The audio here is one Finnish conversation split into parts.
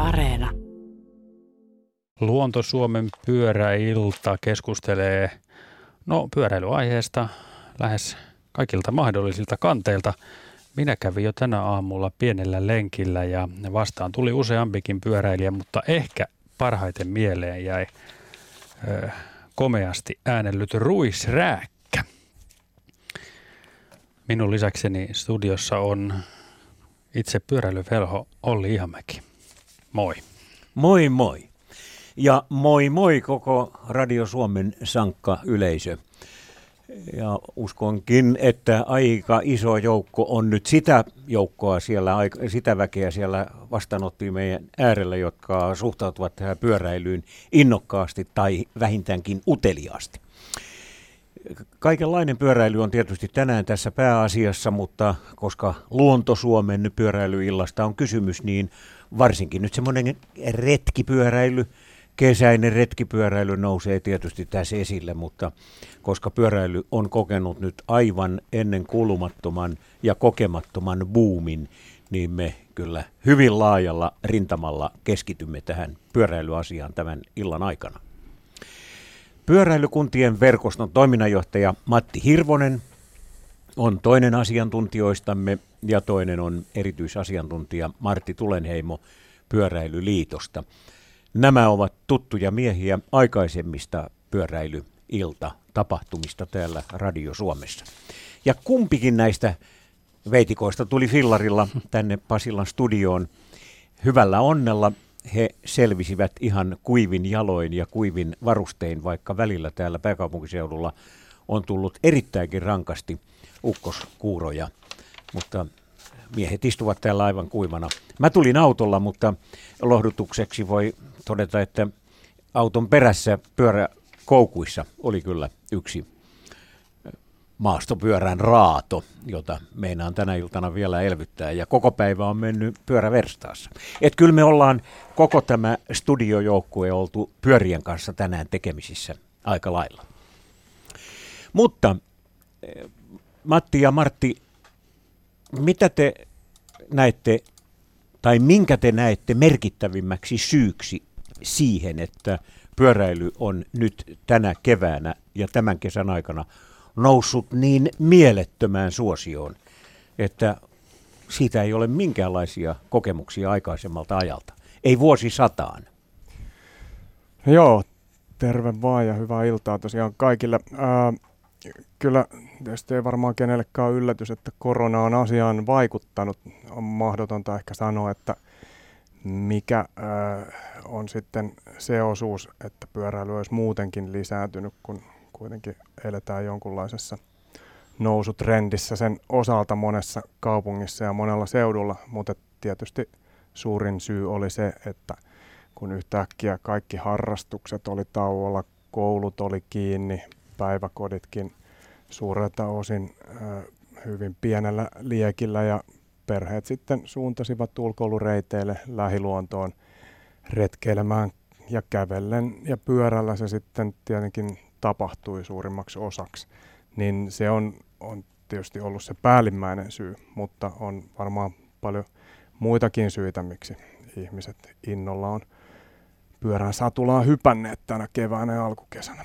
Areena. Luonto Suomen pyöräilta keskustelee pyöräilyaiheesta lähes kaikilta mahdollisilta kanteilta. Minä kävin jo tänä aamulla pienellä lenkillä ja vastaan tuli useampikin pyöräilijä, mutta ehkä parhaiten mieleen jäi komeasti äänellyt ruisrääkkä. Minun lisäkseni studiossa on itse pyöräilyvelho Olli Ihamäki. Moi. Moi moi. Ja moi moi koko Radio Suomen sankka yleisö. Ja uskonkin, että aika iso joukko on nyt sitä joukkoa siellä, sitä väkeä siellä vastaanotti meidän äärellä, jotka suhtautuvat tähän pyöräilyyn innokkaasti tai vähintäänkin uteliaasti. Kaikenlainen pyöräily on tietysti tänään tässä pääasiassa, mutta koska Luonto Suomen pyöräilyillasta on kysymys, niin varsinkin nyt semmoinen retkipyöräily, kesäinen retkipyöräily nousee tietysti tässä esille, mutta koska pyöräily on kokenut nyt aivan ennen kuulumattoman ja kokemattoman boomin, niin me kyllä hyvin laajalla rintamalla keskitymme tähän pyöräilyasiaan tämän illan aikana. Pyöräilykuntien verkoston toiminnanjohtaja Matti Hirvonen on toinen asiantuntijoistamme ja toinen on erityisasiantuntija Martti Tulenheimo Pyöräilyliitosta. Nämä ovat tuttuja miehiä aikaisemmista pyöräilyilta-tapahtumista täällä Radio Suomessa. Ja kumpikin näistä veitikoista tuli fillarilla tänne Pasilan studioon hyvällä onnella. He selvisivät ihan kuivin jaloin ja kuivin varustein, vaikka välillä täällä pääkaupunkiseudulla on tullut erittäinkin rankasti ukkoskuuroja, mutta miehet istuvat täällä aivan kuivana. Mä tulin autolla, mutta lohdutukseksi voi todeta, että auton perässä pyöräkoukuissa oli kyllä yksi maastopyörän raato, jota meinaan tänä iltana vielä elvyttää, ja koko päivä on mennyt pyöräverstaassa. Et kyllä me ollaan koko tämä studiojoukkue oltu pyörien kanssa tänään tekemisissä aika lailla. Mutta Matti ja Martti, mitä te näette, tai minkä te näette merkittävimmäksi syyksi siihen, että pyöräily on nyt tänä keväänä ja tämän kesän aikana noussut niin mielettömään suosioon, että siitä ei ole minkäänlaisia kokemuksia aikaisemmalta ajalta. Ei vuosisataan. Joo, terve vaan ja hyvää iltaa tosiaan kaikille. Kyllä tietysti ei varmaan kenellekään ole yllätys, että korona on asiaan vaikuttanut. On mahdotonta ehkä sanoa, että mikä on sitten se osuus, että pyöräily olisi muutenkin lisääntynyt, kun kuitenkin eletään jonkunlaisessa nousutrendissä sen osalta monessa kaupungissa ja monella seudulla, mutta tietysti suurin syy oli se, että kun yhtäkkiä kaikki harrastukset oli tauolla, koulut oli kiinni, päiväkoditkin suurelta osin hyvin pienellä liekillä ja perheet sitten suuntasivat ulkoilureiteille lähiluontoon retkeilemään ja kävellen ja pyörällä se sitten tietenkin tapahtui suurimmaksi osaksi, niin se on tietysti ollut se päällimmäinen syy, mutta on varmaan paljon muitakin syitä, miksi ihmiset innolla on pyörän satulaan hypänneet tänä keväänä ja alkukesänä.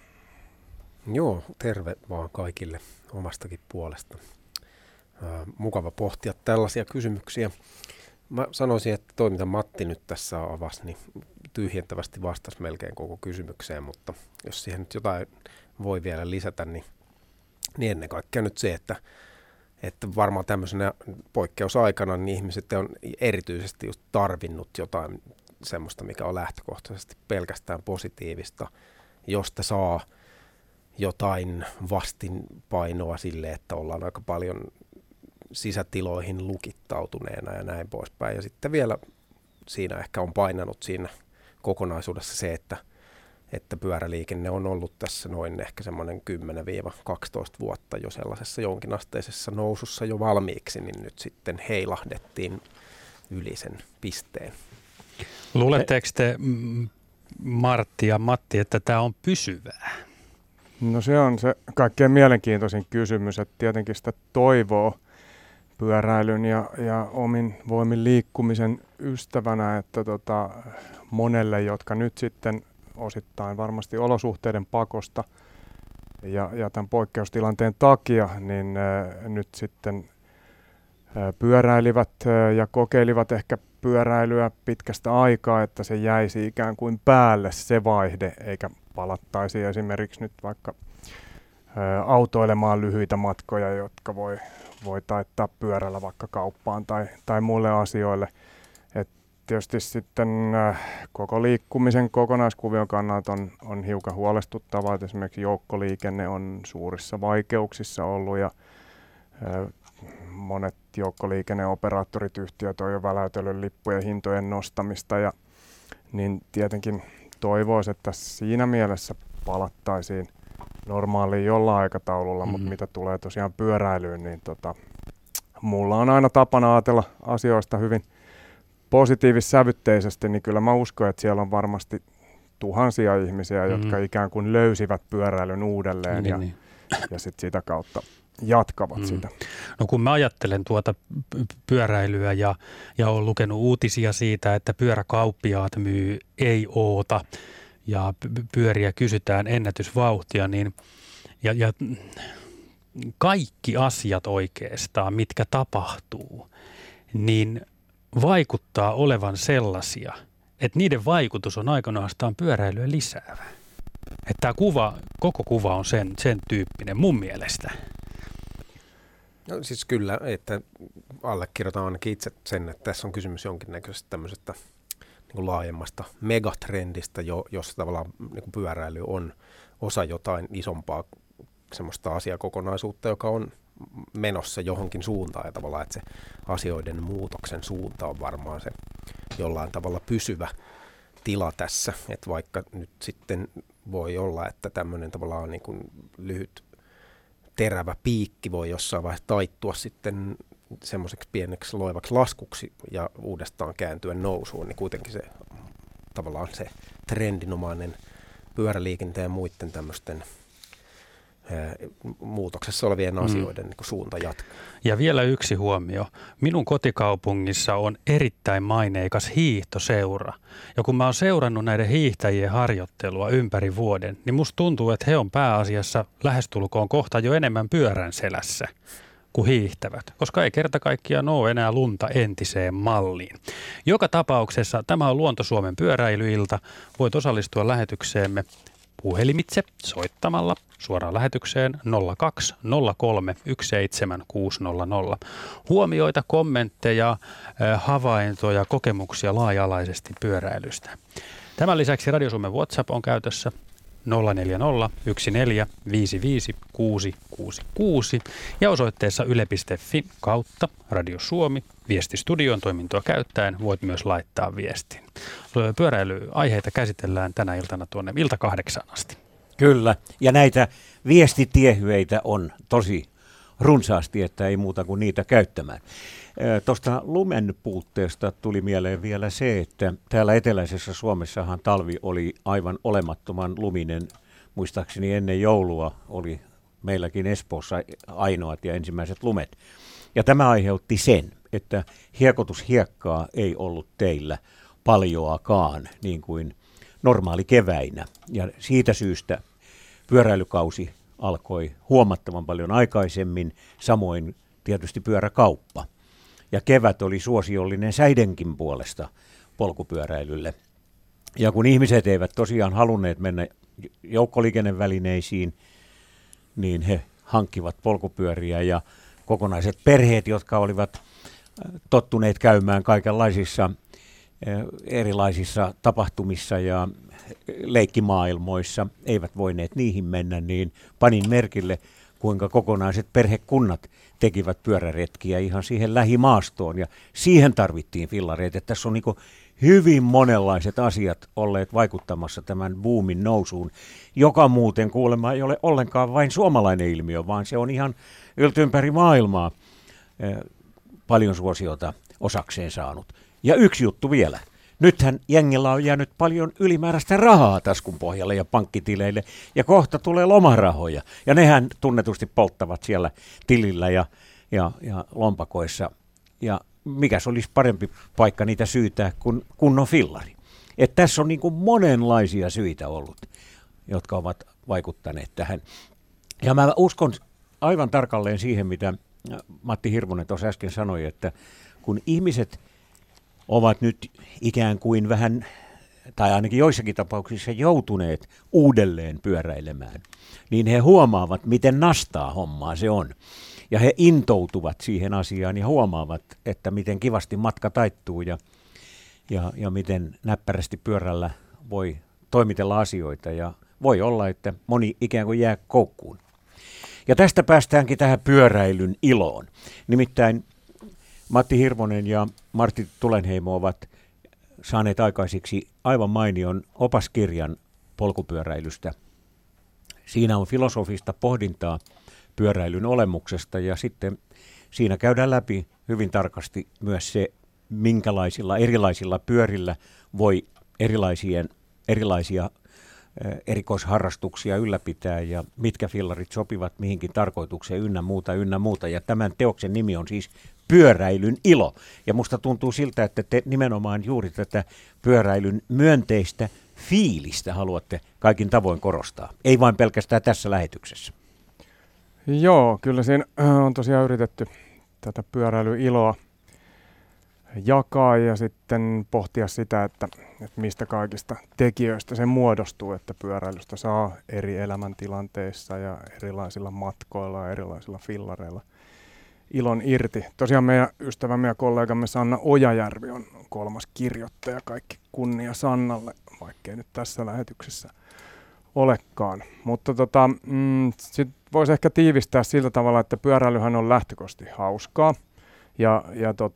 Joo, terve vaan kaikille omastakin puolesta. Mukava pohtia tällaisia kysymyksiä. Mä sanoisin, että toi mitä Matti nyt tässä avasi, niin tyhjentävästi vastasi melkein koko kysymykseen, mutta jos siihen nyt jotain voi vielä lisätä, niin ennen kaikkea nyt se, että varmaan tämmöisenä poikkeusaikana niin ihmiset on erityisesti just tarvinnut jotain semmoista, mikä on lähtökohtaisesti pelkästään positiivista, josta saa jotain vastinpainoa sille, että ollaan aika paljon sisätiloihin lukittautuneena ja näin poispäin. Ja sitten vielä siinä ehkä on painanut siinä kokonaisuudessa se, että pyöräliikenne on ollut tässä noin ehkä semmoinen 10-12 vuotta jo sellaisessa jonkinasteisessa nousussa jo valmiiksi, niin nyt sitten heilahdettiin yli sen pisteen. Luuletteko te, Martti ja Matti, että tämä on pysyvää? No se on se kaikkein mielenkiintoisin kysymys, että tietenkin sitä pyöräilyn ja omin voimin liikkumisen ystävänä, että monelle, jotka nyt sitten osittain varmasti olosuhteiden pakosta ja tämän poikkeustilanteen takia, niin nyt sitten pyöräilivät ja kokeilivat ehkä pyöräilyä pitkästä aikaa, että se jäisi ikään kuin päälle se vaihde, eikä palattaisi esimerkiksi nyt vaikka autoilemaan lyhyitä matkoja, jotka voi taittaa pyörällä vaikka kauppaan tai muille asioille. Et tietysti sitten koko liikkumisen kokonaiskuvion kannalta on hiukan huolestuttavaa, että esimerkiksi joukkoliikenne on suurissa vaikeuksissa ollut ja monet joukkoliikenneoperaattorit, yhtiöt on jo väläytellyt lippujen hintojen nostamista ja niin tietenkin toivoisi, että siinä mielessä palattaisiin normaaliin jollain aikataululla, mutta mitä tulee tosiaan pyöräilyyn, niin mulla on aina tapana ajatella asioista hyvin positiivissävytteisesti, niin kyllä mä uskon, että siellä on varmasti tuhansia ihmisiä, jotka ikään kuin löysivät pyöräilyn uudelleen ja sitten sitä kautta jatkavat sitä. No kun mä ajattelen tuota pyöräilyä ja olen lukenut uutisia siitä, että pyöräkauppiaat myy ei oota ja pyöriä kysytään ennätysvauhtia, niin ja kaikki asiat oikeastaan, mitkä tapahtuu, niin vaikuttaa olevan sellaisia, että niiden vaikutus on aikoinaan pyöräilyä lisäävä. Että tämä koko kuva on sen tyyppinen mun mielestä. No siis kyllä, että allekirjoitan ainakin itse sen, että tässä on kysymys jonkinnäköisestä tämmöisestä niin kuin laajemmasta megatrendistä, jossa tavallaan niin kuin pyöräily on osa jotain isompaa semmoista asiakokonaisuutta, joka on menossa johonkin suuntaan ja tavallaan, että se asioiden muutoksen suunta on varmaan se jollain tavalla pysyvä tila tässä, että vaikka nyt sitten voi olla, että tämmöinen tavallaan niin kuin lyhyt terävä piikki voi jossain vaiheessa taittua sitten semmoiseksi pieneksi loivaksi laskuksi ja uudestaan kääntyä nousuun, niin kuitenkin se tavallaan se trendinomainen pyöräliikenteen ja muiden tämmöisten muutoksessa olevien asioiden niin kuin suunta jatkaa. Ja vielä yksi huomio. Minun kotikaupungissa on erittäin maineikas hiihtoseura. Ja kun mä oon seurannut näiden hiihtäjien harjoittelua ympäri vuoden, niin musta tuntuu, että he on pääasiassa lähestulkoon kohta jo enemmän pyörän selässä kuin hiihtävät, koska ei kerta kaikkiaan ole enää lunta entiseen malliin. Joka tapauksessa tämä on Luonto Suomen pyöräilyilta. Voit osallistua lähetykseemme puhelimitse soittamalla suoraan lähetykseen 02 03 17600. Huomioita, kommentteja, havaintoja, kokemuksia laaja-alaisesti pyöräilystä. Tämän lisäksi Radio Suomen WhatsApp on käytössä 040 14 55 666 ja osoitteessa yle.fi kautta Radio Suomi viestistudion toimintoa käyttäen voit myös laittaa viestin. Pyöräilyaiheita käsitellään tänä iltana tuonne 7:00 asti. Kyllä, ja näitä viestitiehyöitä on tosi runsaasti, että ei muuta kuin niitä käyttämään. Tuosta lumen puutteesta tuli mieleen vielä se, että täällä eteläisessä Suomessahan talvi oli aivan olemattoman luminen. Muistaakseni ennen joulua oli meilläkin Espoossa ainoat ja ensimmäiset lumet. Ja tämä aiheutti sen, että hiekotushiekkaa ei ollut teillä paljoakaan niin kuin normaali keväinä. Ja siitä syystä pyöräilykausi alkoi huomattavan paljon aikaisemmin, samoin tietysti pyöräkauppa. Ja kevät oli suosiollinen säidenkin puolesta polkupyöräilylle. Ja kun ihmiset eivät tosiaan halunneet mennä joukkoliikennevälineisiin, niin he hankkivat polkupyöriä ja kokonaiset perheet, jotka olivat tottuneet käymään kaikenlaisissa erilaisissa tapahtumissa ja leikkimaailmoissa, eivät voineet niihin mennä, niin panin merkille, kuinka kokonaiset perhekunnat tekivät pyöräretkiä ihan siihen lähimaastoon, ja siihen tarvittiin fillareita. Tässä on niin kuin hyvin monenlaiset asiat olleet vaikuttamassa tämän boomin nousuun, joka muuten kuulemma ei ole ollenkaan vain suomalainen ilmiö, vaan se on ihan yltympäri maailmaa paljon suosiota osakseen saanut. Ja yksi juttu vielä. Nythän jengillä on jäänyt paljon ylimääräistä rahaa taskun pohjalle ja pankkitileille, ja kohta tulee lomarahoja. Ja nehän tunnetusti polttavat siellä tilillä, ja ja lompakoissa. Ja mikäs olisi parempi paikka niitä syytää kuin kunnon fillari. Että tässä on niin kuin monenlaisia syitä ollut, jotka ovat vaikuttaneet tähän. Ja mä uskon aivan tarkalleen siihen, mitä Matti Hirvonen tuossa äsken sanoi, että kun ihmiset ovat nyt ikään kuin vähän, tai ainakin joissakin tapauksissa joutuneet uudelleen pyöräilemään, niin he huomaavat, miten nastaa hommaa se on. Ja he intoutuvat siihen asiaan ja huomaavat, että miten kivasti matka taittuu ja miten näppärästi pyörällä voi toimitella asioita. Ja voi olla, että moni ikään kuin jää koukkuun. Ja tästä päästäänkin tähän pyöräilyn iloon. Nimittäin Matti Hirvonen ja Martti Tulenheimo ovat saaneet aikaiseksi aivan mainion opaskirjan polkupyöräilystä. Siinä on filosofista pohdintaa pyöräilyn olemuksesta ja sitten siinä käydään läpi hyvin tarkasti myös se, minkälaisilla erilaisilla pyörillä voi erilaisia erikoisharrastuksia ylläpitää ja mitkä fillarit sopivat mihinkin tarkoitukseen ynnä muuta. Ja tämän teoksen nimi on siis Pyöräilyn ilo. Ja musta tuntuu siltä, että te nimenomaan juuri tätä pyöräilyn myönteistä fiilistä haluatte kaikin tavoin korostaa. Ei vain pelkästään tässä lähetyksessä. Joo, kyllä siinä on tosiaan yritetty tätä pyöräilyiloa jakaa ja sitten pohtia sitä, että mistä kaikista tekijöistä se muodostuu, että pyöräilystä saa eri elämäntilanteissa ja erilaisilla matkoilla ja erilaisilla fillareilla ilon irti. Tosiaan meidän ystävämme ja kollegamme Sanna Ojajärvi on 3. kirjoittaja. Kaikki kunnia Sannalle, vaikkei nyt tässä lähetyksessä olekaan. Mutta sitten voisi ehkä tiivistää sillä tavalla, että pyöräilyhän on lähtökohtaisesti hauskaa. Ja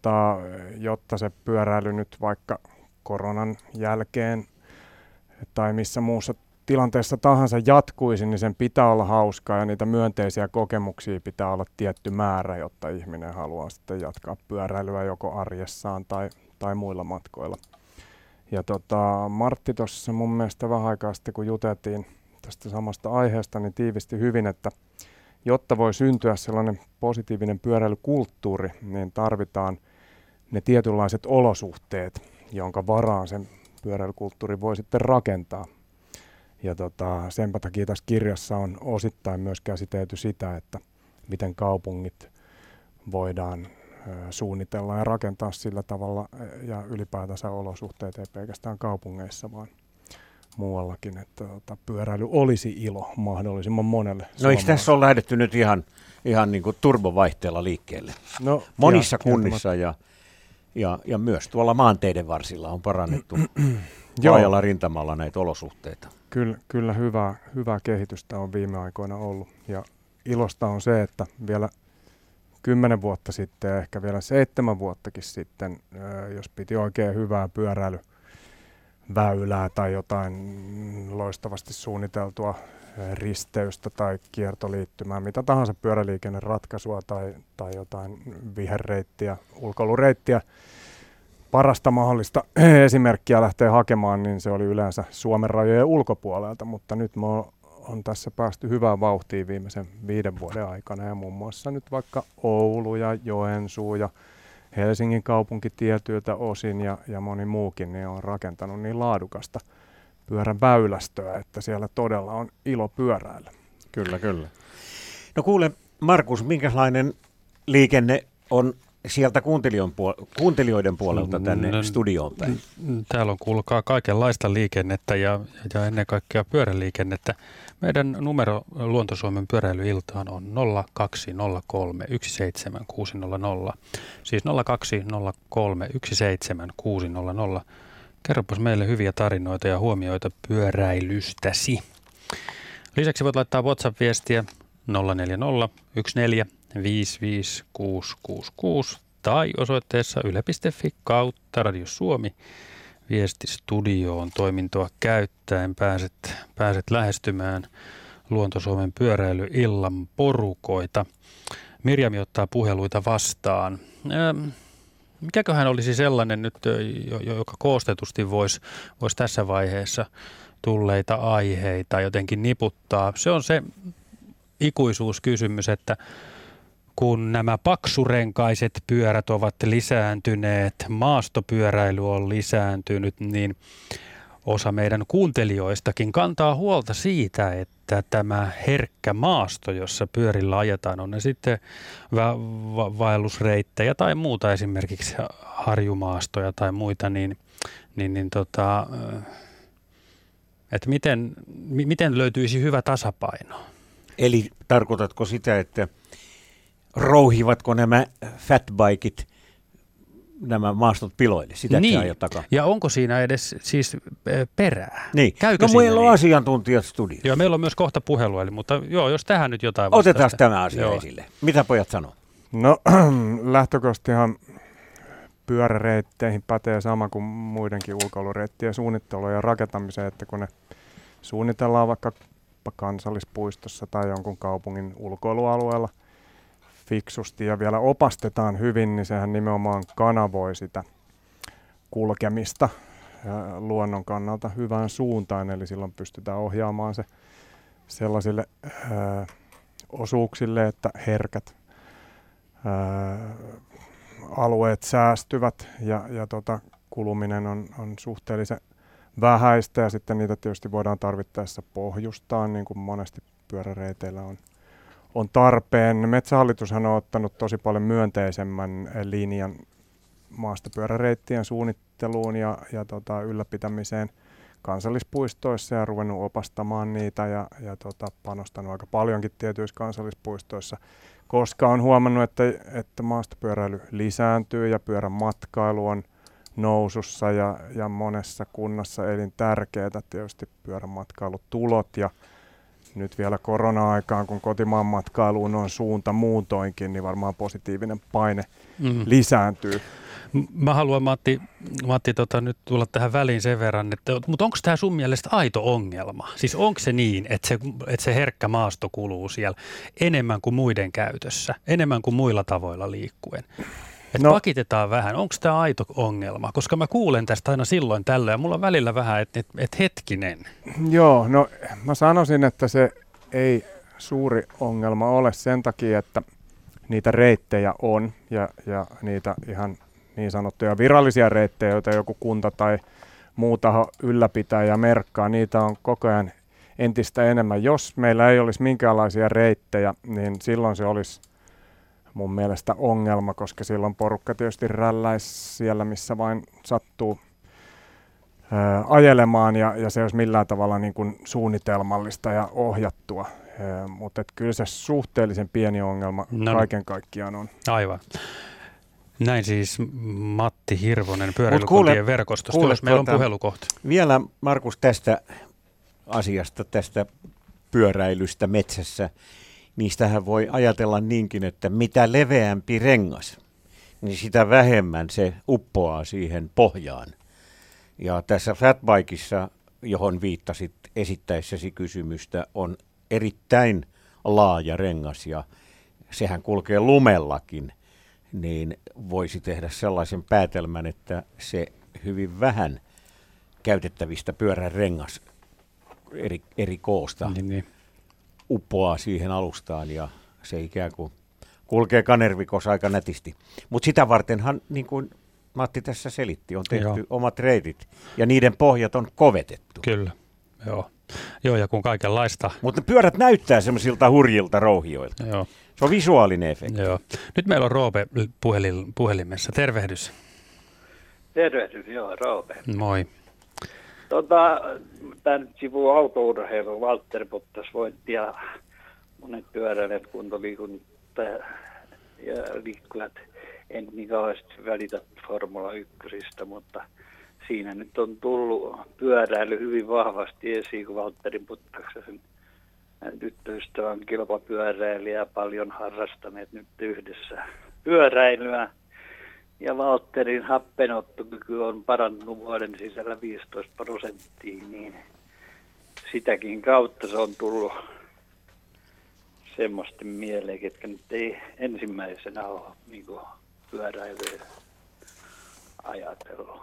jotta se pyöräily nyt vaikka koronan jälkeen tai missä muussa tilanteessa tahansa jatkuisi, niin sen pitää olla hauskaa ja niitä myönteisiä kokemuksia pitää olla tietty määrä, jotta ihminen haluaa sitten jatkaa pyöräilyä joko arjessaan tai muilla matkoilla. Ja Martti tuossa mun mielestä vähän aikaa sitten, kun juteltiin tästä samasta aiheesta, niin tiivisti hyvin, että jotta voi syntyä sellainen positiivinen pyöräilykulttuuri, niin tarvitaan ne tietynlaiset olosuhteet, jonka varaan sen pyöräilykulttuuri voi sitten rakentaa. Ja senpä takia tässä kirjassa on osittain myös käsitelty sitä, että miten kaupungit voidaan suunnitella ja rakentaa sillä tavalla ja ylipäätänsä olosuhteet ei pelkästään kaupungeissa, vaan muuallakin, että pyöräily olisi ilo mahdollisimman monelle. No eikö tässä ole lähdetty nyt ihan niin kuin turbovaihteella liikkeelle? No, monissa kunnissa ja myös tuolla maanteiden varsilla on parannettu laajalla rintamalla näitä olosuhteita. Kyllä hyvää kehitystä on viime aikoina ollut ja ilosta on se, että vielä 10 vuotta sitten ja ehkä vielä 7 vuottakin sitten, jos piti oikein hyvää pyöräilyväylää tai jotain loistavasti suunniteltua risteystä tai kiertoliittymää, mitä tahansa pyöräliikenneratkaisua tai jotain viherreittiä, ulkoilureittiä, parasta mahdollista esimerkkiä lähtee hakemaan, niin se oli yleensä Suomen rajojen ulkopuolelta, mutta nyt me on tässä päästy hyvään vauhtiin viimeisen 5 vuoden aikana ja muun muassa nyt vaikka Oulu ja Joensuu ja Helsingin kaupunki tietyiltä osin ja moni muukin niin on rakentanut niin laadukasta pyörän väylästöä, että siellä todella on ilo pyöräillä. Kyllä. No kuule Markus, minkälainen liikenne on sieltä kuuntelijoiden puolelta tänne studioon päin? Täällä on kuulkaa kaikenlaista liikennettä ja ennen kaikkea pyöräliikennettä. Meidän numero Luonto-Suomen pyöräilyiltaan on 0203 17600. Siis 0203 17600. Kerropas meille hyviä tarinoita ja huomioita pyöräilystäsi. Lisäksi voit laittaa WhatsApp-viestiä 040 14 55666 tai osoitteessa yle.fi/Radio Suomi. Viesti studioon toimintoa käyttäen pääset lähestymään Luonto-Suomen pyöräilyillan porukoita. Mirjami ottaa puheluita vastaan. Mikäköhän olisi sellainen nyt, joka koostetusti voisi tässä vaiheessa tulleita aiheita jotenkin niputtaa? Se on se ikuisuuskysymys, että kun nämä paksurenkaiset pyörät ovat lisääntyneet, maastopyöräily on lisääntynyt, niin osa meidän kuuntelijoistakin kantaa huolta siitä, että tämä herkkä maasto, jossa pyörillä ajetaan, on ne sitten vaellusreittejä tai muuta, esimerkiksi harjumaastoja tai muita, että miten löytyisi hyvä tasapaino? Eli tarkoitatko sitä, että rouhivatko nämä fatbikit nämä maastot piloille? Sitä Niin, ajat takaa. ja onko siinä edes siis perää? Niin. Käykö No siinä meillä on niin? asiantuntijat studiossa. Joo, meillä on myös kohta puhelu, mutta jos tähän nyt jotain Otetaan vastausta. tämä asia esille. Mitä pojat sanoo? No lähtökohtaisesti pyöräreitteihin pätee sama kuin muidenkin ulkoilureittien suunnitteluun ja rakentamiseen, että kun ne suunnitellaan vaikka kansallispuistossa tai jonkun kaupungin ulkoilualueella fiksusti ja vielä opastetaan hyvin, niin sehän nimenomaan kanavoi sitä kulkemista luonnon kannalta hyvään suuntaan, eli silloin pystytään ohjaamaan se sellaisille osuuksille, että herkät alueet säästyvät ja kuluminen on suhteellisen vähäistä ja sitten niitä tietysti voidaan tarvittaessa pohjustaa, niin kuin monesti pyöräreiteillä on tarpeen. Metsähallitushan on ottanut tosi paljon myönteisemmän linjan maastopyöräreittien suunnitteluun ja ylläpitämiseen kansallispuistoissa ja ruvennut opastamaan niitä ja panostanut aika paljonkin tietyissä kansallispuistoissa, koska on huomannut, että maastopyöräily lisääntyy ja pyörän matkailu on nousussa ja monessa kunnassa elintärkeää tietysti pyörän matkailutulot ja nyt vielä korona-aikaan, kun kotimaan matkailuun on suunta muutoinkin, niin varmaan positiivinen paine lisääntyy. Mä haluan Matti nyt tulla tähän väliin sen verran, mutta onko tämä sun mielestä aito ongelma? Siis onko se niin, että se herkkä maasto kuluu siellä enemmän kuin muiden käytössä, enemmän kuin muilla tavoilla liikkuen? Että pakitetaan vähän. Onko tämä aito ongelma? Koska mä kuulen tästä aina silloin tällöin ja mulla on välillä vähän, että hetkinen. Joo, no mä sanoisin, että se ei suuri ongelma ole sen takia, että niitä reittejä on ja niitä ihan niin sanottuja virallisia reittejä, joita joku kunta tai muu taho ylläpitää ja merkkaa, niitä on koko ajan entistä enemmän. Jos meillä ei olisi minkäänlaisia reittejä, niin silloin se olisi mun mielestä ongelma, koska silloin porukka tietysti rälläisi siellä, missä vain sattuu ajelemaan ja se olisi millään tavalla niin kuin suunnitelmallista ja ohjattua. Mutta kyllä se suhteellisen pieni ongelma kaiken kaikkiaan on. Aivan. Näin siis Matti Hirvonen pyöräilykuntien verkostosta. Jos meillä on puhelukohta. Vielä Markus tästä asiasta, tästä pyöräilystä metsässä. Niistähän voi ajatella niinkin, että mitä leveämpi rengas, niin sitä vähemmän se uppoaa siihen pohjaan. Ja tässä fatbikeissa, johon viittasit esittäessäsi kysymystä, on erittäin laaja rengas ja sehän kulkee lumellakin, niin voisi tehdä sellaisen päätelmän, että se hyvin vähän käytettävistä pyörän rengas eri koosta uppoaa siihen alustaan ja se ikään kuin kulkee kanervikossa aika nätisti. Mutta sitä vartenhan, niin kuin Matti tässä selitti, on tehty omat reitit ja niiden pohjat on kovetettu. Kyllä, joo ja kun kaikenlaista. Mutta pyörät näyttää semmoisilta hurjilta rouhioilta. Joo. Se on visuaalinen efekti. Joo. Nyt meillä on Roope puhelimessa. Tervehdys. Tervehdys, Roope. Moi. Tämä nyt sivuu autourheilu, Valtteri Bottas voitti ja monet pyöräilijät, kuntoliikunta ja liikkujat. En niin kauheasti välitä Formula 1, mutta siinä nyt on tullut pyöräily hyvin vahvasti esiin, kun Valtteri Bottaksen tyttöystävän kilpapyöräilijä paljon harrastaneet nyt yhdessä pyöräilyä. Ja Valtterin happenottokyky on parantunut vuoden sisällä 15%, niin sitäkin kautta se on tullut semmoisten mieleen, ketkä nyt ei ensimmäisenä ole niin pyöräilyä ajatellut.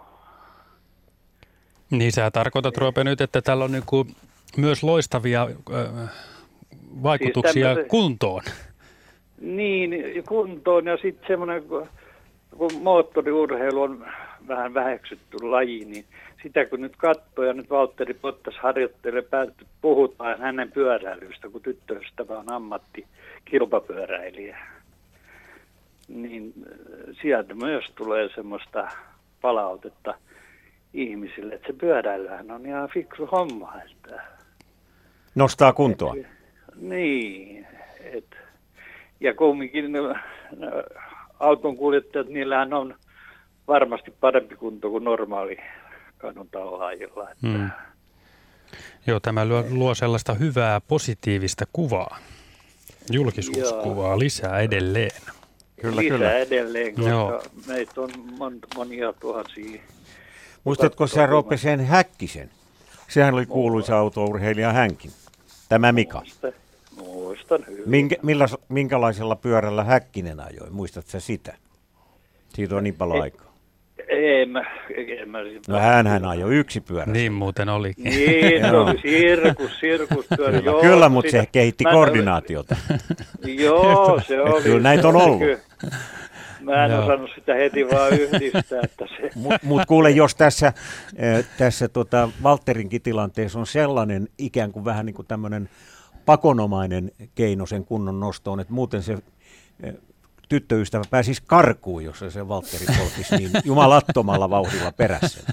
Niin sä tarkoitat, Roope, nyt, että tällä on myös loistavia vaikutuksia siis kuntoon. Niin, kuntoon ja sitten semmoinen, kun moottoriurheilu on vähän väheksytty laji, niin sitä kun nyt katsoo ja nyt Valtteri Bottas harjoittelee, puhutaan hänen pyöräilystä, kun tyttöystävä on ammattikilpapyöräilijä. Niin sieltä myös tulee semmoista palautetta ihmisille, että se pyöräilyhän on ihan fiksu homma. Että Nostaa kuntoa. Niin, ja kumminkin autonkuljettajat, niillähän on varmasti parempi kunto kuin normaali kaduntallaajilla. Joo, tämä luo sellaista hyvää positiivista kuvaa, julkisuuskuvaa lisää edelleen. Kyllä. Edelleen, koska meitä on monia tuhansia. Muistatko sä Roope sen Häkkisen? Sehän oli kuuluisa autourheilija hänkin. Tämä Mika. Muistan hyvin. Minkälaisella pyörällä Häkkinen ajoi? Muistatko sä sitä? Siitä on niin paljon aikaa. En mä No hänhän ajoi yksipyörässä. Niin muuten olikin. Niin, se oli sirkuspyörä. Kyllä, mutta se kehitti koordinaatiota. Joo, se oli. Kyllä näitä on ollut. Mä en osannut sitä heti vaan yhdistää. Mutta kuule, jos tässä Valtterinkin tilanteessa on sellainen ikään kuin vähän niin kuin tämmöinen pakonomainen keino sen kunnon nostoon, että muuten se tyttöystävä pääsisi karkuun, jos se Valtteri polkisi niin jumalattomalla vauhdilla perässä.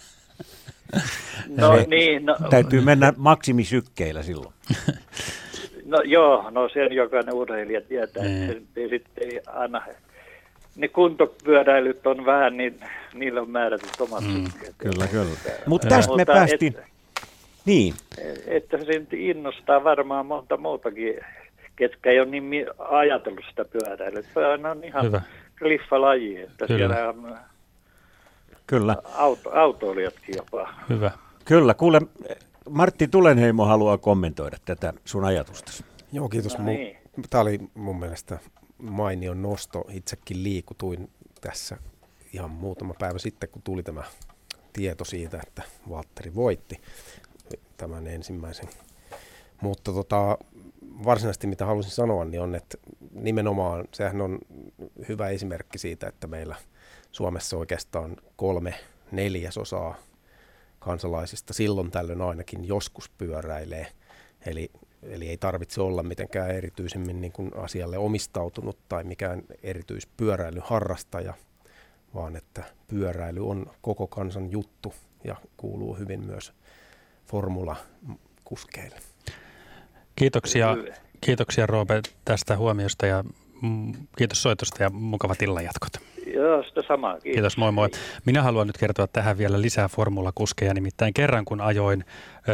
Täytyy mennä maksimisykkeillä silloin. No joo, sen jokainen urheilija tietää, että sitten ei anna. Ne kuntopyöräilyt on vähän, niin niillä on määrätyt omat sykkeet. Kyllä. Mutta tästä me päästiin. Niin. Että se innostaa varmaan monta muutakin, ketkä ei ole niin ajatellut sitä pyöräilyä. Se on ihan kliffalaji, että siellä on autoilijatkin jopa. Hyvä. Kyllä, kuule, Martti Tulenheimo haluaa kommentoida tätä sun ajatustasi. Joo, kiitos. Niin. Tämä oli mun mielestä mainion nosto. Itsekin liikutuin tässä ihan muutama päivä sitten, kun tuli tämä tieto siitä, että Valtteri voitti tämän ensimmäisen. Mutta varsinaisesti mitä halusin sanoa, niin on, että nimenomaan sehän on hyvä esimerkki siitä, että meillä Suomessa oikeastaan 3/4 kansalaisista silloin tällöin ainakin joskus pyöräilee. Eli ei tarvitse olla mitenkään erityisemmin niin kuin asialle omistautunut tai mikään erityispyöräilyharrastaja, vaan että pyöräily on koko kansan juttu ja kuuluu hyvin myös formulakuskeille. Kiitoksia Roope tästä huomiosta ja kiitos soitosta ja mukavat illanjatkot. Joo, sitä samaa. Kiitos, moi moi. Minä haluan nyt kertoa tähän vielä lisää formulakuskeja, nimittäin kerran kun ajoin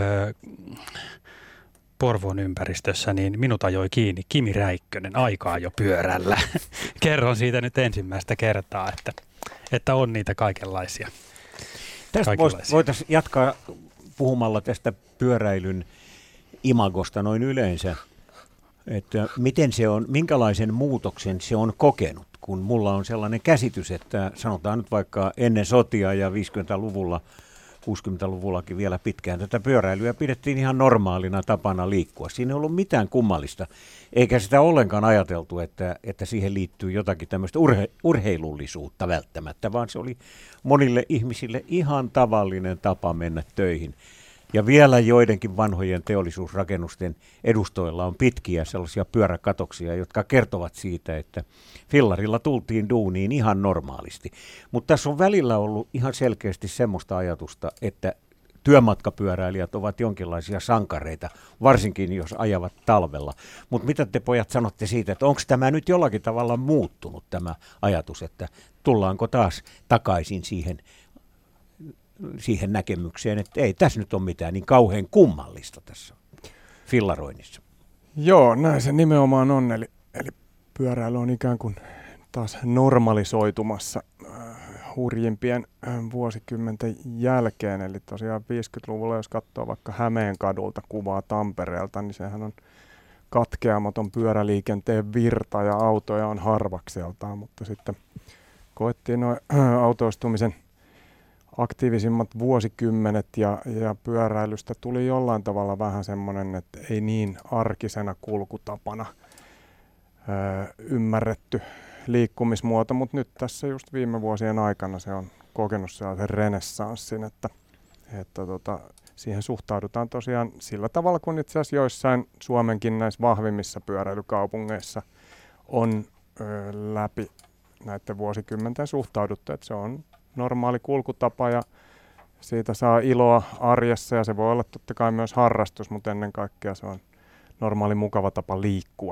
Porvoon ympäristössä, niin minut ajoi kiinni Kimi Räikkönen aikaa jo pyörällä. Kerron siitä nyt ensimmäistä kertaa, että on niitä kaikenlaisia. Tästä voitaisiin jatkaa puhumalla tästä pyöräilyn imagosta noin yleensä, että miten se on, minkälaisen muutoksen se on kokenut, kun mulla on sellainen käsitys, että sanotaan nyt vaikka ennen sotia ja 50-luvulla, 60-luvullakin vielä pitkään tätä pyöräilyä pidettiin ihan normaalina tapana liikkua. Siinä ei ollut mitään kummallista, eikä sitä ollenkaan ajateltu, että siihen liittyy jotakin tämmöistä urheilullisuutta välttämättä, vaan se oli monille ihmisille ihan tavallinen tapa mennä töihin. Ja vielä joidenkin vanhojen teollisuusrakennusten edustoilla on pitkiä sellaisia pyöräkatoksia, jotka kertovat siitä, että fillarilla tultiin duuniin ihan normaalisti. Mutta tässä on välillä ollut ihan selkeästi semmoista ajatusta, että työmatkapyöräilijät ovat jonkinlaisia sankareita, varsinkin jos ajavat talvella. Mutta mitä te pojat sanotte siitä, että onko tämä nyt jollakin tavalla muuttunut tämä ajatus, että tullaanko taas takaisin siihen näkemykseen, että ei tässä nyt ole mitään niin kauhean kummallista tässä fillaroinnissa. Joo, näin se nimenomaan on. Eli pyöräily on ikään kuin taas normalisoitumassa hurjimpien vuosikymmenten jälkeen. Eli tosiaan 50-luvulla, jos katsoo vaikka Hämeenkadulta kuvaa Tampereelta, niin sehän on katkeamaton pyöräliikenteen virta ja autoja on harvakseltaan. Mutta sitten koettiin noin autoistumisen aktiivisimmat vuosikymmenet ja pyöräilystä tuli jollain tavalla vähän semmoinen, että ei niin arkisena kulkutapana ymmärretty liikkumismuoto, mutta nyt tässä just viime vuosien aikana se on kokenut sellaisen renessanssin, että siihen suhtaudutaan tosiaan sillä tavalla, kun itse asiassa joissain Suomenkin näissä vahvimmissa pyöräilykaupungeissa on läpi näiden vuosikymmenten suhtauduttu, että se on normaali kulkutapa ja siitä saa iloa arjessa ja se voi olla totta kai myös harrastus, mutta ennen kaikkea se on normaali mukava tapa liikkua.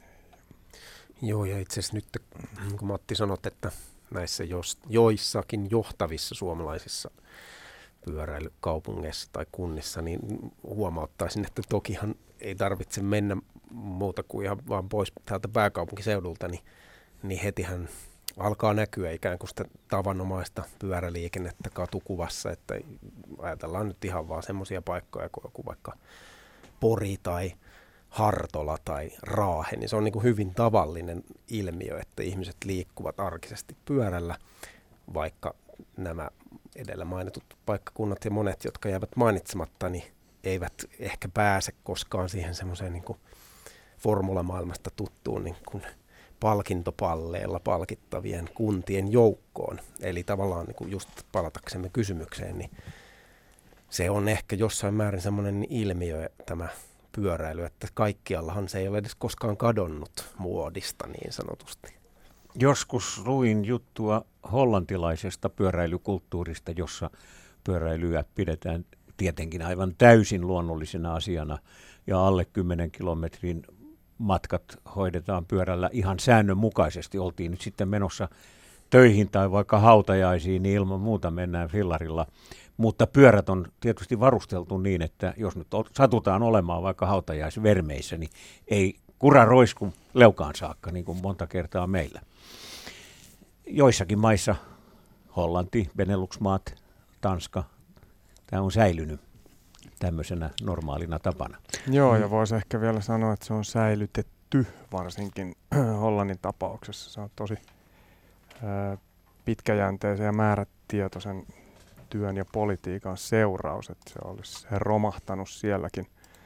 Joo, ja itse asiassa nyt, niin kuin Matti sanot, että näissä joissakin johtavissa suomalaisissa pyöräilykaupungeissa tai kunnissa, niin huomauttaisin, että tokihan ei tarvitse mennä muuta kuin ihan vaan pois täältä pääkaupunkiseudulta, niin hetihän alkaa näkyä ikään kuin sitä tavanomaista pyöräliikennettä katukuvassa, että ajatellaan nyt ihan vaan semmoisia paikkoja kuin vaikka Pori tai Hartola tai Raahe, niin se on niin kuin hyvin tavallinen ilmiö, että ihmiset liikkuvat arkisesti pyörällä, vaikka nämä edellä mainitut paikkakunnat ja monet, jotka jäävät mainitsematta, niin eivät ehkä pääse koskaan siihen semmoiseen niin kuin formulamaailmasta tuttuun niin kuin palkintopalleilla palkittavien kuntien joukkoon. Eli tavallaan niin kuin just palataksemme kysymykseen, niin se on ehkä jossain määrin semmoinen ilmiö tämä pyöräily, että kaikkiallahan se ei ole edes koskaan kadonnut muodista niin sanotusti. Joskus luin juttua hollantilaisesta pyöräilykulttuurista, jossa pyöräilyä pidetään tietenkin aivan täysin luonnollisena asiana ja alle 10 kilometrin matkat hoidetaan pyörällä ihan säännönmukaisesti. Oltiin nyt sitten menossa töihin tai vaikka hautajaisiin, niin ilman muuta mennään fillarilla. Mutta pyörät on tietysti varusteltu niin, että jos nyt satutaan olemaan vaikka hautajaisvermeissä, niin ei kura roisku leukaan saakka, niin kuin monta kertaa meillä. Joissakin maissa, Hollanti, Benelux-maat, Tanska, tämä on säilynyt tämmöisenä normaalina tapana. Joo, ja voisi ehkä vielä sanoa, että se on säilytetty varsinkin Hollannin tapauksessa. Se on tosi pitkäjänteisen ja määrätietoisen työn ja politiikan seuraus, että se olisi romahtanut sielläkin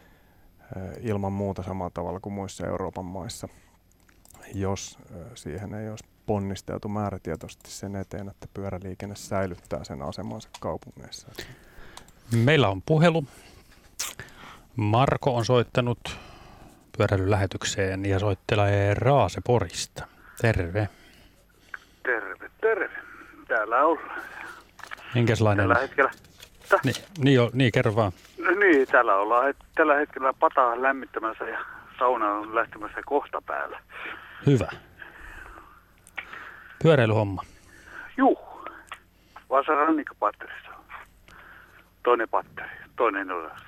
ilman muuta samalla tavalla kuin muissa Euroopan maissa, jos siihen ei olisi ponnisteltu määrätietoisesti sen eteen, että pyöräliikenne säilyttää sen asemansa kaupungeissa. Meillä on puhelu. Marko on soittanut pyöräilylähetykseen ja soittelee Raaseporista. Terve. Terve. Täällä ollaan. Minkälainen? Tällä hetkellä. Niin, kerro vaan. Niin, täällä ollaan tällä hetkellä pataa lämmittämässä ja sauna on lähtemässä kohta päällä. Hyvä. Pyöräilyhomma. Juu. Vaasan rannikkopatterissa. Toinen patteri, toinen osassa.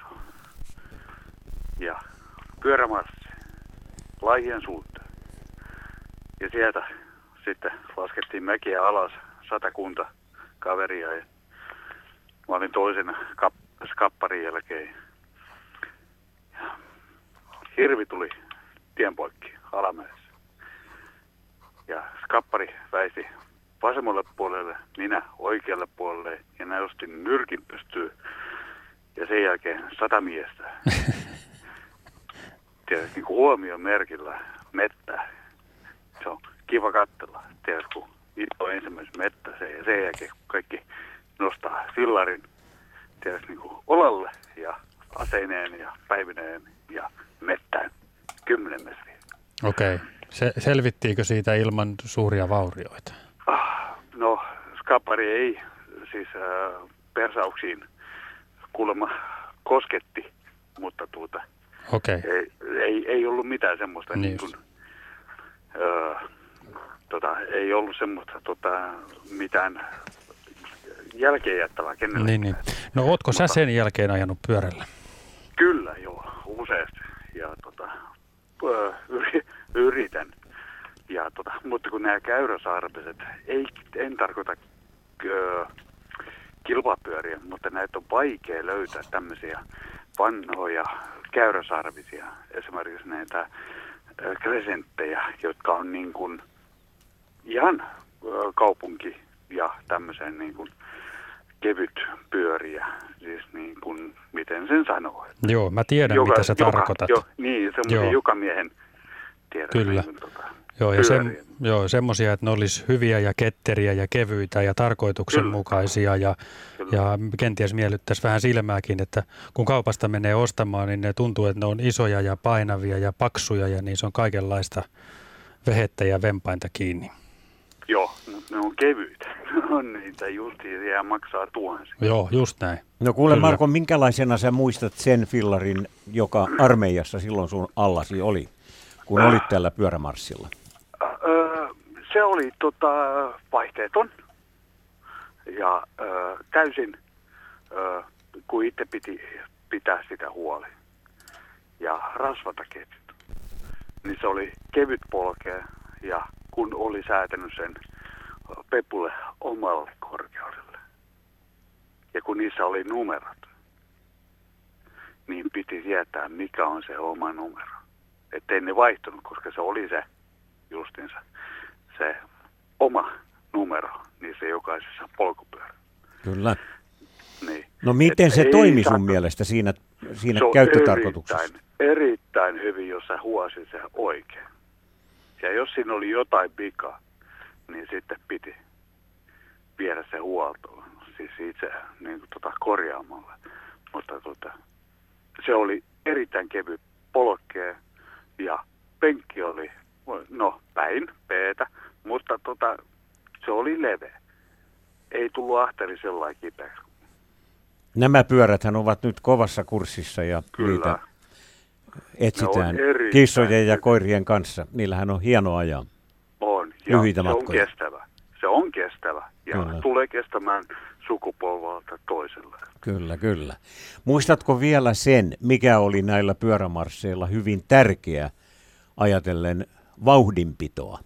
Ja pyörämarssi Laihien suuntaan. Ja sieltä sitten laskettiin mäkiä alas 100 kaveria. Ja mä olin toisena skapparin jälkeen. Ja hirvi tuli tien poikki alamäessä. Ja skappari väisi vasemmalle puolelle, minä oikealle puolelle ja nostin nyrkin pystyyn. Ja sen jälkeen 100 miestä. Tiedätkö, niin kuin huomion merkillä mettää. Se on kiva katsella. Tiedätkö, kun itse on ensimmäisessä mettässä ja sen jälkeen kaikki nostaa fillarin. Tiedätkö, niin kuin olalle ja aseineen ja päivineen ja mettään 10 metriä. Okei. Selvittiinkö siitä ilman suuria vaurioita? No, skappari ei siis persauksiin kuulemma kosketti, mutta Okei. Ei ollut mitään semmoista niin kuin, ei ollut semmoista mitään jälkeen jättävää kenellekään. Niin. No ootko sä sen jälkeen ajanut pyörällä? Kyllä joo, useasti. Ja yritän. Ja mutta kun nämä käyräsarviset, en tarkoita kilpapyöriä, mutta näitä on vaikea löytää tämmöisiä vanhoja käyräsarvisia, esimerkiksi näitä kresenttejä, jotka on niin kuin ihan kaupunki ja tämmöisen niin kuin kevyt pyöriä, siis niin kuin, miten sen sanoo. Joo, mä tiedän mitä sä tarkoitat. Niin, semmoisen jukamiehen tiedän. Kyllä. Niin, Joo, semmoisia, että ne olisi hyviä ja ketteriä ja kevyitä ja tarkoituksenmukaisia ja kenties miellyttäisi vähän silmääkin, että kun kaupasta menee ostamaan, niin ne tuntuu, että ne on isoja ja painavia ja paksuja ja niissä on kaikenlaista vehettä ja vempainta kiinni. Joo, mutta ne on kevyitä. On niitä justiin ja maksaa tuhansia. Joo, just näin. No kuule Kyllä. Marko, minkälaisena sä muistat sen fillarin, joka armeijassa silloin sun allasi oli, kun olit tällä pyörämarssilla? Se oli vaihteeton ja täysin, kun itse piti pitää sitä huoli. Ja rasvata kevyt. Niin se oli kevyt polkea ja kun oli säätänyt sen pepulle omalle korkeudelle. Ja kun niissä oli numerot, niin piti tietää, mikä on se oma numero. Ettei ne vaihtunut, koska se oli se justinsa se oma numero niissä jokaisessa polkupyörässä. Kyllä. Niin. No miten se toimi sun mielestä siinä käyttötarkoituksessa? Erittäin hyvin, jos sä huosit sen oikein. Ja jos siinä oli jotain vikaa, niin sitten piti viedä se huoltoon, siis itse niin korjaamalle. Mutta se oli erittäin kevyt polkea ja penkki oli, päin P-tä, mutta se oli leveä. Ei tullut ahteri sellainen kipeäksi. Nämä pyöräthän ovat nyt kovassa kurssissa ja Kyllä. niitä etsitään kissojen ja koirien kanssa. Niillähän on hieno ajaa. On, ja lyhyitä se matkoja. on kestävä. Se on kestävä ja Kyllä. tulee kestämään sukupolvalta toiselle. Kyllä, kyllä. Muistatko vielä sen, mikä oli näillä pyörämarsseilla hyvin tärkeä ajatellen vauhdinpitoa?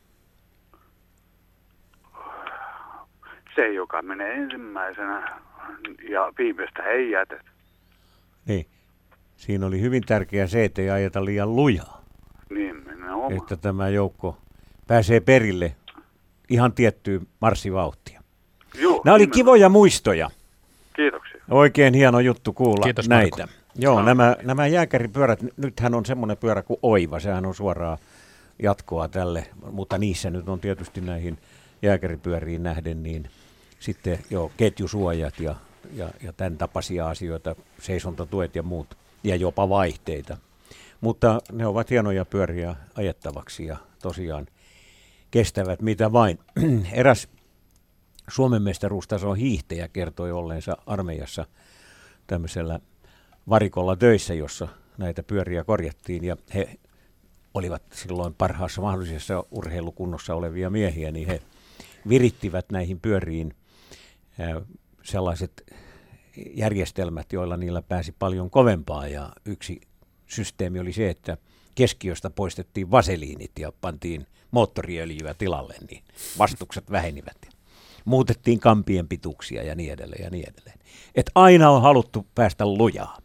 Se, joka menee ensimmäisenä ja viimeistä ei jätetä. Niin. Siinä oli hyvin tärkeää se, että ei ajeta liian lujaa. Niin, nimenomaan. Että tämä joukko pääsee perille ihan tiettyyn marssivauhtia. Joo, Nämä oli nimenomaan. kivoja muistoja. Kiitoksia. Oikein hieno juttu kuulla Kiitos, näitä. Marko. Joo, nämä jääkäripyörät, nythän on semmoinen pyörä kuin Oiva, sehän on suoraa jatkoa tälle, mutta niissä nyt on tietysti näihin jääkäripyöriin nähden, niin sitten jo ketjusuojat ja tämän tapaisia asioita, seisontatuet ja muut, ja jopa vaihteita. Mutta ne ovat hienoja pyöriä ajettavaksi ja tosiaan kestävät mitä vain. Eräs Suomen mestaruustason hiihtäjä kertoi olleensa armeijassa tämmöisellä varikolla töissä, jossa näitä pyöriä korjattiin ja he olivat silloin parhaassa mahdollisessa urheilukunnossa olevia miehiä, niin he virittivät näihin pyöriin sellaiset järjestelmät, joilla niillä pääsi paljon kovempaa ja yksi systeemi oli se, että keskiöstä poistettiin vaseliinit ja pantiin moottoriöljyä tilalle, niin vastukset vähenivät. Muutettiin kampien pituuksia ja niin edelleen ja niin edelleen. Et aina on haluttu päästä lujaa.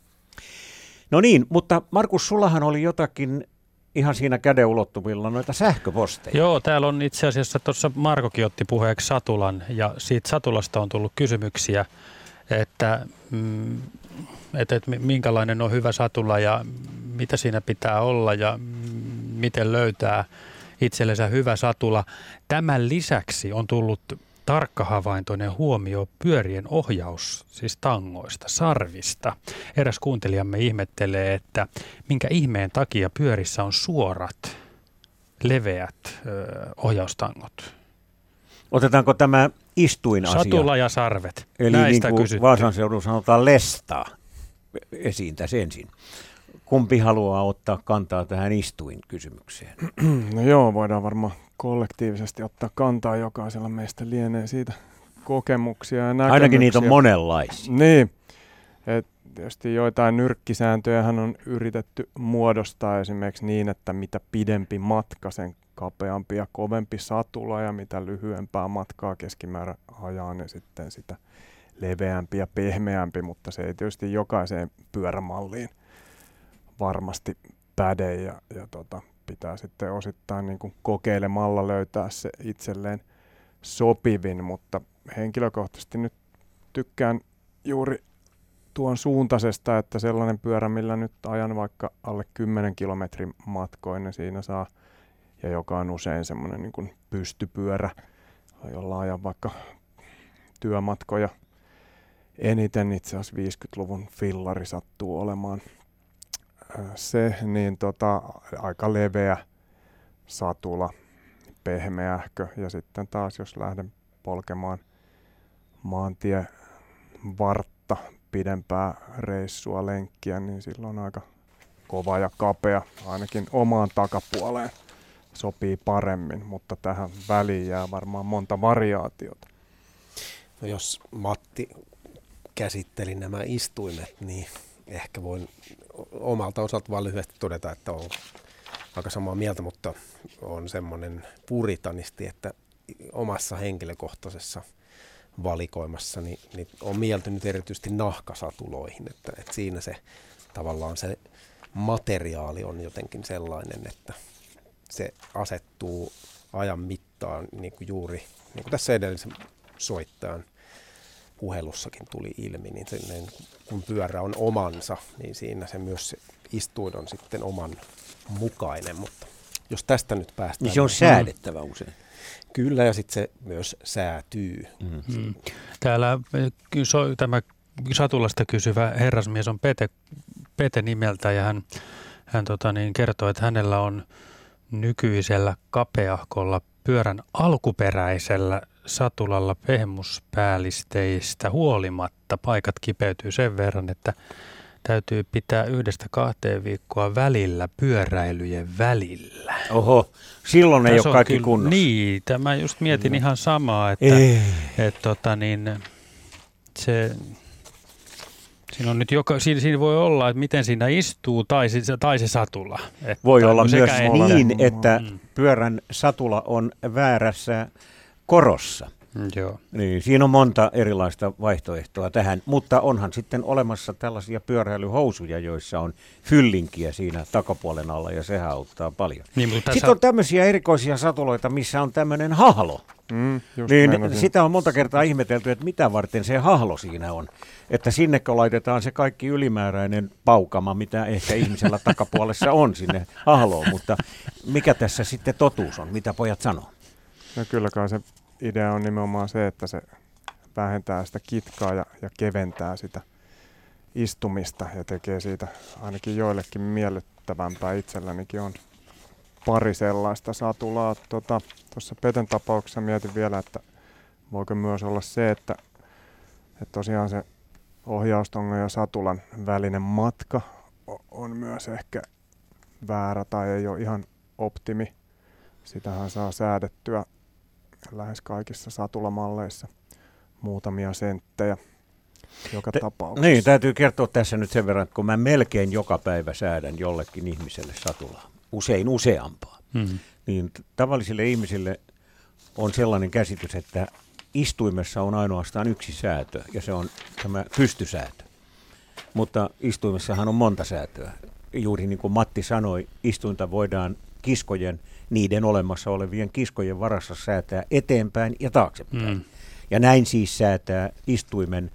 No niin, mutta Markus, sullahan oli jotakin ihan siinä käden ulottuvilla noita sähköposteja. Joo, täällä on itse asiassa tuossa Markokin otti puheeksi satulan ja siitä satulasta on tullut kysymyksiä, että minkälainen on hyvä satula ja mitä siinä pitää olla ja miten löytää itsellensä hyvä satula. Tämän lisäksi on tullut tarkkahavaintoinen huomio pyörien siis tangoista, sarvista. Eräs kuuntelijamme ihmettelee, että minkä ihmeen takia pyörissä on suorat, leveät ohjaustangot. Otetaanko tämä istuinasia? Satula ja sarvet. Eli näistä niin kuin kysyttiin. Vaasan seudun sanotaan lestaa esiin tässä ensin. Kumpi haluaa ottaa kantaa tähän istuinkysymykseen? No joo, voidaan varmaan kollektiivisesti ottaa kantaa. Jokaisella meistä lienee siitä kokemuksia ja näkemyksiä. Ainakin niitä on monenlaisia. Niin. Et tietysti joitain nyrkkisääntöjähän on yritetty muodostaa esimerkiksi niin, että mitä pidempi matka, sen kapeampi ja kovempi satula ja mitä lyhyempää matkaa keskimäärä ajaa, niin sitten sitä leveämpi ja pehmeämpi, mutta se ei tietysti jokaiseen pyörämalliin varmasti päde ja pitää sitten osittain niin kuin kokeilemalla löytää se itselleen sopivin, mutta henkilökohtaisesti nyt tykkään juuri tuon suuntaisesta, että sellainen pyörä, millä nyt ajan vaikka alle 10 kilometrin matkoin, niin siinä saa ja joka on usein semmoinen niin kuin pystypyörä, jolla ajaa vaikka työmatkoja. Eniten itse asiassa 50-luvun fillari sattuu olemaan se, niin aika leveä satula, pehmeähkö, ja sitten taas jos lähden polkemaan maantie vartta pidempää reissua, lenkkiä, niin silloin aika kova ja kapea, ainakin omaan takapuoleen sopii paremmin, mutta tähän väliin jää varmaan monta variaatiota. No jos Matti käsitteli nämä istuimet, niin ehkä voin omalta osalta vaan lyhyesti todeta, että on aika samaa mieltä, mutta on semmoinen puritanisti, että omassa henkilökohtaisessa valikoimassa niin on mieltynyt erityisesti nahkasatuloihin, että siinä se tavallaan se materiaali on jotenkin sellainen, että se asettuu ajan mittaan niin kuin juuri, niin kuin tässä edellisen soittajan puhelussakin tuli ilmi, niin kun pyörä on omansa, niin siinä se myös se istuin on sitten oman mukainen, mutta jos tästä nyt päästään... Niin se on säädettävä usein. Kyllä, ja sitten se myös säätyy. Mm. Täällä tämä satulasta kysyvä herrasmies on Pete nimeltä, ja hän kertoo, että hänellä on nykyisellä kapeahkolla pyörän alkuperäisellä satulalla pehmuspäällisteistä huolimatta paikat kipeytyy sen verran, että täytyy pitää 1-2 viikkoa välillä pyöräilyjen välillä. Oho, silloin ei ole kaikki kyllä, kunnossa. Niin, tämä just mietin ihan samaa, että siinä on nyt siinä voi olla, että miten siinä istuu tai se satula. Voi olla myös niin, että että pyörän satula on väärässä korossa. Joo. Niin, siinä on monta erilaista vaihtoehtoa tähän, mutta onhan sitten olemassa tällaisia pyöräilyhousuja, joissa on fyllinkiä siinä takapuolen alla, ja sehän auttaa paljon. Niin, sitten on tämmöisiä erikoisia satuloita, missä on tämmöinen hahlo. Niin sitä on monta kertaa ihmetelty, että mitä varten se hahlo siinä on. Että sinnekö laitetaan se kaikki ylimääräinen paukama, mitä ehkä ihmisellä takapuolessa on sinne hahloon, mutta mikä tässä sitten totuus on, mitä pojat sanoo? No kyllä kai se idea on nimenomaan se, että se vähentää sitä kitkaa ja keventää sitä istumista ja tekee siitä ainakin joillekin miellyttävämpää. Itsellänikin on pari sellaista satulaa. Tuossa Peten tapauksessa mietin vielä, että voiko myös olla se, että tosiaan se ohjaustongan ja satulan välinen matka on myös ehkä väärä tai ei ole ihan optimi. Sitähän saa säädettyä lähes kaikissa satulamalleissa muutamia senttejä joka tapauksessa. Niin, täytyy kertoa tässä nyt sen verran, että kun mä melkein joka päivä säädän jollekin ihmiselle satulaa, usein useampaa, niin tavallisille ihmisille on sellainen käsitys, että istuimessa on ainoastaan yksi säätö, ja se on tämä pystysäätö. Mutta istuimessahan on monta säätöä. Juuri niin kuin Matti sanoi, istuinta voidaan niiden olemassa olevien kiskojen varassa säätää eteenpäin ja taaksepäin. Ja näin siis säätää istuimen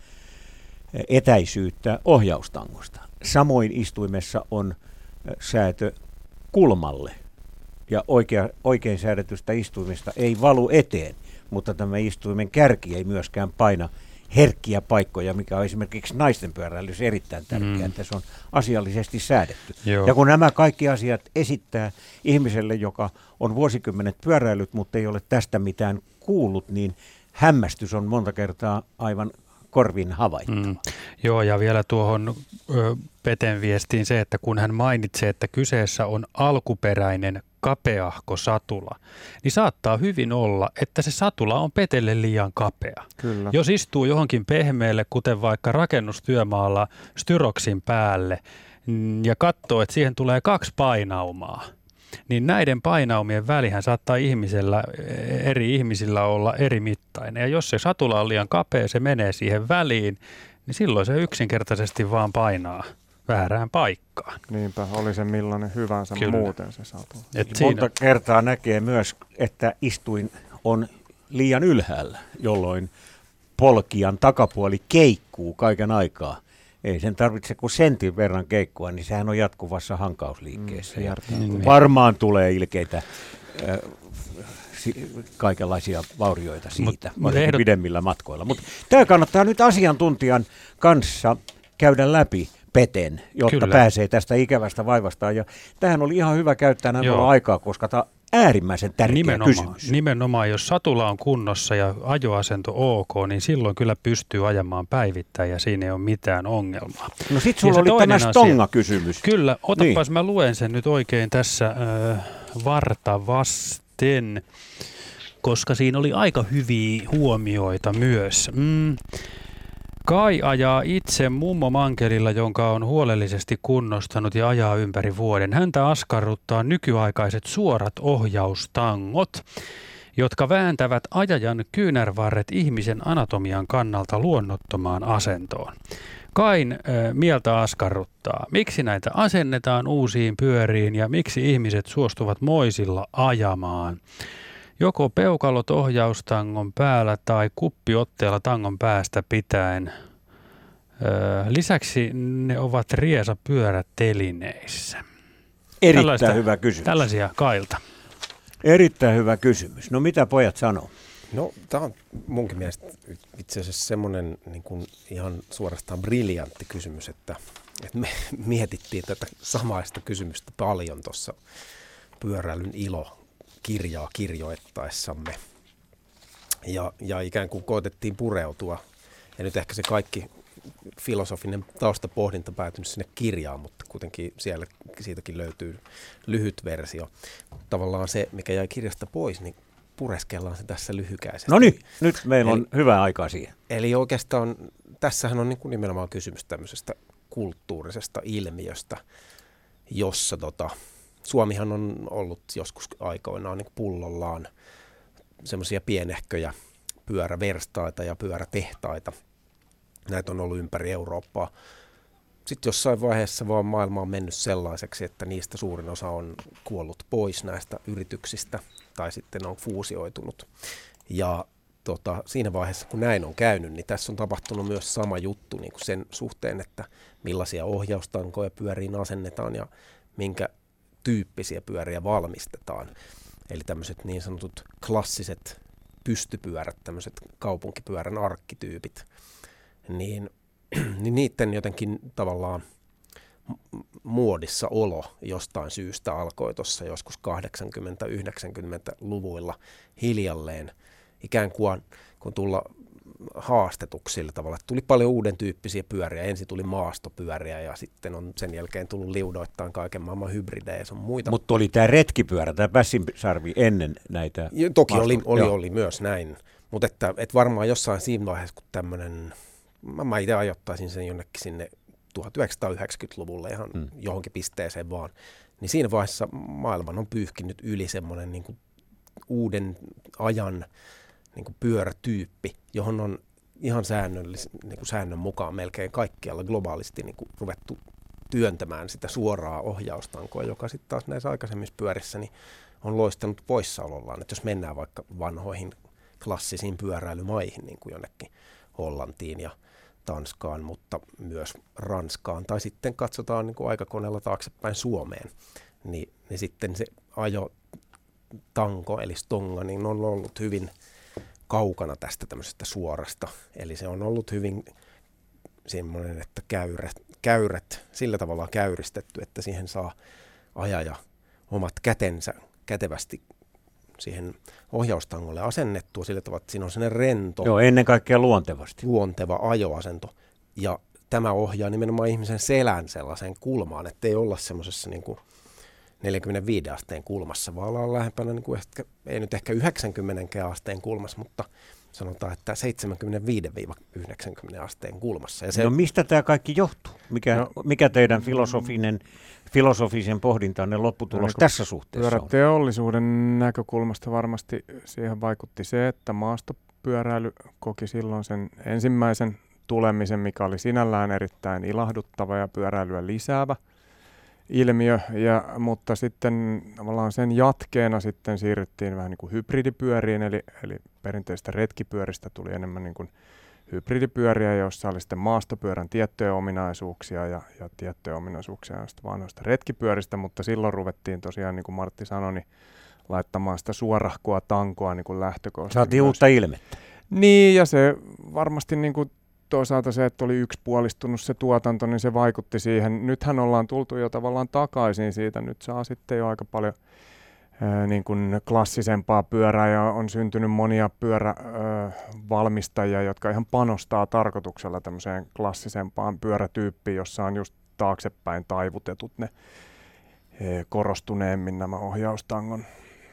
etäisyyttä ohjaustangosta. Samoin istuimessa on säätö kulmalle, ja oikein säädetystä istuimesta ei valu eteen, mutta tämä istuimen kärki ei myöskään paina herkkiä paikkoja, mikä on esimerkiksi naisten pyöräilyssä erittäin tärkeää, että se on asiallisesti säädetty. Joo. Ja kun nämä kaikki asiat esittää ihmiselle, joka on vuosikymmenet pyöräillyt, mutta ei ole tästä mitään kuullut, niin hämmästys on monta kertaa aivan korvin havaittava. Joo, ja vielä tuohon Peten viestiin se, että kun hän mainitsee, että kyseessä on alkuperäinen kapeahko satula, niin saattaa hyvin olla, että se satula on Petelle liian kapea. Kyllä. Jos istuu johonkin pehmeälle, kuten vaikka rakennustyömaalla styroksin päälle, ja katsoo, että siihen tulee 2 painaumaa, niin näiden painaumien välihän saattaa eri ihmisillä olla eri mittainen. Ja jos se satula on liian kapea, se menee siihen väliin, niin silloin se yksinkertaisesti vaan painaa väärään paikkaan. Niinpä, oli se millainen hyvänsä muuten se satula. Monta kertaa näkee myös, että istuin on liian ylhäällä, jolloin polkijan takapuoli keikkuu kaiken aikaa. Ei sen tarvitse kuin sentin verran keikkua, niin sehän on jatkuvassa hankausliikkeessä. Varmaan tulee ilkeitä kaikenlaisia vaurioita siitä, pidemmillä matkoilla. Mutta tämä kannattaa nyt asiantuntijan kanssa käydä läpi peten, jotta pääsee tästä ikävästä vaivastaan. Ja tähän oli ihan hyvä käyttää näin paljon aikaa, koska tämä on äärimmäisen tärkeä kysymys. Nimenomaan, jos satula on kunnossa ja ajoasento ok, niin silloin kyllä pystyy ajamaan päivittäin ja siinä ei ole mitään ongelmaa. No sit sulla oli tämä stonga-kysymys. Kyllä, otapas mä luen sen nyt oikein tässä varta vasten, koska siinä oli aika hyviä huomioita myös. Kai ajaa itse mummo mankelilla, jonka on huolellisesti kunnostanut ja ajaa ympäri vuoden. Häntä askarruttaa nykyaikaiset suorat ohjaustangot, jotka vääntävät ajajan kyynärvarret ihmisen anatomian kannalta luonnottomaan asentoon. Kain mieltä askarruttaa. Miksi näitä asennetaan uusiin pyöriin ja miksi ihmiset suostuvat moisilla ajamaan? Joko peukalot ohjaustangon päällä tai kuppiotteella tangon päästä pitäen. Lisäksi ne ovat riesapyörätelineissä. Erittäin hyvä kysymys. Tällaisia Kailta. Erittäin hyvä kysymys. No mitä pojat sanoo? No tämä on munkin mielestä itse asiassa semmoinen niin kuin ihan suorastaan briljantti kysymys, että me mietittiin tätä samaista kysymystä paljon tuossa Pyöräilyn ilo kirjaa kirjoittaessamme. Ja ikään kuin koetettiin pureutua, ja nyt ehkä se kaikki filosofinen taustapohdinta päätynyt sinne kirjaan, mutta kuitenkin siellä siitäkin löytyy lyhyt versio. Tavallaan se, mikä jäi kirjasta pois, niin pureskellaan se tässä lyhykäisesti. No niin, nyt meillä on hyvä aikaa siihen. Eli oikeastaan tässähän on niin kuin nimenomaan kysymys tämmöisestä kulttuurisesta ilmiöstä, jossa Suomihan on ollut joskus aikoinaan niin pullollaan semmoisia pienehköjä pyöräverstaita ja pyörätehtaita. Näitä on ollut ympäri Eurooppaa. Sitten jossain vaiheessa vaan maailma on mennyt sellaiseksi, että niistä suurin osa on kuollut pois näistä yrityksistä tai sitten on fuusioitunut. Ja siinä vaiheessa, kun näin on käynyt, niin tässä on tapahtunut myös sama juttu niin kuin sen suhteen, että millaisia ohjaustankoja pyöriin asennetaan ja minkä tyyppisiä pyöriä valmistetaan. Eli tämmöiset niin sanotut klassiset pystypyörät, tämmöiset kaupunkipyörän arkkityypit, niin niiden jotenkin tavallaan muodissa olo jostain syystä alkoi tuossa joskus 80-90-luvuilla hiljalleen ikään kuin kun tulla haastetuksi sillä tavalla, että tuli paljon uuden tyyppisiä pyöriä. Ensin tuli maastopyöriä ja sitten on sen jälkeen tullut liudoittain kaiken maailman hybridejä ja sun muita. Mutta oli tämä retkipyörä, tämä Pässinsarvi ennen näitä. Toki oli myös näin, mutta että varmaan jossain siinä vaiheessa, kun tämmöinen, mä itse ajoittaisin sen jonnekin sinne 1990-luvulle ihan johonkin pisteeseen vaan, niin siinä vaiheessa maailman on pyyhkinyt yli semmoinen niin kuin uuden ajan niin kuin pyörätyyppi, johon on ihan niin kuin säännön mukaan melkein kaikkialla globaalisti niin kuin ruvettu työntämään sitä suoraa ohjaustankoa, joka sitten taas näissä aikaisemmissa pyörissä niin on loistanut poissaolollaan. Että jos mennään vaikka vanhoihin klassisiin pyöräilymaihin, niin kuin jonnekin Hollantiin ja Tanskaan, mutta myös Ranskaan, tai sitten katsotaan niin kuin aikakoneella taaksepäin Suomeen, niin sitten se ajotanko, eli stonga, niin on ollut hyvin kaukana tästä tämmöisestä suorasta. Eli se on ollut hyvin semmoinen, että käyrät sillä tavalla käyristetty, että siihen saa ajaja omat kätensä kätevästi siihen ohjaustangolle asennettua sillä tavalla, että siinä on sellainen rento. Joo, ennen kaikkea luontevasti. Luonteva ajoasento. Ja tämä ohjaa nimenomaan ihmisen selän sellaiseen kulmaan, ettei olla semmoisessa niin kuin 45 asteen kulmassa, vaan ollaan lähempänä, niin kuin ei nyt ehkä 90 asteen kulmassa, mutta sanotaan, että 75-90 asteen kulmassa. Ja no mistä tämä kaikki johtuu? Mikä teidän filosofisen pohdintanne lopputulos tässä suhteessa on? Pyöräteollisuuden näkökulmasta varmasti siihen vaikutti se, että maastopyöräily koki silloin sen ensimmäisen tulemisen, mikä oli sinällään erittäin ilahduttava ja pyöräilyä lisäävä ilmiö, mutta sitten tavallaan sen jatkeena sitten siirryttiin vähän niin kuin hybridipyöriin, eli perinteistä retkipyöristä tuli enemmän niin kuin hybridipyöriä, joissa oli sitten maastopyörän tiettyjä ominaisuuksia ja tiettyjä ominaisuuksia vaan noista retkipyöristä, mutta silloin ruvettiin tosiaan, niin kuin Martti sanoi, niin laittamaan sitä suorahkoa tankoa niin kuin lähtökohtaisesti. Saatiin uutta ilmettä. Niin, ja se varmasti niin kuin toisaalta se, että oli yksipuolistunut se tuotanto, niin se vaikutti siihen. Nythän ollaan tultu jo tavallaan takaisin siitä. Nyt saa sitten jo aika paljon niin kuin klassisempaa pyörää ja on syntynyt monia pyörävalmistajia, jotka ihan panostaa tarkoituksella tämmöiseen klassisempaan pyörätyyppiin, jossa on just taaksepäin taivutetut ne korostuneemmin nämä ohjaustangon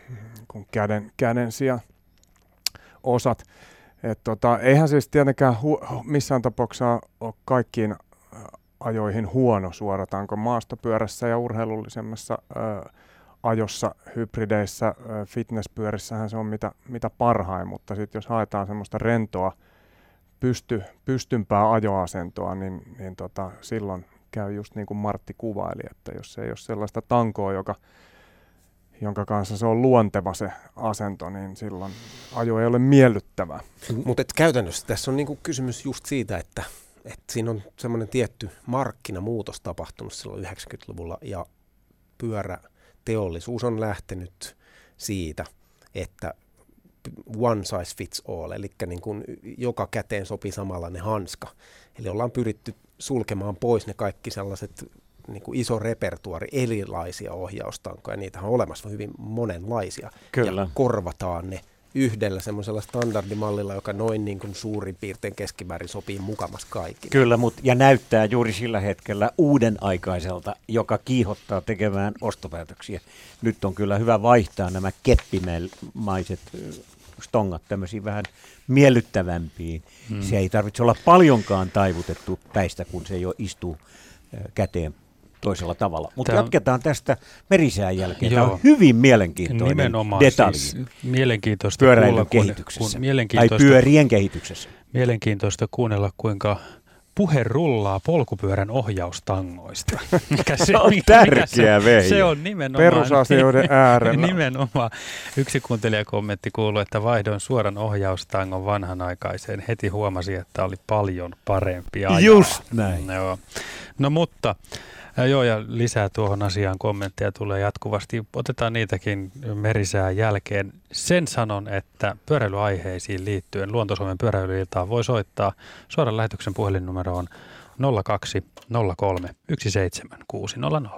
käden sijaan osat. Eihän siis tietenkään missään tapauksessa ole kaikkiin ajoihin huono suoratanko maastopyörässä ja urheilullisemmassa ajossa, hybrideissä, fitnesspyörissähän se on mitä parhain, mutta sitten jos haetaan semmoista rentoa, pystympää ajoasentoa, niin silloin käy just niin kuin Martti kuvaili, että jos ei ole sellaista tankoa, jonka kanssa se on luonteva se asento, niin silloin ajo ei ole miellyttävää. Mutta käytännössä tässä on niinku kysymys just siitä, että siinä on semmoinen tietty markkinamuutos tapahtunut silloin 90-luvulla ja pyöräteollisuus on lähtenyt siitä, että one size fits all, eli niin kuin joka käteen sopii samanlainen hanska. Eli ollaan pyritty sulkemaan pois ne kaikki sellaiset niin kuin iso repertuaari erilaisia ohjaustankoja, niitä on olemassa hyvin monenlaisia. Kyllä. Ja korvataan ne yhdellä semmoisella standardimallilla, joka noin niin kuin suurin piirtein keskimäärin sopii mukamas kaikille. Kyllä, ja näyttää juuri sillä hetkellä uuden aikaiselta, joka kiihottaa tekemään ostopäätöksiä. Nyt on kyllä hyvä vaihtaa nämä keppimaiset stongat tämmöisiin vähän miellyttävämpiin. Se ei tarvitse olla paljonkaan taivutettu päistä, kun se jo istuu käteen toisella tavalla. Mutta jatketaan tästä merisään jälkeen. Tämä on hyvin mielenkiintoinen detalji. Siis mielenkiintoista pyöräilyn kehityksessä tai pyörien kehityksessä. Mielenkiintoista kuunnella, kuinka puhe rullaa polkupyörän ohjaustangoista. Se on tärkeä vehje. Se on nimenomaan perusasioiden äärellä. Nimenomaan. Yksi kuuntelijakommentti kuului, että vaihdoin suoran ohjaustangon vanhanaikaiseen. Heti huomasi, että oli paljon parempi ajaa. Just näin. No mutta, joo, ja lisää tuohon asiaan kommentteja tulee jatkuvasti. Otetaan niitäkin merisään jälkeen. Sen sanon, että pyöräilyaiheisiin liittyen Luonto-Suomen pyöräilyiltaan voi soittaa. Suoran lähetyksen puhelinnumero on 0203 17600.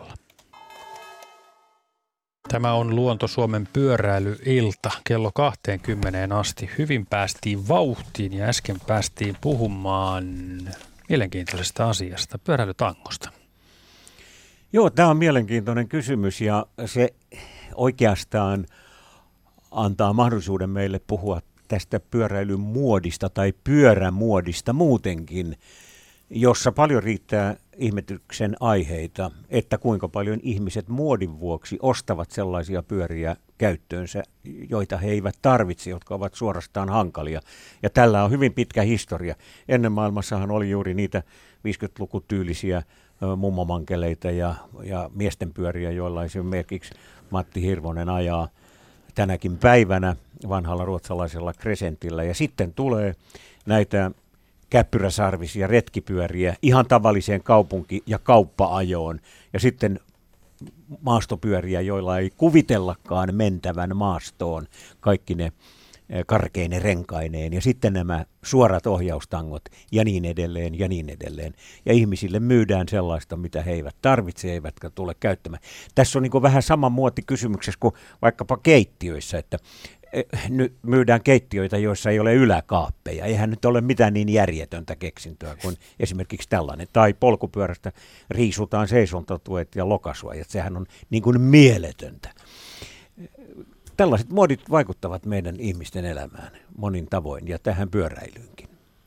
Tämä on Luonto-Suomen pyöräilyilta kello 20 asti. Hyvin päästiin vauhtiin ja äsken päästiin puhumaan mielenkiintoisesta asiasta, pyöräilytangosta. Joo, tämä on mielenkiintoinen kysymys ja se oikeastaan antaa mahdollisuuden meille puhua tästä pyöräilyn muodista tai pyörämuodista muutenkin, jossa paljon riittää ihmetyksen aiheita, että kuinka paljon ihmiset muodin vuoksi ostavat sellaisia pyöriä käyttöönsä, joita he eivät tarvitse, jotka ovat suorastaan hankalia. Ja tällä on hyvin pitkä historia. Ennen maailmassahan oli juuri niitä 50-lukutyylisiä mummomankeleita ja miesten pyöriä, joilla esimerkiksi Matti Hirvonen ajaa tänäkin päivänä vanhalla ruotsalaisella Crescentillä. Ja sitten tulee näitä käppyräsarvisia retkipyöriä ihan tavalliseen kaupunki- ja kauppa-ajoon. Ja sitten maastopyöriä, joilla ei kuvitellakaan mentävän maastoon, kaikki ne karkeine renkaineen. Ja sitten nämä suorat ohjaustangot ja niin edelleen ja niin edelleen. Ja ihmisille myydään sellaista, mitä he eivät tarvitse, eivätkä tule käyttämään. Tässä on niin kuin vähän sama muoti kysymyksessä kuin vaikkapa keittiöissä, että nyt myydään keittiöitä, joissa ei ole yläkaappeja. Eihän nyt ole mitään niin järjetöntä keksintöä kuin esimerkiksi tällainen. Tai polkupyörästä riisutaan seisontatuet ja lokasuojat. Sehän on niin kuin mieletöntä. Tällaiset muodit vaikuttavat meidän ihmisten elämään monin tavoin ja tähän pyöräilyynkin.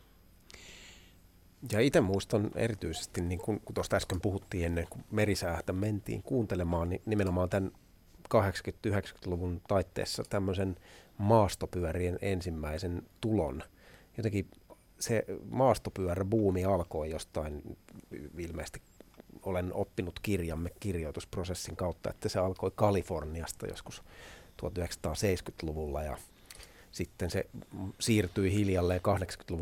Ja itse muistan erityisesti, niin kun tuosta äsken puhuttiin ennen kuin merisäätä mentiin kuuntelemaan, niin nimenomaan tämän 80-90-luvun taitteessa tämmöisen maastopyörien ensimmäisen tulon. Jotenkin se maastopyöräbuumi alkoi jostain, ilmeisesti olen oppinut kirjamme kirjoitusprosessin kautta, että se alkoi Kaliforniasta joskus 1970-luvulla ja sitten se siirtyi hiljalleen 80-luvulla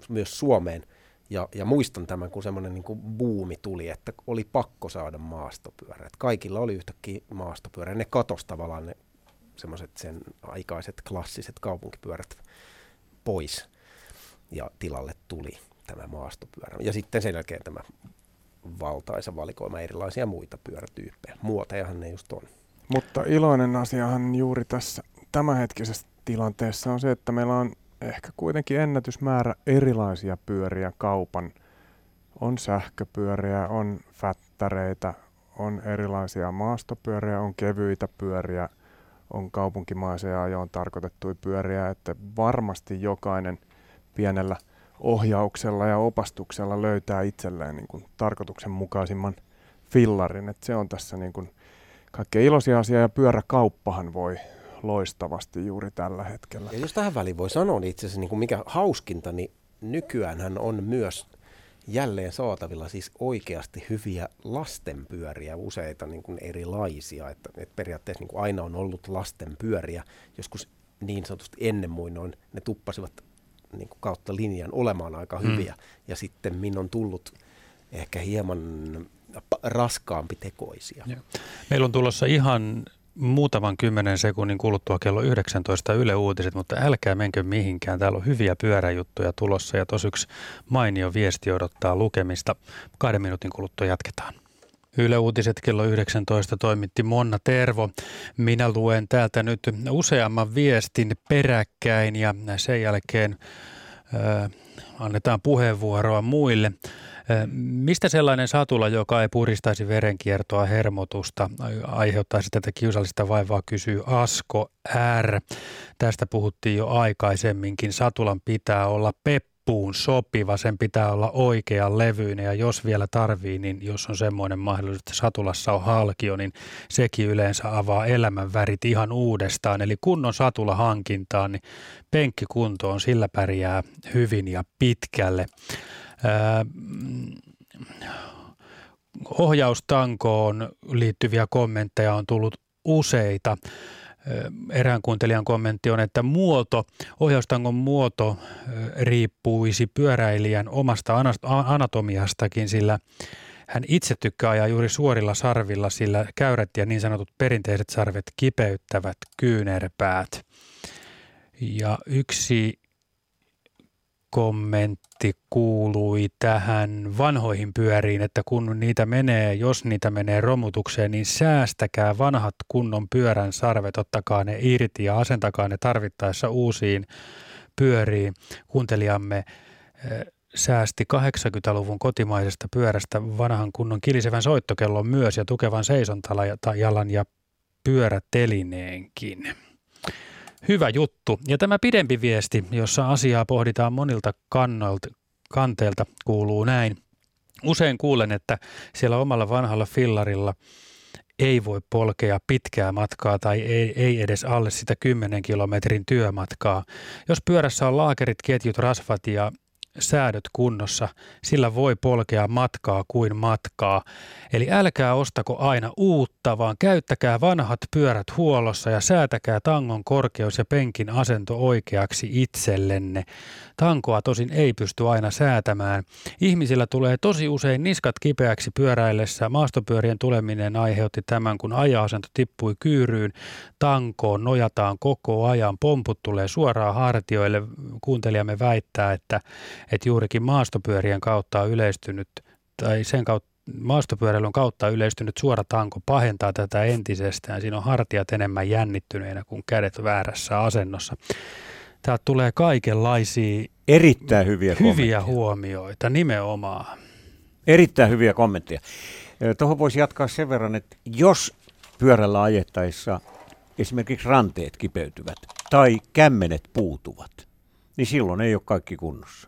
myös Suomeen. Ja muistan tämän, kun semmoinen niin kuin buumi tuli, että oli pakko saada maastopyörä. Että kaikilla oli yhtäkkiä maastopyörä. Ne katosi tavallaan ne semmoiset sen aikaiset klassiset kaupunkipyörät pois. Ja tilalle tuli tämä maastopyörä. Ja sitten sen jälkeen tämä valtaisa valikoima erilaisia muita pyörätyyppejä. Muotejahan ne just on. Mutta iloinen asiahan juuri tässä tämänhetkisessä tilanteessa on se, että meillä on ehkä kuitenkin ennätysmäärä erilaisia pyöriä kaupan. On sähköpyöriä, on fättäreitä, on erilaisia maastopyöriä, on kevyitä pyöriä, on kaupunkimaiseen ajoon tarkoitettuja pyöriä, että varmasti jokainen pienellä ohjauksella ja opastuksella löytää itselleen niin kuin tarkoituksenmukaisimman fillarin. Että se on tässä niin kuin kaikkein iloisia asia ja pyöräkauppahan voi loistavasti juuri tällä hetkellä. Ja jos tähän väliin voi sanoa, niin itse asiassa niin kuin mikä hauskinta, niin nykyäänhän on myös jälleen saatavilla siis oikeasti hyviä lastenpyöriä, useita niin kuin erilaisia. Että periaatteessa niin kuin aina on ollut lastenpyöriä, joskus niin sanotusti ennen muinoin ne tuppasivat niin kuin kautta linjan olemaan aika hyviä. Ja sitten min on tullut ehkä hieman raskaampi tekoisia. Meillä on tulossa ihan muutaman 10 sekunnin kuluttua kello 19 Yle Uutiset, mutta älkää menkö mihinkään. Täällä on hyviä pyöräjuttuja tulossa ja tuossa yksi mainio viesti odottaa lukemista. 2 minuutin kuluttua jatketaan. Yle Uutiset kello 19 toimitti Monna Tervo. Minä luen täältä nyt useamman viestin peräkkäin ja sen jälkeen annetaan puheenvuoroa muille. Mistä sellainen satula, joka ei puristaisi verenkiertoa, hermotusta, aiheuttaisi tätä kiusallista vaivaa, kysyy Asko R. Tästä puhuttiin jo aikaisemminkin. Satulan pitää olla peppuun sopiva, sen pitää olla oikean levyinen ja jos vielä tarvii, niin jos on semmoinen mahdollisuus, että satulassa on halkio, niin sekin yleensä avaa elämän värit ihan uudestaan. Eli kunnon satula hankintaan, niin penkkikuntoon, sillä pärjää hyvin ja pitkälle. Ohjaustankoon liittyviä kommentteja on tullut useita. Erään kuuntelijan kommentti on, että ohjaustangon muoto riippuisi pyöräilijän omasta anatomiastakin, sillä hän itse tykkää ajaa juuri suorilla sarvilla, sillä käyrät ja niin sanotut perinteiset sarvet kipeyttävät kyynärpäät. Ja yksi kommentti kuului tähän vanhoihin pyöriin, että jos niitä menee romutukseen, niin säästäkää vanhat kunnon pyörän sarvet, ottakaa ne irti ja asentakaa ne tarvittaessa uusiin pyöriin. Kuuntelijamme säästi 80-luvun kotimaisesta pyörästä vanhan kunnon kilisevän soittokellon myös ja tukevan seisontajalan ja pyörätelineenkin. Hyvä juttu. Ja tämä pidempi viesti, jossa asiaa pohditaan monilta kanteilta, kuuluu näin. Usein kuulen, että siellä omalla vanhalla fillarilla ei voi polkea pitkää matkaa tai ei edes alle sitä 10 kilometrin työmatkaa. Jos pyörässä on laakerit, ketjut, rasvat ja säädöt kunnossa, sillä voi polkea matkaa kuin matkaa. Eli älkää ostako aina uutta, vaan käyttäkää vanhat pyörät huollossa ja säätäkää tangon korkeus ja penkin asento oikeaksi itsellenne. Tankoa tosin ei pysty aina säätämään. Ihmisillä tulee tosi usein niskat kipeäksi pyöräillessä. Maastopyörien tuleminen aiheutti tämän, kun aja-asento tippui kyyryyn. Tankoon nojataan koko ajan. Pomput tulee suoraan hartioille. Kuuntelijamme väittää, että juurikin maastopyörien kautta on yleistynyt, tai sen kautta maastopyöräilyn kautta yleistynyt suora tanko pahentaa tätä entisestään. Siinä on hartiat enemmän jännittyneinä kuin kädet väärässä asennossa. Täältä tulee kaikenlaisia erittäin hyviä huomioita nimenomaan. Erittäin hyviä kommentteja. Tuohon voisi jatkaa sen verran, että jos pyörällä ajettaessa esimerkiksi ranteet kipeytyvät tai kämmenet puutuvat, niin silloin ei ole kaikki kunnossa.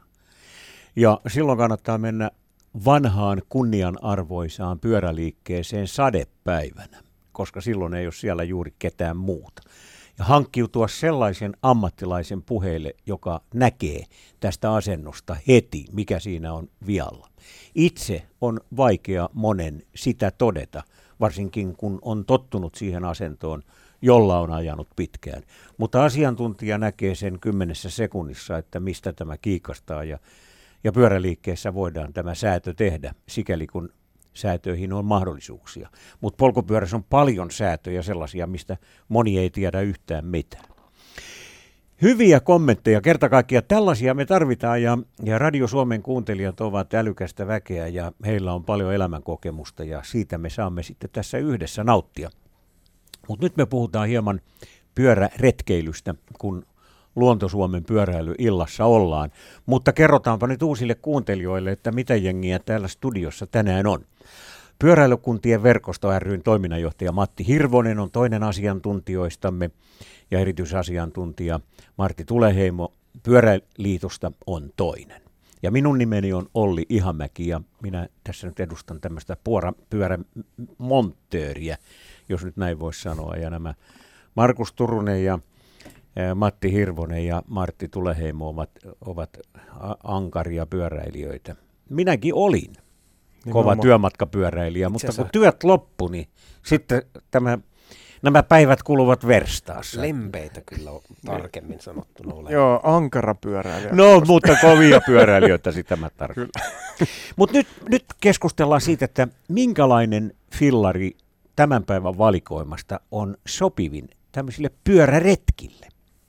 Ja silloin kannattaa mennä vanhaan kunnianarvoisaan pyöräliikkeeseen sadepäivänä, koska silloin ei ole siellä juuri ketään muuta. Ja hankkiutua sellaisen ammattilaisen puheille, joka näkee tästä asennosta heti, mikä siinä on vialla. Itse on vaikea monen sitä todeta, varsinkin kun on tottunut siihen asentoon jolla on ajanut pitkään. Mutta asiantuntija näkee sen 10 sekunnissa, että mistä tämä kiikastaa ja pyöräliikkeessä voidaan tämä säätö tehdä, sikäli kun säätöihin on mahdollisuuksia. Mutta polkupyörässä on paljon säätöjä sellaisia, mistä moni ei tiedä yhtään mitään. Hyviä kommentteja, kerta kaikkiaan tällaisia me tarvitaan ja Radio Suomen kuuntelijat ovat älykästä väkeä ja heillä on paljon elämänkokemusta ja siitä me saamme sitten tässä yhdessä nauttia. Mutta nyt me puhutaan hieman pyöräretkeilystä, kun Luonto-Suomen pyöräilyillassa ollaan. Mutta kerrotaanpa nyt uusille kuuntelijoille, että mitä jengiä täällä studiossa tänään on. Pyöräilykuntien verkosto ry:n toiminnanjohtaja Matti Hirvonen on toinen asiantuntijoistamme ja erityisasiantuntija Martti Tuleheimo Pyöräliitosta on toinen. Ja minun nimeni on Olli Ihamäki ja minä tässä nyt edustan tämmöistä pyörämontööriä, jos nyt näin voisi sanoa. Ja nämä Markus Turunen ja Matti Hirvonen ja Martti Tuleheimo ovat ankaria pyöräilijöitä. Minäkin olin kova työmatkapyöräilijä, mutta kun työt loppui, niin sitten nämä päivät kuluvat verstaassa. Lempeitä kyllä on tarkemmin sanottuna olemaan. Joo, ankara pyöräilijä. No, mutta kovia pyöräilijöitä sitä mä tarkoitan. Mutta nyt keskustellaan siitä, että minkälainen fillari tämän päivän valikoimasta on sopivin tämmöisille pyöräretkille?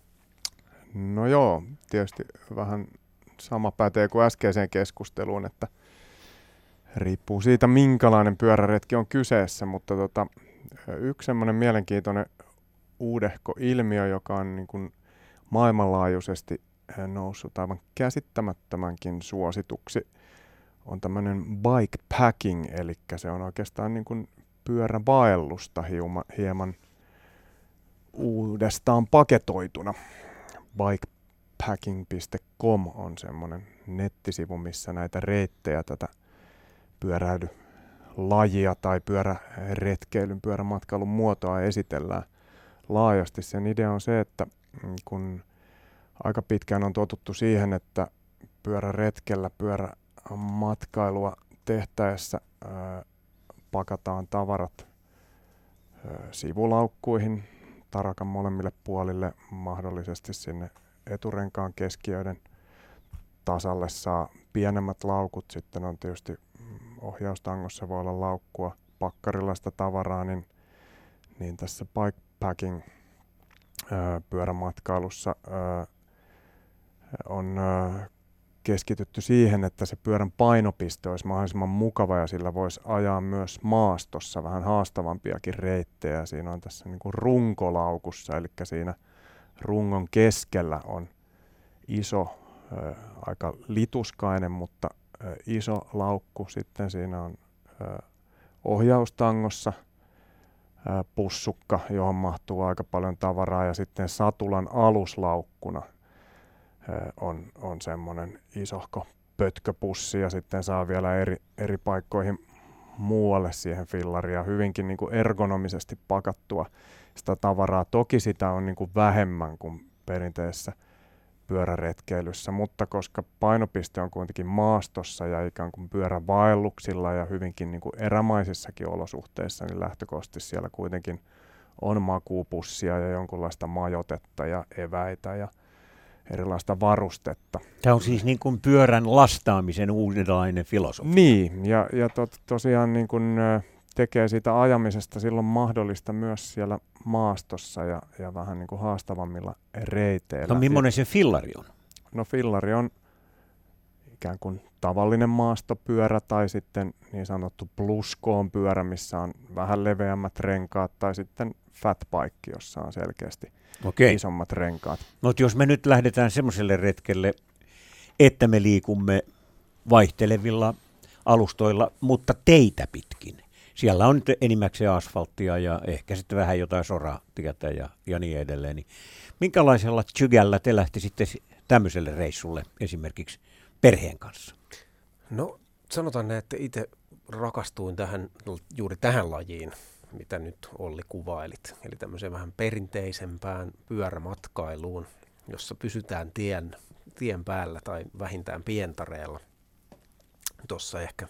No joo, tietysti vähän sama pätee kuin äskeiseen keskusteluun, että riippuu siitä, minkälainen pyöräretki on kyseessä, mutta yksi semmoinen mielenkiintoinen uudehko ilmiö, joka on niin kuin maailmanlaajuisesti noussut aivan käsittämättömänkin suosituksi, on tämmöinen bikepacking, eli se on oikeastaan niin kuin pyörävaellusta hieman uudestaan paketoituna. Bikepacking.com on semmoinen nettisivu, missä näitä reittejä, tätä pyöräilylajia tai pyöräretkeilyn, pyörämatkailun muotoa esitellään laajasti. Sen idea on se, että kun aika pitkään on totuttu siihen, että pyöräretkellä, pyörämatkailua tehtäessä pakataan tavarat sivulaukkuihin, tarakan molemmille puolille, mahdollisesti sinne eturenkaan keskiöiden tasalle saa pienemmät laukut. Sitten on tietysti ohjaustangossa voi olla laukkua pakkarilaista tavaraa, niin tässä bikepacking pyörämatkailussa on keskitytty siihen, että se pyörän painopiste olisi mahdollisimman mukava ja sillä voisi ajaa myös maastossa vähän haastavampiakin reittejä. Siinä on tässä niin kuin runkolaukussa, eli siinä rungon keskellä on iso, aika lituskainen, mutta iso laukku. Sitten siinä on ohjaustangossa pussukka, johon mahtuu aika paljon tavaraa, ja sitten satulan aluslaukkuna on semmoinen isohko pötköpussi, ja sitten saa vielä eri paikkoihin muualle siihen fillaria hyvinkin niin kuin ergonomisesti pakattua sitä tavaraa. Toki sitä on niin kuin vähemmän kuin perinteisessä pyöräretkeilyssä, mutta koska painopiste on kuitenkin maastossa ja ikään kuin pyörävaelluksilla ja hyvinkin niin kuin erämaisissakin olosuhteissa, niin lähtökohtaisesti siellä kuitenkin on makuupussia ja jonkunlaista majotetta ja eväitä ja erilaista varustetta. Tämä on siis niin kuin pyörän lastaamisen uudenlainen filosofia. Niin, ja tosiaan niin kuin tekee siitä ajamisesta silloin mahdollista myös siellä maastossa ja vähän niin kuin haastavammilla reiteillä. No millainen se fillari on? No fillari on ikään kuin tavallinen maastopyörä tai sitten niin sanottu pluskoon pyörä, missä on vähän leveämmät renkaat, tai sitten fatbike, jossa on selkeästi isommat renkaat. No jos me nyt lähdetään semmoiselle retkelle, että me liikumme vaihtelevilla alustoilla, mutta teitä pitkin. Siellä on nyt enimmäkseen asfalttia ja ehkä sitten vähän jotain soratietä ja niin edelleen. Niin minkälaisella tsygällä te lähtisitte tämmöiselle reissulle esimerkiksi perheen kanssa? No sanotaan näin, että itse rakastuin juuri tähän lajiin, mitä nyt Olli kuvailit. Eli tämmöiseen vähän perinteisempään pyörämatkailuun, jossa pysytään tien päällä tai vähintään pientareella. Tuossa ehkä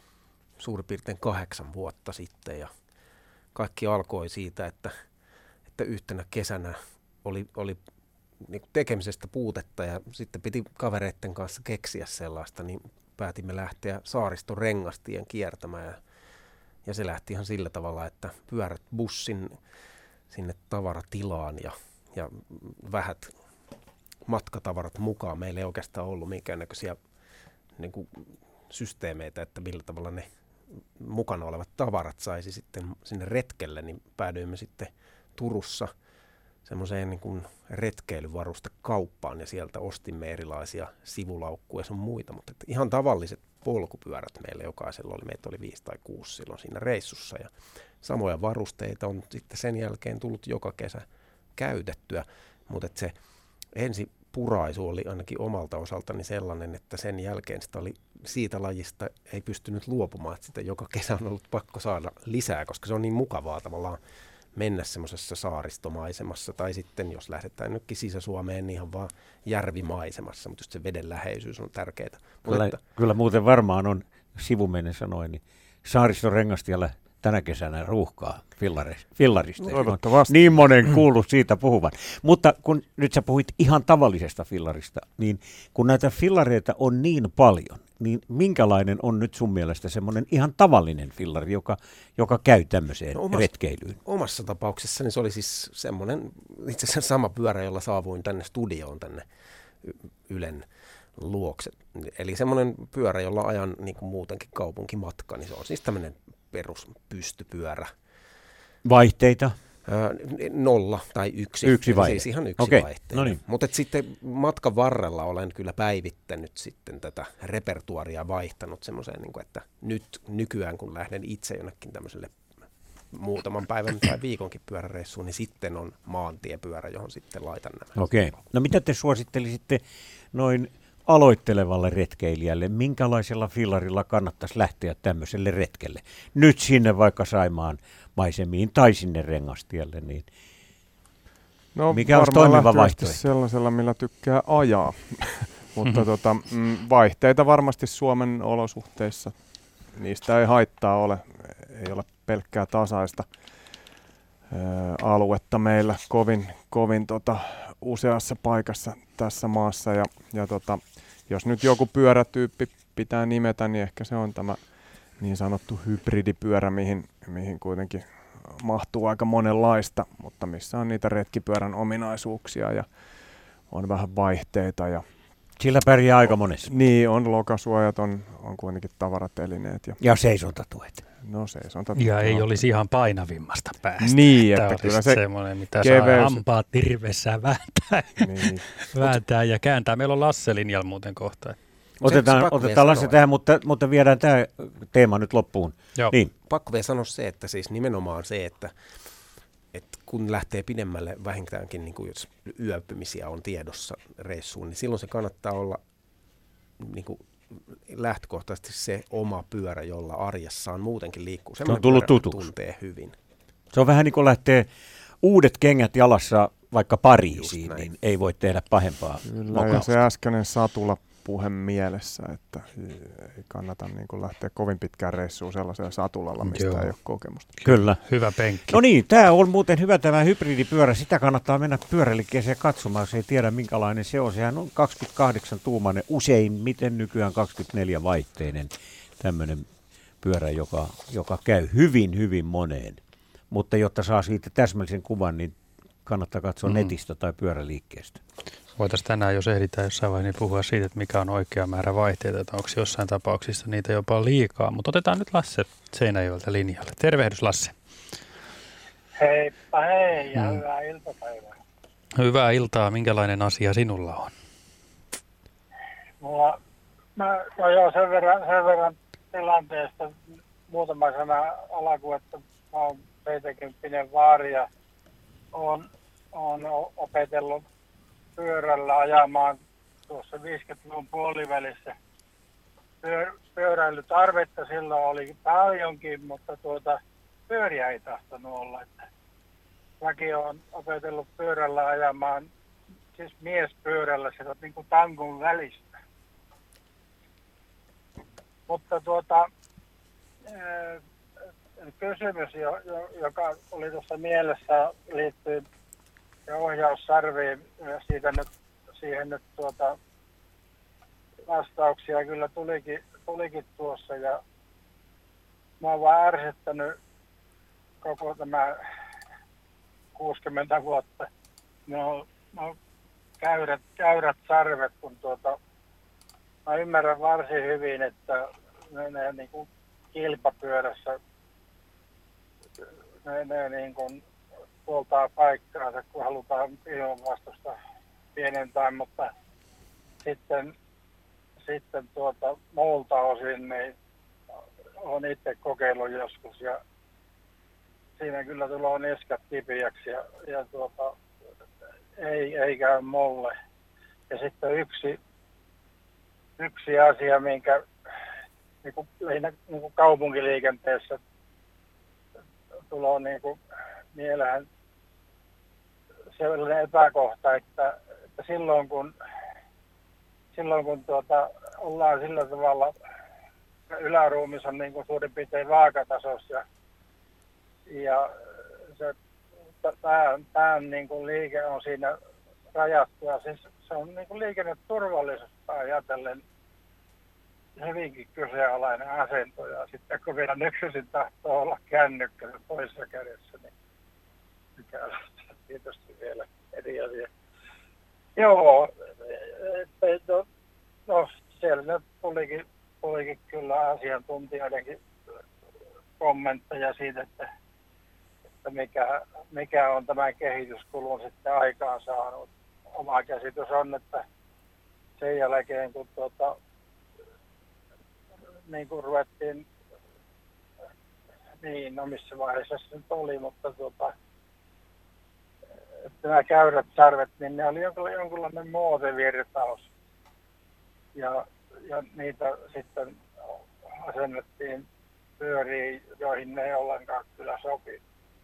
suurin piirtein 8 vuotta sitten, ja kaikki alkoi siitä, että sitten yhtenä kesänä oli niin kuin tekemisestä puutetta ja sitten piti kavereiden kanssa keksiä sellaista, niin päätimme lähteä Saariston Rengastien kiertämään. Ja se lähti ihan sillä tavalla, että pyörät bussin sinne tavaratilaan ja vähät matkatavarat mukaan. Meillä ei oikeastaan ollut minkäännäköisiä niin kuin systeemeitä, että millä tavalla ne mukana olevat tavarat saisi sitten sinne retkelle, niin päädyimme sitten Turussa semmoiseen niin kuin retkeilyvarustekauppaan ja sieltä ostimme erilaisia sivulaukkuja ja sun muita, mutta ihan tavalliset polkupyörät meillä jokaisella oli. Meitä oli 5 tai 6 silloin siinä reissussa ja samoja varusteita on sitten sen jälkeen tullut joka kesä käytettyä, mutta se ensi puraisu oli ainakin omalta osaltani sellainen, että sen jälkeen sitä oli siitä lajista ei pystynyt luopumaan, että sitä joka kesä on ollut pakko saada lisää, koska se on niin mukavaa tavallaan mennä semmoisessa saaristomaisemassa tai sitten jos lähdetään nytkin Sisä-Suomeen niin ihan vaan järvimaisemassa, mutta just se veden läheisyys on tärkeää. Kyllä muuten varmaan on, sivumennen sanoin, niin Saariston Rengastialla tänä kesänä ruuhkaa fillarista. Niin monen kuullut siitä puhuvan. Mutta kun nyt sä puhuit ihan tavallisesta fillarista, niin kun näitä fillareita on niin paljon, niin minkälainen on nyt sun mielestä semmoinen ihan tavallinen fillari, joka käy tämmöiseen retkeilyyn? Omassa tapauksessani se oli siis semmoinen itse asiassa sama pyörä, jolla saavuin tänne studioon, tänne Ylen luokse. Eli semmoinen pyörä, jolla ajan niin kuin muutenkin kaupunkimatka, niin se on siis tämmöinen peruspystypyörä. Vaihteita? 0 tai 1. Yksi vaihe. Siis ihan yksi vaihteita. No niin. Mutta sitten matkan varrella olen kyllä päivittänyt sitten tätä repertuaria vaihtanut semmoiseen, niin kuin, että nykyään kun lähden itse jonnekin tämmöiselle muutaman päivän tai viikonkin pyöräreissuun, niin sitten on maantiepyörä, johon sitten laitan nämä. Okei. No mitä te suosittelisitte noin aloittelevalle retkeilijälle, minkälaisella fillarilla kannattaisi lähteä tämmöiselle retkelle? Nyt sinne vaikka Saimaan maisemiin tai sinne Rengastielle, niin mikä olisi toimiva vaihtoehto? Sellaisella, millä tykkää ajaa, mutta vaihteita varmasti Suomen olosuhteissa, niistä ei haittaa ole, ei ole pelkkää tasaista aluetta meillä kovin useassa paikassa tässä maassa ja jos nyt joku pyörätyyppi pitää nimetä, niin ehkä se on tämä niin sanottu hybridipyörä, mihin kuitenkin mahtuu aika monenlaista, mutta missä on niitä retkipyörän ominaisuuksia ja on vähän vaihteita. Ja sillä pärjää aika monessa. Niin, on lokasuojat, on kuitenkin tavaratelineet. Ja seisontatuet. No seisontatuet. Ja ei olisi ihan painavimmasta päästä. Niin, että kyllä se semmoinen, mitä saa hampaat tirvessä vääntää ja kääntää. Meillä on Lasse linjalla muuten kohta. Otetaan Lasse tähän, mutta viedään tämä teema nyt loppuun. Joo. Niin. Pakko vielä sanoa se, että siis nimenomaan se, että kun lähtee pidemmälle vähintäänkin, niin kuin jos yöpymisiä on tiedossa reissuun, niin silloin se kannattaa olla niin kuin lähtökohtaisesti se oma pyörä, jolla arjessaan muutenkin liikkuu. Se on tullut tutuksi. Tuntee hyvin. Se on vähän niin kuin lähtee uudet kengät jalassa vaikka Pariisiin, niin ei voi tehdä pahempaa. Kyllä, ja se äskeinen satulapuhe mielessä, että ei kannata niin kuin lähteä kovin pitkään reissuun sellaisella satulalla, mistä ei ole kokemusta. Kyllä. Hyvä penkki. No niin, tämä on muuten hyvä tämä hybridipyörä. Sitä kannattaa mennä pyöräliikkeeseen katsomaan, jos ei tiedä minkälainen se on. Sehän on 28-tuumainen, usein miten nykyään 24-vaihteinen tämmöinen pyörä, joka käy hyvin moneen. Mutta jotta saa siitä täsmällisen kuvan, niin kannattaa katsoa netistä tai pyöräliikkeestä. Voitaisiin tänään, jos ehditään jossain vaiheessa, niin puhua siitä, että mikä on oikea määrä vaihteita, että onko jossain tapauksissa niitä jopa liikaa. Mutta otetaan nyt Lasse Seinäjoelta linjalle. Tervehdys Lasse. Heippa hei ja hyvää iltapäivää. Hyvää iltaa. Minkälainen asia sinulla on? Sen verran tilanteesta muutama sana alkuun, että mä oon 70 vaari ja on opetellut pyörällä ajamaan tuossa 50-luvun puolivälissä. Pyöräilytarvetta silloin oli paljonkin, mutta pyöriä ei tahtonut olla. Mäkin olen opetellut pyörällä ajamaan, siis miespyörällä sitä niin kuin tankun välistä. Mutta kysymys, joka oli tuossa mielessä, liittyy ohjaussarviin. Siihen nyt vastauksia kyllä tulikin tuossa, ja mä oon vaan ärsyttänyt koko tämä 60 vuotta. No käyrät sarvet, kun mä ymmärrän varsin hyvin, että ne niin kuin kilpapyörässä ne niin kuin puoltaa paikkaansa, kun halutaan ilmanvastusta pienentää, mutta sitten muulta osin niin olen itse kokeillut joskus, ja siinä kyllä tulee niskat kipiäksi ja ei käy mulle. Ja sitten yksi asia, minkä niin kuin kaupunkiliikenteessä tulee niin kuin mieleen sellainen epäkohta, että silloin kun ollaan sillä tavalla, yläruumis on niin kuin suurin piirtein vaakatasossa ja se pään niin kuin liike on siinä rajattu, ja siis se on niin kuin liikenneturvallisuutta ajatellen hyvinkin kyseenalainen asento, ja sitten kun vielä nykyisin tahtoo olla kännykkä toisessa kädessä, niin mikä on tietysti vielä eri asia. Joo, no siellä tulikin kyllä asiantuntijoidenkin kommentteja siitä, että mikä on tämän kehityskulun sitten aikaan saanut. Oma käsitys on, että sen jälkeen kun niin kuin ruvettiin, niin no missä vaiheessa se nyt oli, mutta että nämä käyrät sarvet, niin ne oli jonkunlainen muotivirtaus. Ja niitä sitten asennettiin pyöriin, joihin ne ei ollenkaan kyllä sopii.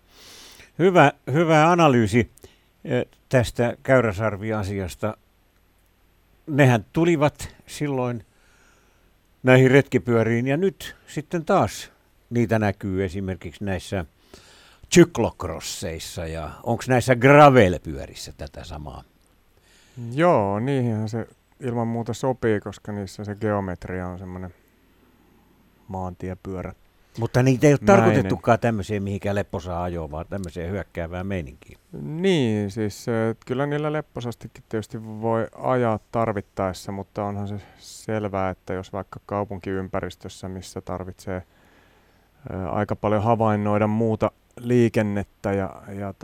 Hyvä analyysi tästä käyräsarvi-asiasta. Nehän tulivat silloin näihin retkipyöriin, ja nyt sitten taas niitä näkyy esimerkiksi näissä cyclocrosseissa, ja onko näissä gravel-pyörissä tätä samaa? Joo, niihinhän se ilman muuta sopii, koska niissä se geometria on semmoinen maantiepyörä. Mutta niitä ei ole tarkoitettukaan tämmöiseen, mihinkään lepposaa ajoa, vaan tämmöiseen hyökkäävään meininkiin. Niin, siis kyllä niillä lepposastikin tietysti voi ajaa tarvittaessa, mutta onhan se selvää, että jos vaikka kaupunkiympäristössä, missä tarvitsee aika paljon havainnoida muuta liikennettä ja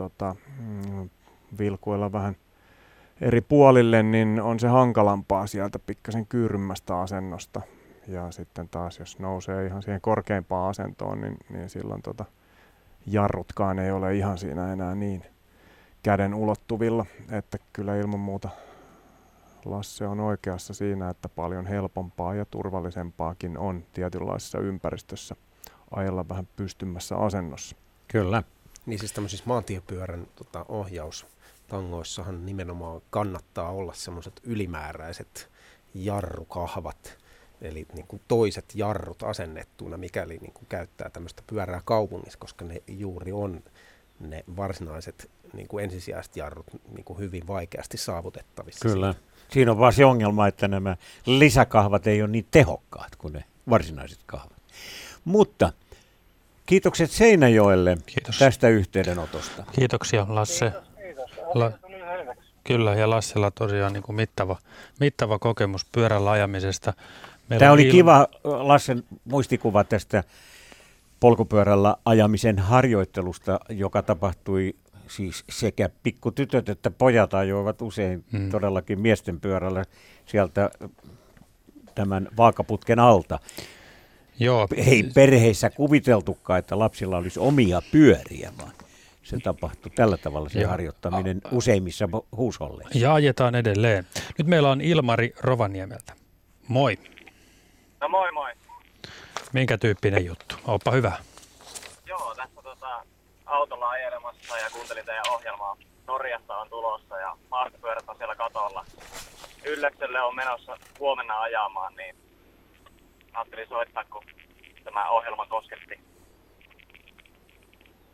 vilkuilla vähän eri puolille, niin on se hankalampaa sieltä pikkasen kyyrymmästä asennosta. Ja sitten taas, jos nousee ihan siihen korkeimpaan asentoon, niin silloin jarrutkaan ei ole ihan siinä enää niin käden ulottuvilla. Että kyllä ilman muuta Lasse on oikeassa siinä, että paljon helpompaa ja turvallisempaakin on tietynlaisessa ympäristössä ajella vähän pystymmässä asennossa. Kyllä. Niin siis tämmöisissä maantiepyörän ohjaustangoissahan nimenomaan kannattaa olla semmoiset ylimääräiset jarrukahvat, eli niin kuin toiset jarrut asennettuina, mikäli niin kuin käyttää tämmöistä pyörää kaupungissa, koska ne juuri on ne varsinaiset niin kuin ensisijaiset jarrut niin kuin hyvin vaikeasti saavutettavissa. Kyllä. Siinä on vaan se ongelma, että nämä lisäkahvat ei ole niin tehokkaat kuin ne varsinaiset kahvat. Mutta kiitokset Seinäjoelle tästä yhteydenotosta. Kiitoksia Lasse. Kiitos. Kyllä, ja Lassella tosiaan niin kuin mittava kokemus pyörällä ajamisesta. Tämä oli kiva Lassen muistikuva tästä polkupyörällä ajamisen harjoittelusta, joka tapahtui siis sekä pikkutytöt että pojat ajoivat usein todellakin miesten pyörällä sieltä tämän vaakaputken alta. Joo. Ei perheissä kuviteltukaan, että lapsilla olisi omia pyöriä, vaan se tapahtui tällä tavalla se harjoittaminen useimmissa huusholleissa. Ja ajetaan edelleen. Nyt meillä on Ilmari Rovaniemeltä. Moi. No moi moi. Minkä tyyppinen juttu? Oppa hyvä. Joo, tässä autolla ajelemassa ja kuuntelin teidän ohjelmaa. Norjasta on tulossa ja maastopyörät on siellä katolla. Ylläkselle on menossa huomenna ajamaan, niin ajattelin soittaa, kun tämä ohjelma kosketti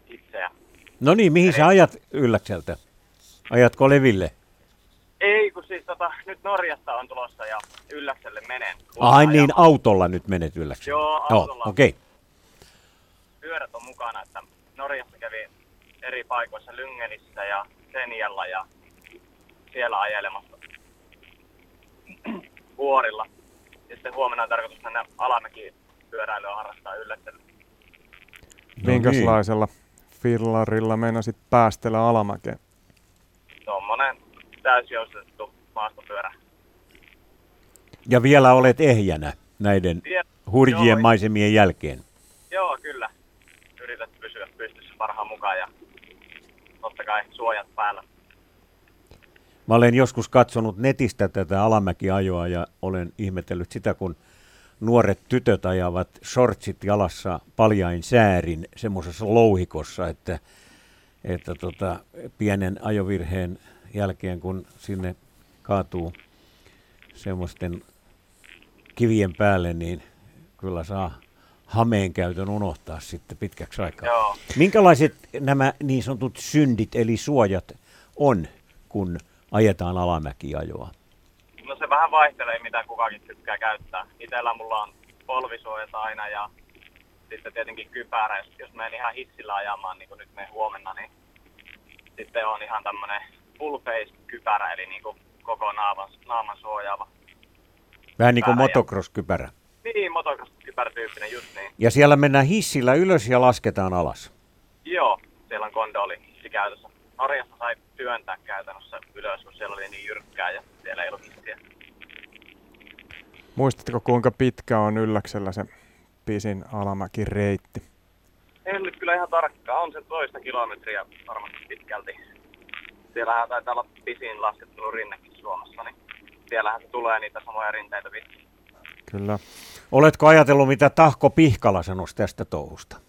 itseä. No niin, mihin sä ajat Ylläkseltä? Ajatko Leville? Ei, kun siis nyt Norjasta on tulossa ja Ylläkselle menen. Ai niin, autolla nyt menet Ylläkselle. Joo, autolla. Okei. Pyörät on mukana, että Norjassa kävi eri paikoissa Lyngenissä ja Senjalla ja siellä ajelemassa vuorilla. Ja sitten huomenna on tarkoitus mennä alamäkipyöräilyä harrastaa Ylläkselle. Minkälaisella fillarilla meinasit päästellä alamäkeen? Tuommoinen täysjoustettu maastopyörä. Ja vielä olet ehjänä näiden hurjien maisemien jälkeen. Joo, kyllä. Yrität pysyä pystyssä parhaan mukaan ja totta kai suojat päällä. Mä olen joskus katsonut netistä tätä alamäkiajoa ja olen ihmetellyt sitä, kun nuoret tytöt ajavat shortsit jalassa paljain säärin semmoisessa louhikossa, että pienen ajovirheen jälkeen, kun sinne kaatuu semmoisten kivien päälle, niin kyllä saa hameen käytön unohtaa sitten pitkäksi aikaa. Joo. Minkälaiset nämä niin sanotut syndit eli suojat on, kun ajetaan alamäkiajoa? No se vähän vaihtelee, mitä kukakin tykkää käyttää. Itellä mulla on polvisuojat aina ja sitten tietenkin kypärä. Jos menen ihan hissillä ajamaan, niin kuin nyt menen huomenna, niin sitten on ihan tämmönen full face kypärä, eli niin kuin koko naaman suojaava. Vähän niin kuin motocross-kypärä. Niin, motocross-kypärä tyyppinen, just niin. Ja siellä mennään hissillä ylös ja lasketaan alas. Joo, siellä on kondoli käytössä. Norjassa sai työntää käytännössä ylös, kun siellä oli niin jyrkkää ja siellä ei ollut hissiä. Muistatko, kuinka pitkä on Ylläksellä se pisin alamäkireitti? En nyt kyllä ihan tarkkaan. On se 2 kilometriä varmasti pitkälti. Siellähän taitaa olla pisin laskettu rinnekin Suomessa, niin siellähän se tulee niitä samoja rinteitä pitkin. Kyllä. Oletko ajatellut, mitä Tahko Pihkala sanoisi tästä touhusta?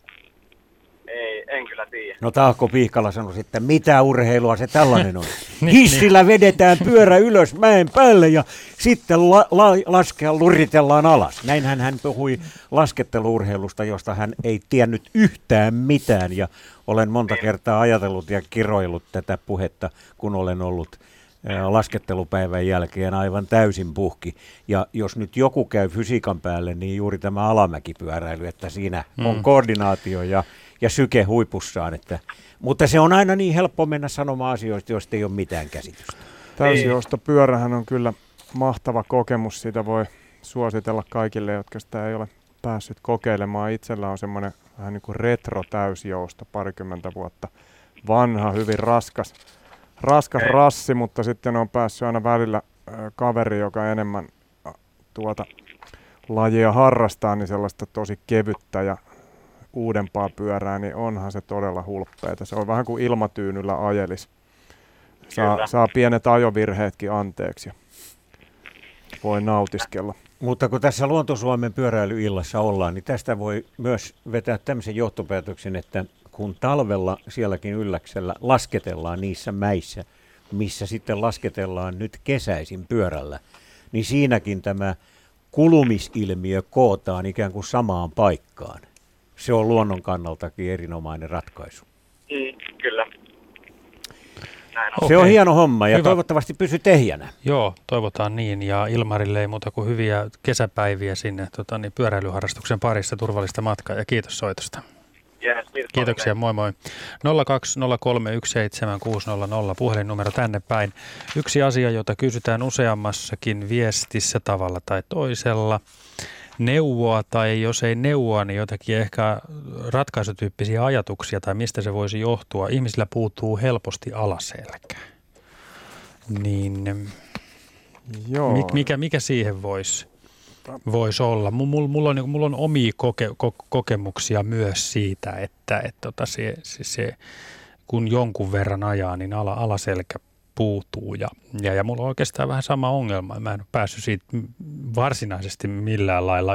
Ei, en kyllä tiedä. No Tahko Pihkala sanoi, että mitä urheilua se tällainen on. Hissillä vedetään pyörä ylös mäen päälle ja sitten luritellaan alas. Näinhän hän puhui lasketteluurheilusta, josta hän ei tiennyt yhtään mitään. Ja olen monta kertaa ajatellut ja kiroillut tätä puhetta, kun olen ollut laskettelupäivän jälkeen aivan täysin puhki. Ja jos nyt joku käy fysiikan päälle, niin juuri tämä alamäkipyöräily, että siinä on koordinaatio ja syke huipussaan. Mutta se on aina niin helppo mennä sanomaan asioista, joista ei ole mitään käsitystä. Täysjoustopyörähän on kyllä mahtava kokemus. Sitä voi suositella kaikille, jotka sitä ei ole päässyt kokeilemaan. Itsellä on semmoinen vähän niin kuin retro-täysjousto, 20 vuotta vanha, hyvin raskas rassi, mutta sitten on päässyt aina välillä kaveri, joka enemmän tuota lajia harrastaa, niin sellaista tosi kevyttä ja uudempaa pyörää, niin onhan se todella hulppeeta. Se on vähän kuin ilmatyynyllä ajelis. Saa pienet ajovirheetkin anteeksi ja voi nautiskella. Mutta kun tässä Luonto-Suomen pyöräilyillassa ollaan, niin tästä voi myös vetää tämmöisen johtopäätöksen, että kun talvella sielläkin Ylläksellä lasketellaan niissä mäissä, missä sitten lasketellaan nyt kesäisin pyörällä, niin siinäkin tämä kulumisilmiö kootaan ikään kuin samaan paikkaan. Se on luonnon kannaltakin erinomainen ratkaisu. Kyllä. Näin on. Se on hieno homma ja Hyvä. Toivottavasti pysyt ehjänä. Joo, toivotaan niin. Ja Ilmarille ei muuta kuin hyviä kesäpäiviä sinne pyöräilyharrastuksen parissa, turvallista matkaa ja kiitos soitosta. Yes, Kiitoksia, moi moi. 020317600 puhelinnumero tänne päin. Yksi asia, jota kysytään useammassakin viestissä tavalla tai toisella. Neuvoa tai jos ei neuvoa, niin jotakin ehkä ratkaisutyyppisiä ajatuksia tai mistä se voisi johtua. Ihmisillä puuttuu helposti alaselkä. Niin Joo. mikä siihen voisi olla? Mulla on omia kokemuksia myös siitä, että se, kun jonkun verran ajaa, niin alaselkä puutuu ja mulla on oikeastaan vähän sama ongelma. Mä en ole päässyt siitä varsinaisesti millään lailla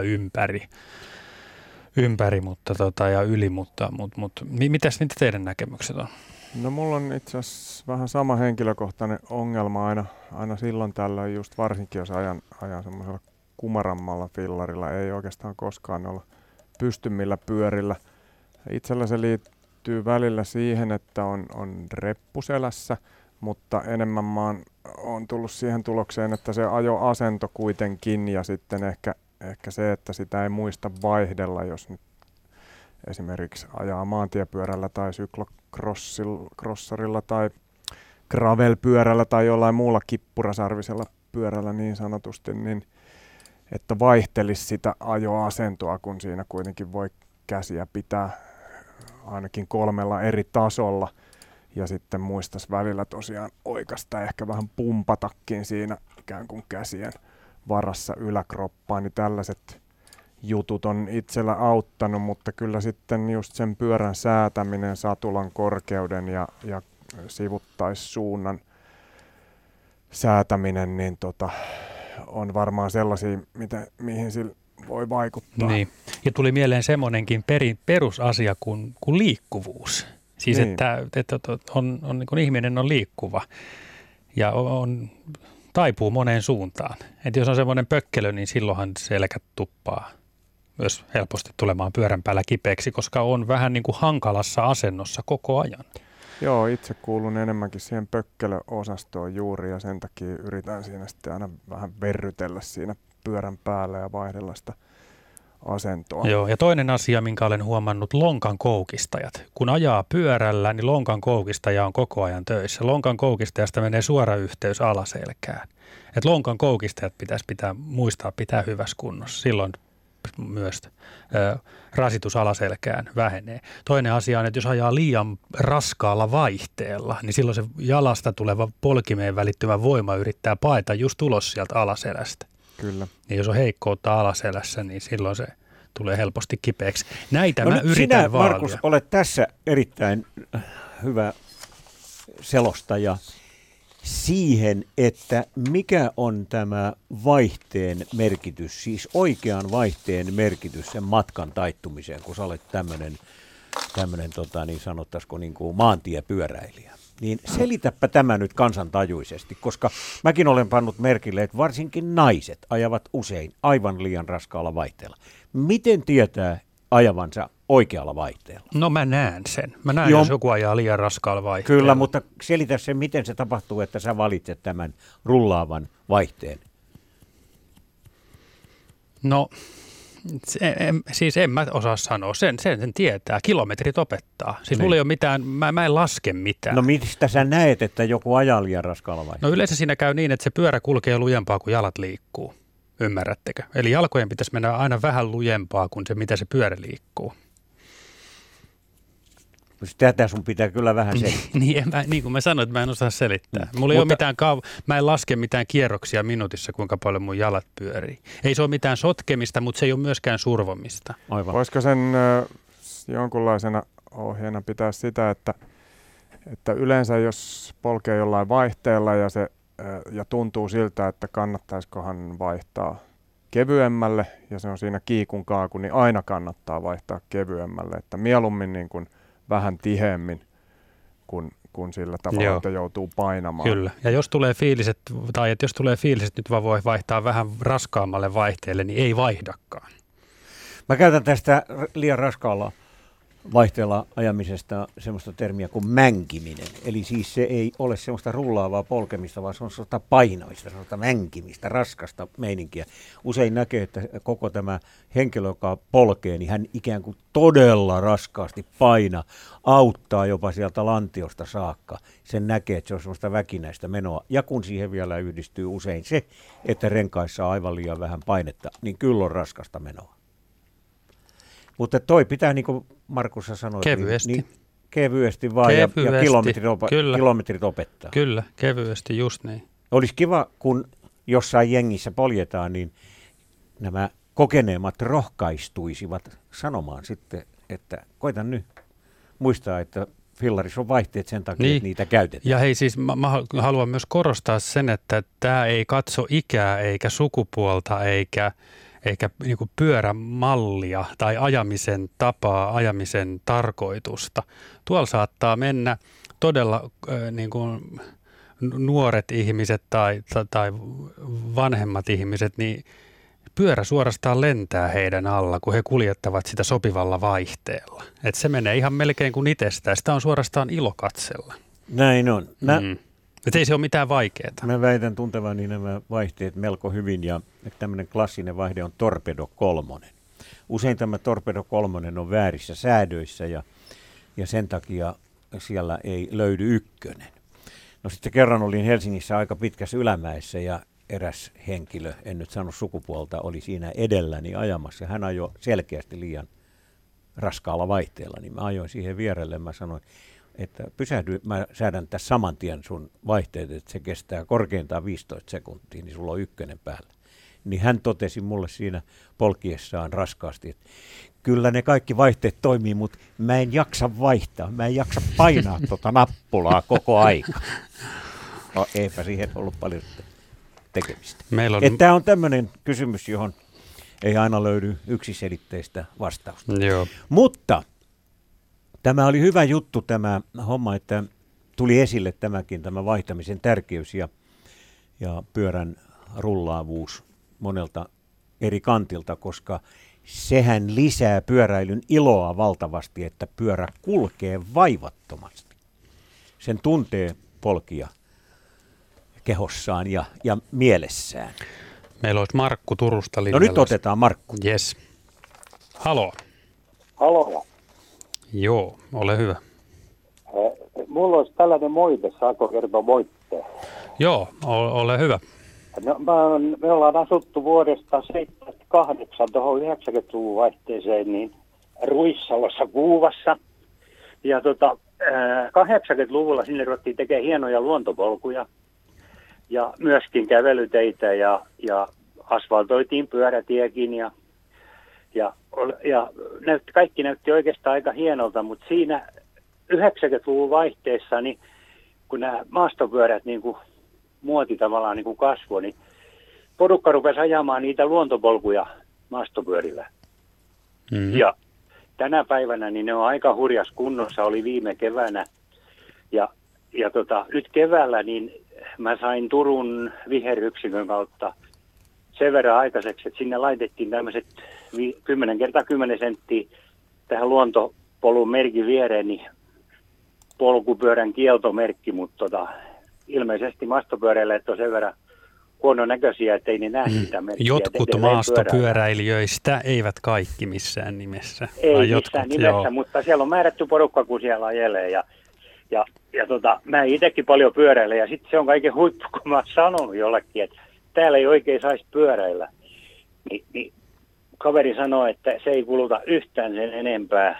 ympäri mutta ja yli, mutta mitä teidän näkemykset on? No mulla on itse asiassa vähän sama henkilökohtainen ongelma aina silloin tällöin, just varsinkin jos ajan semmoisella kumarammalla fillarilla, ei oikeastaan koskaan olla pystymmillä pyörillä. Itsellä se liittyy liittyy välillä siihen, että on reppuselässä, mutta enemmän mä oon tullut siihen tulokseen, että se ajoasento kuitenkin ja sitten ehkä se, että sitä ei muista vaihdella, jos nyt esimerkiksi ajaa maantiepyörällä tai syklocrossarilla tai gravelpyörällä tai jollain muulla kippurasarvisella pyörällä niin sanotusti, niin että vaihtelisi sitä ajoasentoa, kun siinä kuitenkin voi käsiä pitää ainakin 3 eri tasolla ja sitten muistaisi välillä tosiaan oikasta ehkä vähän pumpatakin siinä ikään kuin käsien varassa yläkroppaan, niin tällaiset jutut on itsellä auttanut, mutta kyllä sitten just sen pyörän säätäminen, satulan korkeuden ja sivuttaissuunnan säätäminen, niin on varmaan sellaisia, mihin sillä voi vaikuttaa. Niin. Ja tuli mieleen semmoinenkin perusasia kuin liikkuvuus. Siis niin. että on niin kuin ihminen on liikkuva ja taipuu moneen suuntaan. Että jos on semmoinen pökkelö, niin silloinhan selkä tuppaa myös helposti tulemaan pyörän päällä kipeäksi, koska on vähän niin kuin hankalassa asennossa koko ajan. Joo, itse kuulun enemmänkin siihen pökkelöosastoon juuri ja sen takia yritän siinä sitten aina vähän verrytellä siinä pyörän päällä ja vaihdella sitä asentoa. Joo, ja toinen asia, minkä olen huomannut, lonkan koukistajat. Kun ajaa pyörällä, niin lonkan koukistaja on koko ajan töissä. Lonkan koukistajasta menee suora yhteys alaselkään. Et lonkan koukistajat pitäisi muistaa pitää hyvässä kunnossa. Silloin myös rasitus alaselkään vähenee. Toinen asia on, että jos ajaa liian raskaalla vaihteella, niin silloin se jalasta tuleva polkimeen välittymä voima yrittää paeta just ulos sieltä alaselästä. Kyllä. Ja jos on heikkoutta alaselässä, niin silloin se tulee helposti kipeäksi. Näitä mä yritän sinä, vaalia. Markus, olet tässä erittäin hyvä selostaja siihen, että mikä on tämä vaihteen merkitys, siis oikean vaihteen merkitys sen matkan taittumiseen, kun sä olet tämmöinen niin sanottaisiko niin kuin maantiepyöräilijä. Niin selitäpä tämä nyt kansantajuisesti, koska mäkin olen pannut merkille, että varsinkin naiset ajavat usein aivan liian raskaalla vaihteella. Miten tietää ajavansa oikealla vaihteella? No mä näen sen. Mä näen, jos joku ajaa liian raskaalla vaihteella. Kyllä, mutta selitä se, miten se tapahtuu, että sä valitset tämän rullaavan vaihteen. No, siis en mä osaa sanoa. Sen tietää. Kilometrit opettaa. Siis mulla ei ole mitään, mä en laske mitään. No mistä sä näet, että joku ajaa liian raskaalla vaihteella? No yleensä siinä käy niin, että se pyörä kulkee lujempaa, kun jalat liikkuu. Ymmärrättekö? Eli jalkojen pitäisi mennä aina vähän lujempaa kuin se, mitä se pyörä liikkuu. Tätä sun pitää kyllä vähän selittää. niin kuin mä sanoin, että mä en osaa selittää. Mulla ei ole mitään mä en laske mitään kierroksia minuutissa, kuinka paljon mun jalat pyörii. Ei se ole mitään sotkemista, mutta se ei ole myöskään survomista. Aivan. Voisiko sen jonkunlaisena ohjeena pitää sitä, että yleensä jos polkee jollain vaihteella ja tuntuu siltä, että kannattaisikohan vaihtaa kevyemmälle ja se on siinä kiikun kaaku, niin aina kannattaa vaihtaa kevyemmälle, että mieluummin niin kuin vähän tiheemmin kuin sillä tavalla, että joutuu painamaan. Kyllä, ja jos tulee fiilis, että nyt vaan voi vaihtaa vähän raskaammalle vaihteelle, niin ei vaihdakaan. Mä käytän tästä liian raskaalla vaihteella ajamisesta semmoista termiä kuin mänkiminen. Eli siis se ei ole semmoista rullaavaa polkemista, vaan se on semmoista painamista, semmoista mänkimistä, raskasta meininkiä. Usein näkee, että koko tämä henkilö, joka polkee, niin hän ikään kuin todella raskaasti auttaa jopa sieltä lantiosta saakka. Sen näkee, että se on semmoista väkinäistä menoa. Ja kun siihen vielä yhdistyy usein se, että renkaissa on aivan liian vähän painetta, niin kyllä on raskasta menoa. Mutta toi pitää, niin kuin Markus sanoi, kevyesti. Kevyesti vaan ja kilometrit opettaa. Kyllä, kevyesti, just niin. Olisi kiva, kun jossain jengissä poljetaan, niin nämä kokeneemmat rohkaistuisivat sanomaan sitten, että koitan nyt muistaa, että fillarissa on vaihteet sen takia, että niitä käytetään. Ja hei siis mä haluan myös korostaa sen, että tämä ei katso ikää eikä sukupuolta eikä niin kuin pyörämallia tai ajamisen tapaa, ajamisen tarkoitusta. Tuolla saattaa mennä todella niin kuin nuoret ihmiset tai vanhemmat ihmiset niin pyörä suorastaan lentää heidän alla, kun he kuljettavat sitä sopivalla vaihteella. Että se menee ihan melkein kuin itsestään. Sitä on suorastaan ilo katsella. Näin on. Että ei se ole mitään vaikeaa. Mä väitän tuntevani nämä vaihteet melko hyvin, ja tämmöinen klassinen vaihde on Torpedo 3. Usein tämä Torpedo 3 on väärissä säädöissä, ja sen takia siellä ei löydy 1. No sitten kerran olin Helsingissä aika pitkässä ylämäessä, ja eräs henkilö, en nyt sano sukupuolta, oli siinä edelläni ajamassa. Hän ajoi selkeästi liian raskaalla vaihteella, niin mä ajoin siihen vierelle. Mä sanoin, että pysähdy, mä säädän tässä saman tien sun vaihteet, että se kestää korkeintaan 15 sekuntia, niin sulla on 1 päällä. Niin hän totesi mulle siinä polkiessaan raskaasti, että kyllä ne kaikki vaihteet toimii, mutta mä en jaksa vaihtaa, mä en jaksa painaa tuota nappulaa koko aika. No, eipä siihen ollut paljon tekemistä. Tämä on tämmöinen kysymys, johon ei aina löydy yksiselitteistä vastausta. Joo. Mutta tämä oli hyvä juttu tämä homma, että tuli esille tämä vaihtamisen tärkeys ja pyörän rullaavuus monelta eri kantilta, koska sehän lisää pyöräilyn iloa valtavasti, että pyörä kulkee vaivattomasti. Sen tuntee polkia kehossaan ja mielessään. Meillä olisi Markku Turusta linjalla. No nyt otetaan Markku. Yes. Halo. Halo. Joo, ole hyvä. Mulla olisi tällainen moite, saako kertoa moitteen? Joo, ole hyvä. No, me ollaan asuttu vuodesta 78 tuohon 90-luvun vaihteeseen niin Ruissalossa Kuuvassa. Ja 80-luvulla sinne ruvettiin tekemään hienoja luontopolkuja ja myöskin kävelyteitä ja asfaltoitiin pyörätiekin ja kaikki näytti oikeastaan aika hienolta, mutta siinä 90-luvun vaihteessa, niin kun nämä maastopyörät niin kuin muoti tavallaan niin kuin kasvoi, niin porukka rupesi ajamaan niitä luontopolkuja maastopyörillä. Mm-hmm. Ja tänä päivänä niin ne on aika hurjas kunnossa, oli viime keväänä. Ja nyt keväällä niin mä sain Turun viheryksikön kautta sen verran aikaiseksi, että sinne laitettiin tämmöiset 10x10 senttiä tähän luontopolun merkin viereen, niin polkupyörän kieltomerkki, mutta ilmeisesti maastopyöräilijät on sen verran huonon näköisiä, että ei ne näe sitä merkkiä. Jotkut maastopyöräilijöistä, eivät kaikki missään nimessä. Ei missään nimessä, mutta siellä on määrätty porukka, kun siellä ajelee. Ja mä itsekin paljon pyöräilen, ja sitten se on kaiken huippu, kun mä oon sanonut jollekin, että täällä ei oikein saisi pyöräillä. Niin kaveri sanoi, että se ei kuluta yhtään sen enempää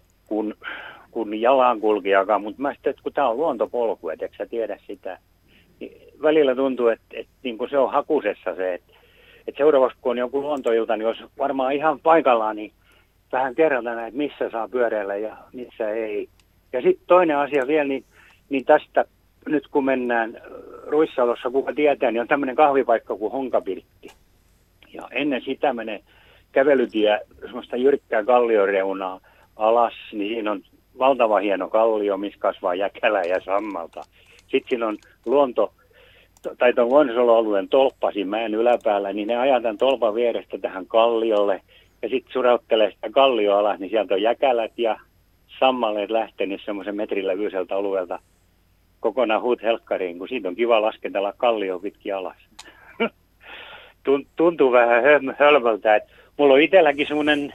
kuin jalankulkijakaan, mutta mä sitten, että kun tää on luontopolku, et eikö sä tiedä sitä, niin välillä tuntuu, että niin kun se on hakusessa se, että seuraavaksi kun on joku luontoilta, niin olisi varmaan ihan paikallaan, niin vähän kerrata, että missä saa pyöräillä ja missä ei. Ja sitten toinen asia vielä, niin tästä nyt kun mennään Ruissalossa, kuka tietää, niin on tämmöinen kahvipaikka kuin Honkapirtti. Ja ennen sitä menee kävelytie semmoista jyrkkää kallioreunaa alas, niin siinä on valtava hieno kallio, missä kasvaa jäkälää ja sammalta. Sitten siinä on tuon luonnonsuojelualueen tolppa siinä mäen yläpäällä, niin ne ajaa tämän tolpan vierestä tähän kalliolle ja sitten surauttelee sitä kallio alas, niin sieltä on jäkälät ja sammalleet lähtenyt semmoisen metrin levyiseltä alueelta kokonaan helkkariin, kun siitä on kiva laskentella kallio pitkin alas. Tuntuu vähän hölmöltä, että mulla on itselläkin semmoinen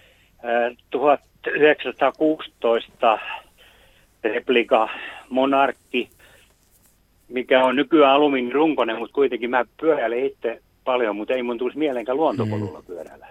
1916 replika Monarkki, mikä on nykyään alumiinirunkoinen, mutta kuitenkin mä pyöräilen itse paljon, mutta ei mun tulisi mieleenkään luontopolulla pyöräillä.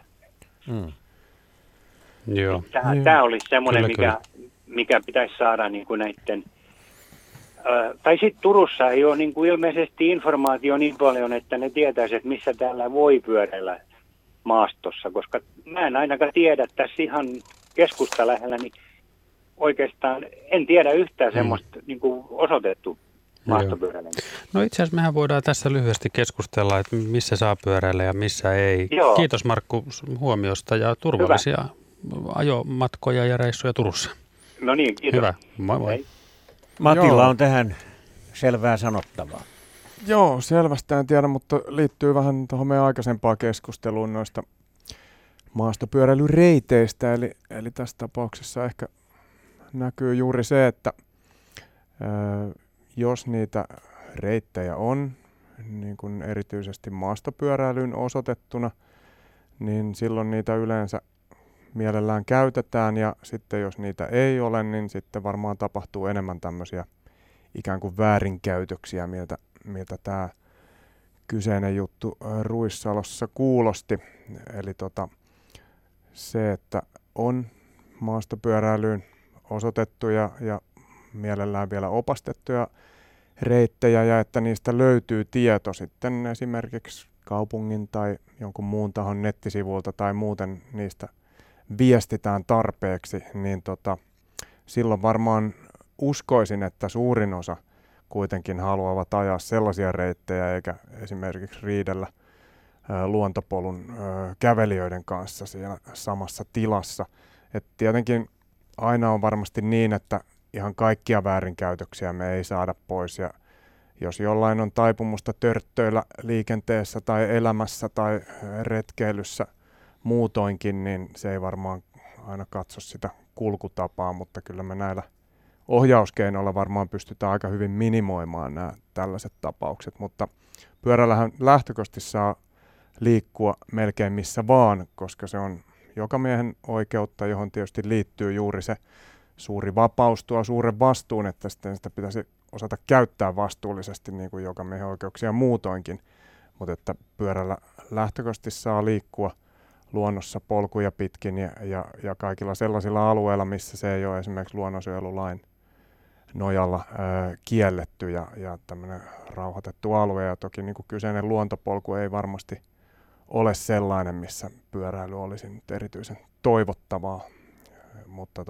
Joo. Tämä olisi semmoinen, mikä pitäisi saada niin kuin näiden. Tai sitten Turussa ei ole niin kuin ilmeisesti informaatio niin paljon, että ne tietäisi, että missä täällä voi pyöräillä maastossa, koska mä en ainakaan tiedä tässä ihan keskusta lähellä, niin oikeastaan en tiedä yhtään semmoista niin kuin osoitettu maastopyöräilijä. No itse asiassa mehän voidaan tässä lyhyesti keskustella, että missä saa pyöräillä ja missä ei. Joo. Kiitos Markku huomiosta ja turvallisia ajomatkoja ja reissuja Turussa. No niin, kiitos. Hyvä, moi moi. Matilla on tähän selvää sanottavaa. Joo, selvästi en tiedä, mutta liittyy vähän tuohon meidän aikaisempaan keskusteluun noista maastopyöräilyreiteistä. Eli tässä tapauksessa ehkä näkyy juuri se, että jos niitä reittejä on, niin kuin erityisesti maastopyöräilyyn osoitettuna, niin silloin niitä yleensä mielellään käytetään, ja sitten jos niitä ei ole, niin sitten varmaan tapahtuu enemmän tämmöisiä ikään kuin väärinkäytöksiä, miltä tämä kyseinen juttu Ruissalossa kuulosti. Eli se, että on maastopyöräilyyn osoitettuja ja mielellään vielä opastettuja reittejä ja että niistä löytyy tieto sitten esimerkiksi kaupungin tai jonkun muun tahon nettisivuilta tai muuten niistä viestitään tarpeeksi, niin silloin varmaan uskoisin, että suurin osa kuitenkin haluavat ajaa sellaisia reittejä eikä esimerkiksi riidellä luontopolun kävelijöiden kanssa siellä samassa tilassa. Et tietenkin aina on varmasti niin, että ihan kaikkia väärinkäytöksiä me ei saada pois, ja jos jollain on taipumusta törttöillä liikenteessä tai elämässä tai retkeilyssä muutoinkin, niin se ei varmaan aina katso sitä kulkutapaa, mutta kyllä me näillä ohjauskeinoilla varmaan pystytään aika hyvin minimoimaan nämä tällaiset tapaukset, mutta pyörällähän lähtökohtaisesti saa liikkua melkein missä vaan, koska se on jokamiehen oikeutta, johon tietysti liittyy juuri se suuri vapaus tuo suuren vastuun, että sitten sitä pitäisi osata käyttää vastuullisesti niin kuin jokamiehen oikeuksia muutoinkin, mutta että pyörällä lähtökohtaisesti saa liikkua luonnossa polkuja pitkin ja kaikilla sellaisilla alueilla, missä se ei ole esimerkiksi luonnonsuojelulain nojalla kielletty ja tämmöinen rauhoitettu alue. Ja toki niin kuin kyseinen luontopolku ei varmasti ole sellainen, missä pyöräily olisi nyt erityisen toivottavaa. Mutta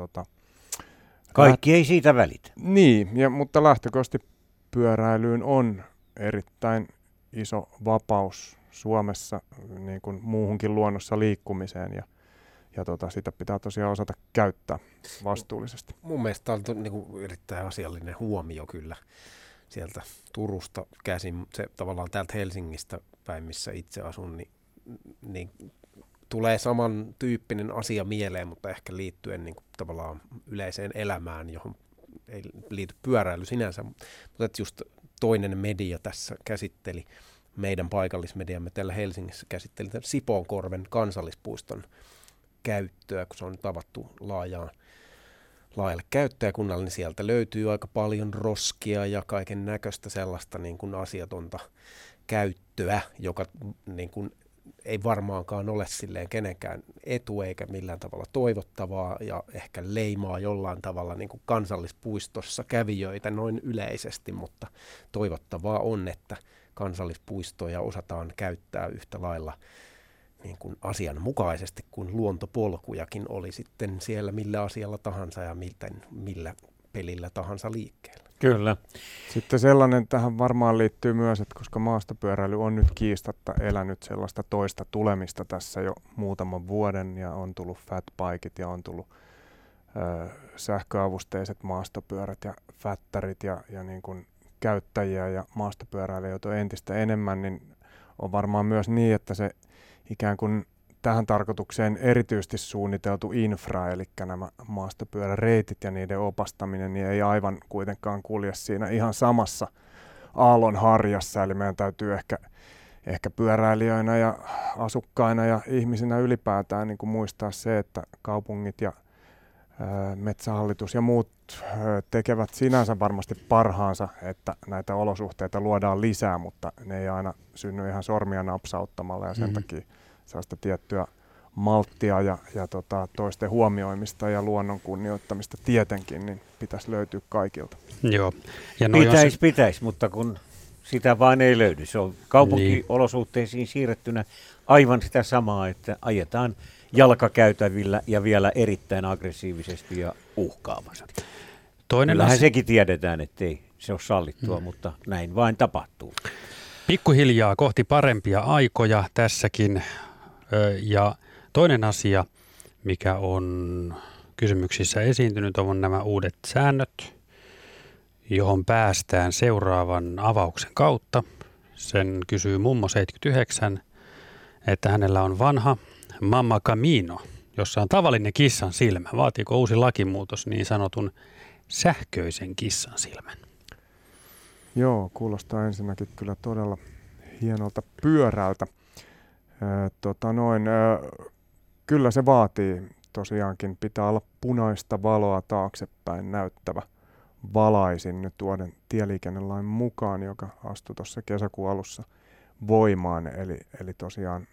kaikki ei siitä välitä. Niin, mutta lähtökohtaisesti pyöräilyyn on erittäin iso vapaus Suomessa niin kuin muuhunkin luonnossa liikkumiseen ja sitä pitää tosiaan osata käyttää vastuullisesti. Mun mielestä tämä on niin kuin erittäin asiallinen huomio kyllä sieltä Turusta käsin. Se tavallaan täältä Helsingistä päin, missä itse asun, niin tulee samantyyppinen asia mieleen, mutta ehkä liittyen niin kuin tavallaan yleiseen elämään, johon ei liity pyöräily sinänsä. Mutta että just toinen media tässä käsitteli, meidän paikallismediamme täällä Helsingissä käsitteli Sipoonkorven kansallispuiston käyttöä, kun se on nyt avattu laajalle käyttäjäkunnalle, niin sieltä löytyy aika paljon roskia ja kaiken näköistä sellaista niin kuin asiatonta käyttöä, joka niin kuin ei varmaankaan ole silleen kenenkään etu eikä millään tavalla toivottavaa ja ehkä leimaa jollain tavalla niin kuin kansallispuistossa kävijöitä noin yleisesti, mutta toivottavaa on, että kansallispuistoja osataan käyttää yhtä lailla niin kuin asianmukaisesti kuin luontopolkujakin oli sitten siellä millä asialla tahansa ja millä pelillä tahansa liikkeellä. Kyllä. Sitten sellainen tähän varmaan liittyy myös, että koska maastopyöräily on nyt kiistatta elänyt sellaista toista tulemista tässä jo muutaman vuoden ja on tullut fatbikit ja on tullut sähköavusteiset maastopyörät ja fättärit ja niin kuin käyttäjiä ja maastopyöräilijöitä on entistä enemmän, niin on varmaan myös niin, että se ikään kuin tähän tarkoitukseen erityisesti suunniteltu infra, eli nämä maastopyöräreitit ja niiden opastaminen, niin ei aivan kuitenkaan kulje siinä ihan samassa aallonharjassa, eli meidän täytyy ehkä pyöräilijöinä ja asukkaina ja ihmisinä ylipäätään niin kuin muistaa se, että kaupungit ja Metsähallitus ja muut tekevät sinänsä varmasti parhaansa, että näitä olosuhteita luodaan lisää, mutta ne ei aina synny ihan sormia napsauttamalla ja sen takia sellaista tiettyä malttia ja toisten huomioimista ja luonnon kunnioittamista tietenkin, niin pitäisi löytyä kaikilta. Joo. Ja pitäisi, mutta kun sitä vain ei löydy. Se on kaupunkiolosuhteisiin siirrettynä aivan sitä samaa, että ajetaan jalkakäytävillä ja vielä erittäin aggressiivisesti ja uhkaavasti. Kyllähän sekin tiedetään, ettei se ole sallittua, mutta näin vain tapahtuu. Pikkuhiljaa kohti parempia aikoja tässäkin. Ja toinen asia, mikä on kysymyksissä esiintynyt, on nämä uudet säännöt, johon päästään seuraavan avauksen kautta. Sen kysyy mummo 79, että hänellä on vanha Mamma Camino, jossa on tavallinen kissan silmä. Vaatiiko uusi lakimuutos niin sanotun sähköisen kissan silmän? Joo, kuulostaa ensinnäkin kyllä todella hienolta pyörältä. Kyllä se vaatii tosiaankin, pitää olla punaista valoa taaksepäin näyttävä valaisin nyt uuden tieliikennelain mukaan, joka astui tuossa kesäkuun alussa voimaan. Eli tosiaan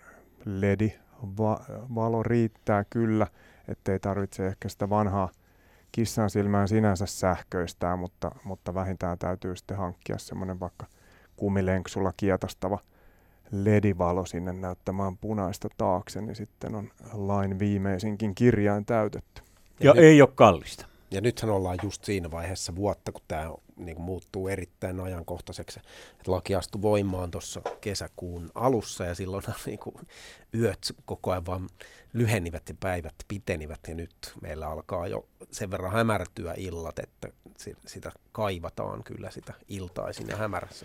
LED-valo riittää kyllä, ettei tarvitse ehkä sitä vanhaa kissan silmään sinänsä sähköistää, mutta vähintään täytyy sitten hankkia semmoinen vaikka kumilenksulla kietastava LED-valo sinne näyttämään punaista taakse, niin sitten on lain viimeisinkin kirjain täytetty. Ja ei ole kallista. Ja nythän ollaan just siinä vaiheessa vuotta, kun tämä niin muuttuu erittäin ajankohtaiseksi. Että laki astui voimaan tuossa kesäkuun alussa ja silloin niin yöt koko ajan vaan lyhenivät ja päivät pitenivät. Ja nyt meillä alkaa jo sen verran hämärtyä illat, että sitä kaivataan kyllä sitä iltaisin ja hämärässä.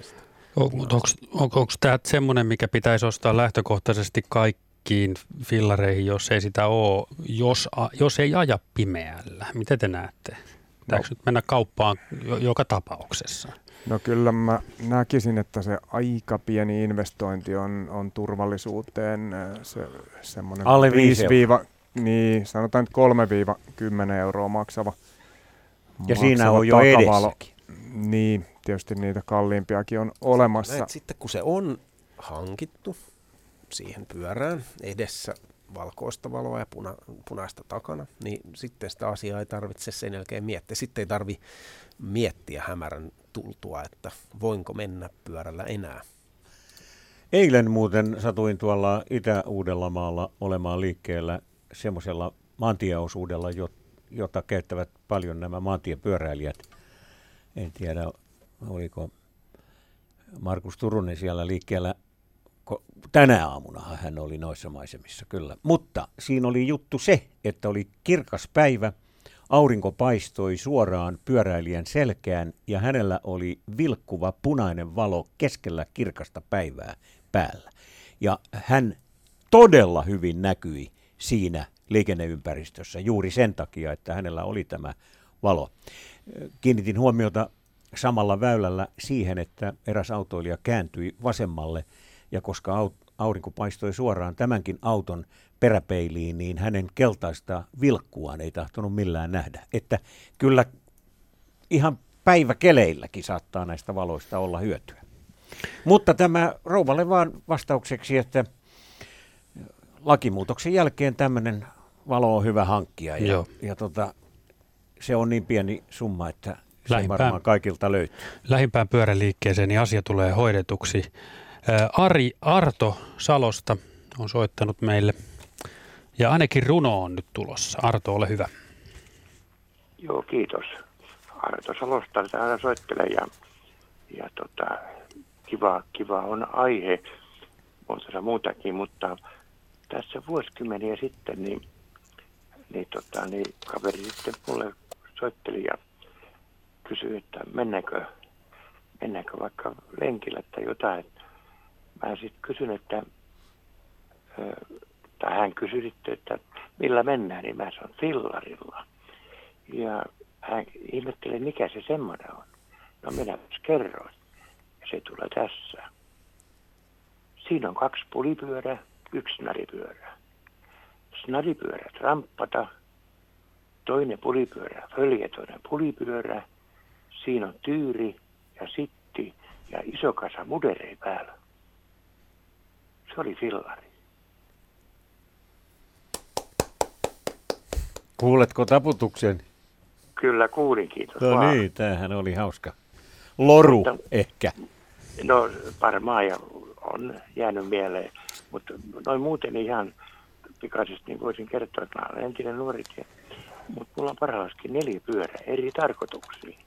Onko tämä semmoinen, mikä pitäisi ostaa lähtökohtaisesti kaikkiin fillareihin, jos ei sitä ole, jos ei aja pimeällä? Miten te näette? Pitääkö nyt mennä kauppaan joka tapauksessa? No kyllä mä näkisin, että se aika pieni investointi on turvallisuuteen se semmoinen alle sanotaan nyt 3-10 euroa maksava siinä on jo edessäkin. Niin, tietysti niitä kalliimpiakin on olemassa. Sitten kun se on hankittu siihen pyörään edessä valkoista valoa ja punaista takana, niin sitten sitä asiaa ei tarvitse sen jälkeen miettiä. Sitten ei tarvitse miettiä hämärän tultua, että voinko mennä pyörällä enää. Eilen muuten satuin tuolla Itä-Uudellamaalla olemaan liikkeellä semmoisella maantieosuudella, jota käyttävät paljon nämä maantiepyöräilijät. En tiedä, oliko Markus Turunen siellä liikkeellä. Tänä aamunahan hän oli noissa maisemissa, kyllä. Mutta siinä oli juttu se, että oli kirkas päivä, aurinko paistoi suoraan pyöräilijän selkään ja hänellä oli vilkkuva punainen valo keskellä kirkasta päivää päällä. Ja hän todella hyvin näkyi siinä liikenneympäristössä juuri sen takia, että hänellä oli tämä valo. Kiinnitin huomiota samalla väylällä siihen, että eräs autoilija kääntyi vasemmalle ja koska aurinko paistoi suoraan tämänkin auton peräpeiliin, niin hänen keltaista vilkkuaan ei tahtonut millään nähdä. Että kyllä ihan päiväkeleilläkin saattaa näistä valoista olla hyötyä. Mutta tämä rouvalle vaan vastaukseksi, että lakimuutoksen jälkeen tämmöinen valo on hyvä hankkia ja se on niin pieni summa, että se varmaan kaikilta löytyy. Lähimpään pyöräliikkeeseen niin asia tulee hoidetuksi. Arto Salosta on soittanut meille ja ainakin runo on nyt tulossa. Arto, ole hyvä. Joo, kiitos. Arto Salosta täällä soittelen ja kiva on aihe, monta muutakin, mutta tässä vuosikymmeniä sitten niin kaveri sitten mulle soitteli ja kysyi, että mennäänkö vaikka lenkillä tai jotain. Mä sitten kysyn, tai hän kysyi sitten, että millä mennään, niin mä sanon fillarilla. Ja hän ihmetteli, mikä se semmoinen on. No minä kerroin. Ja se tulee tässä. Siinä on 2 pulipyörää, 1 snaripyörä. Snaripyörät ramppata, toinen pulipyörä följä, toinen pulipyörä. Siinä on tyyri ja sitti ja iso kasa muderei päällä. Se oli fillari. Kuuletko taputuksen? Kyllä kuulin, kiitos No vaan. niin, tämähän oli hauska. Loru ehkä. No varmaan ja on jäänyt mieleen, mutta noin muuten ihan pikaisesti niin voisin kertoa, että mä olen entinen nuori, mutta mulla on parhaassakin 4 pyörää eri tarkoituksiin.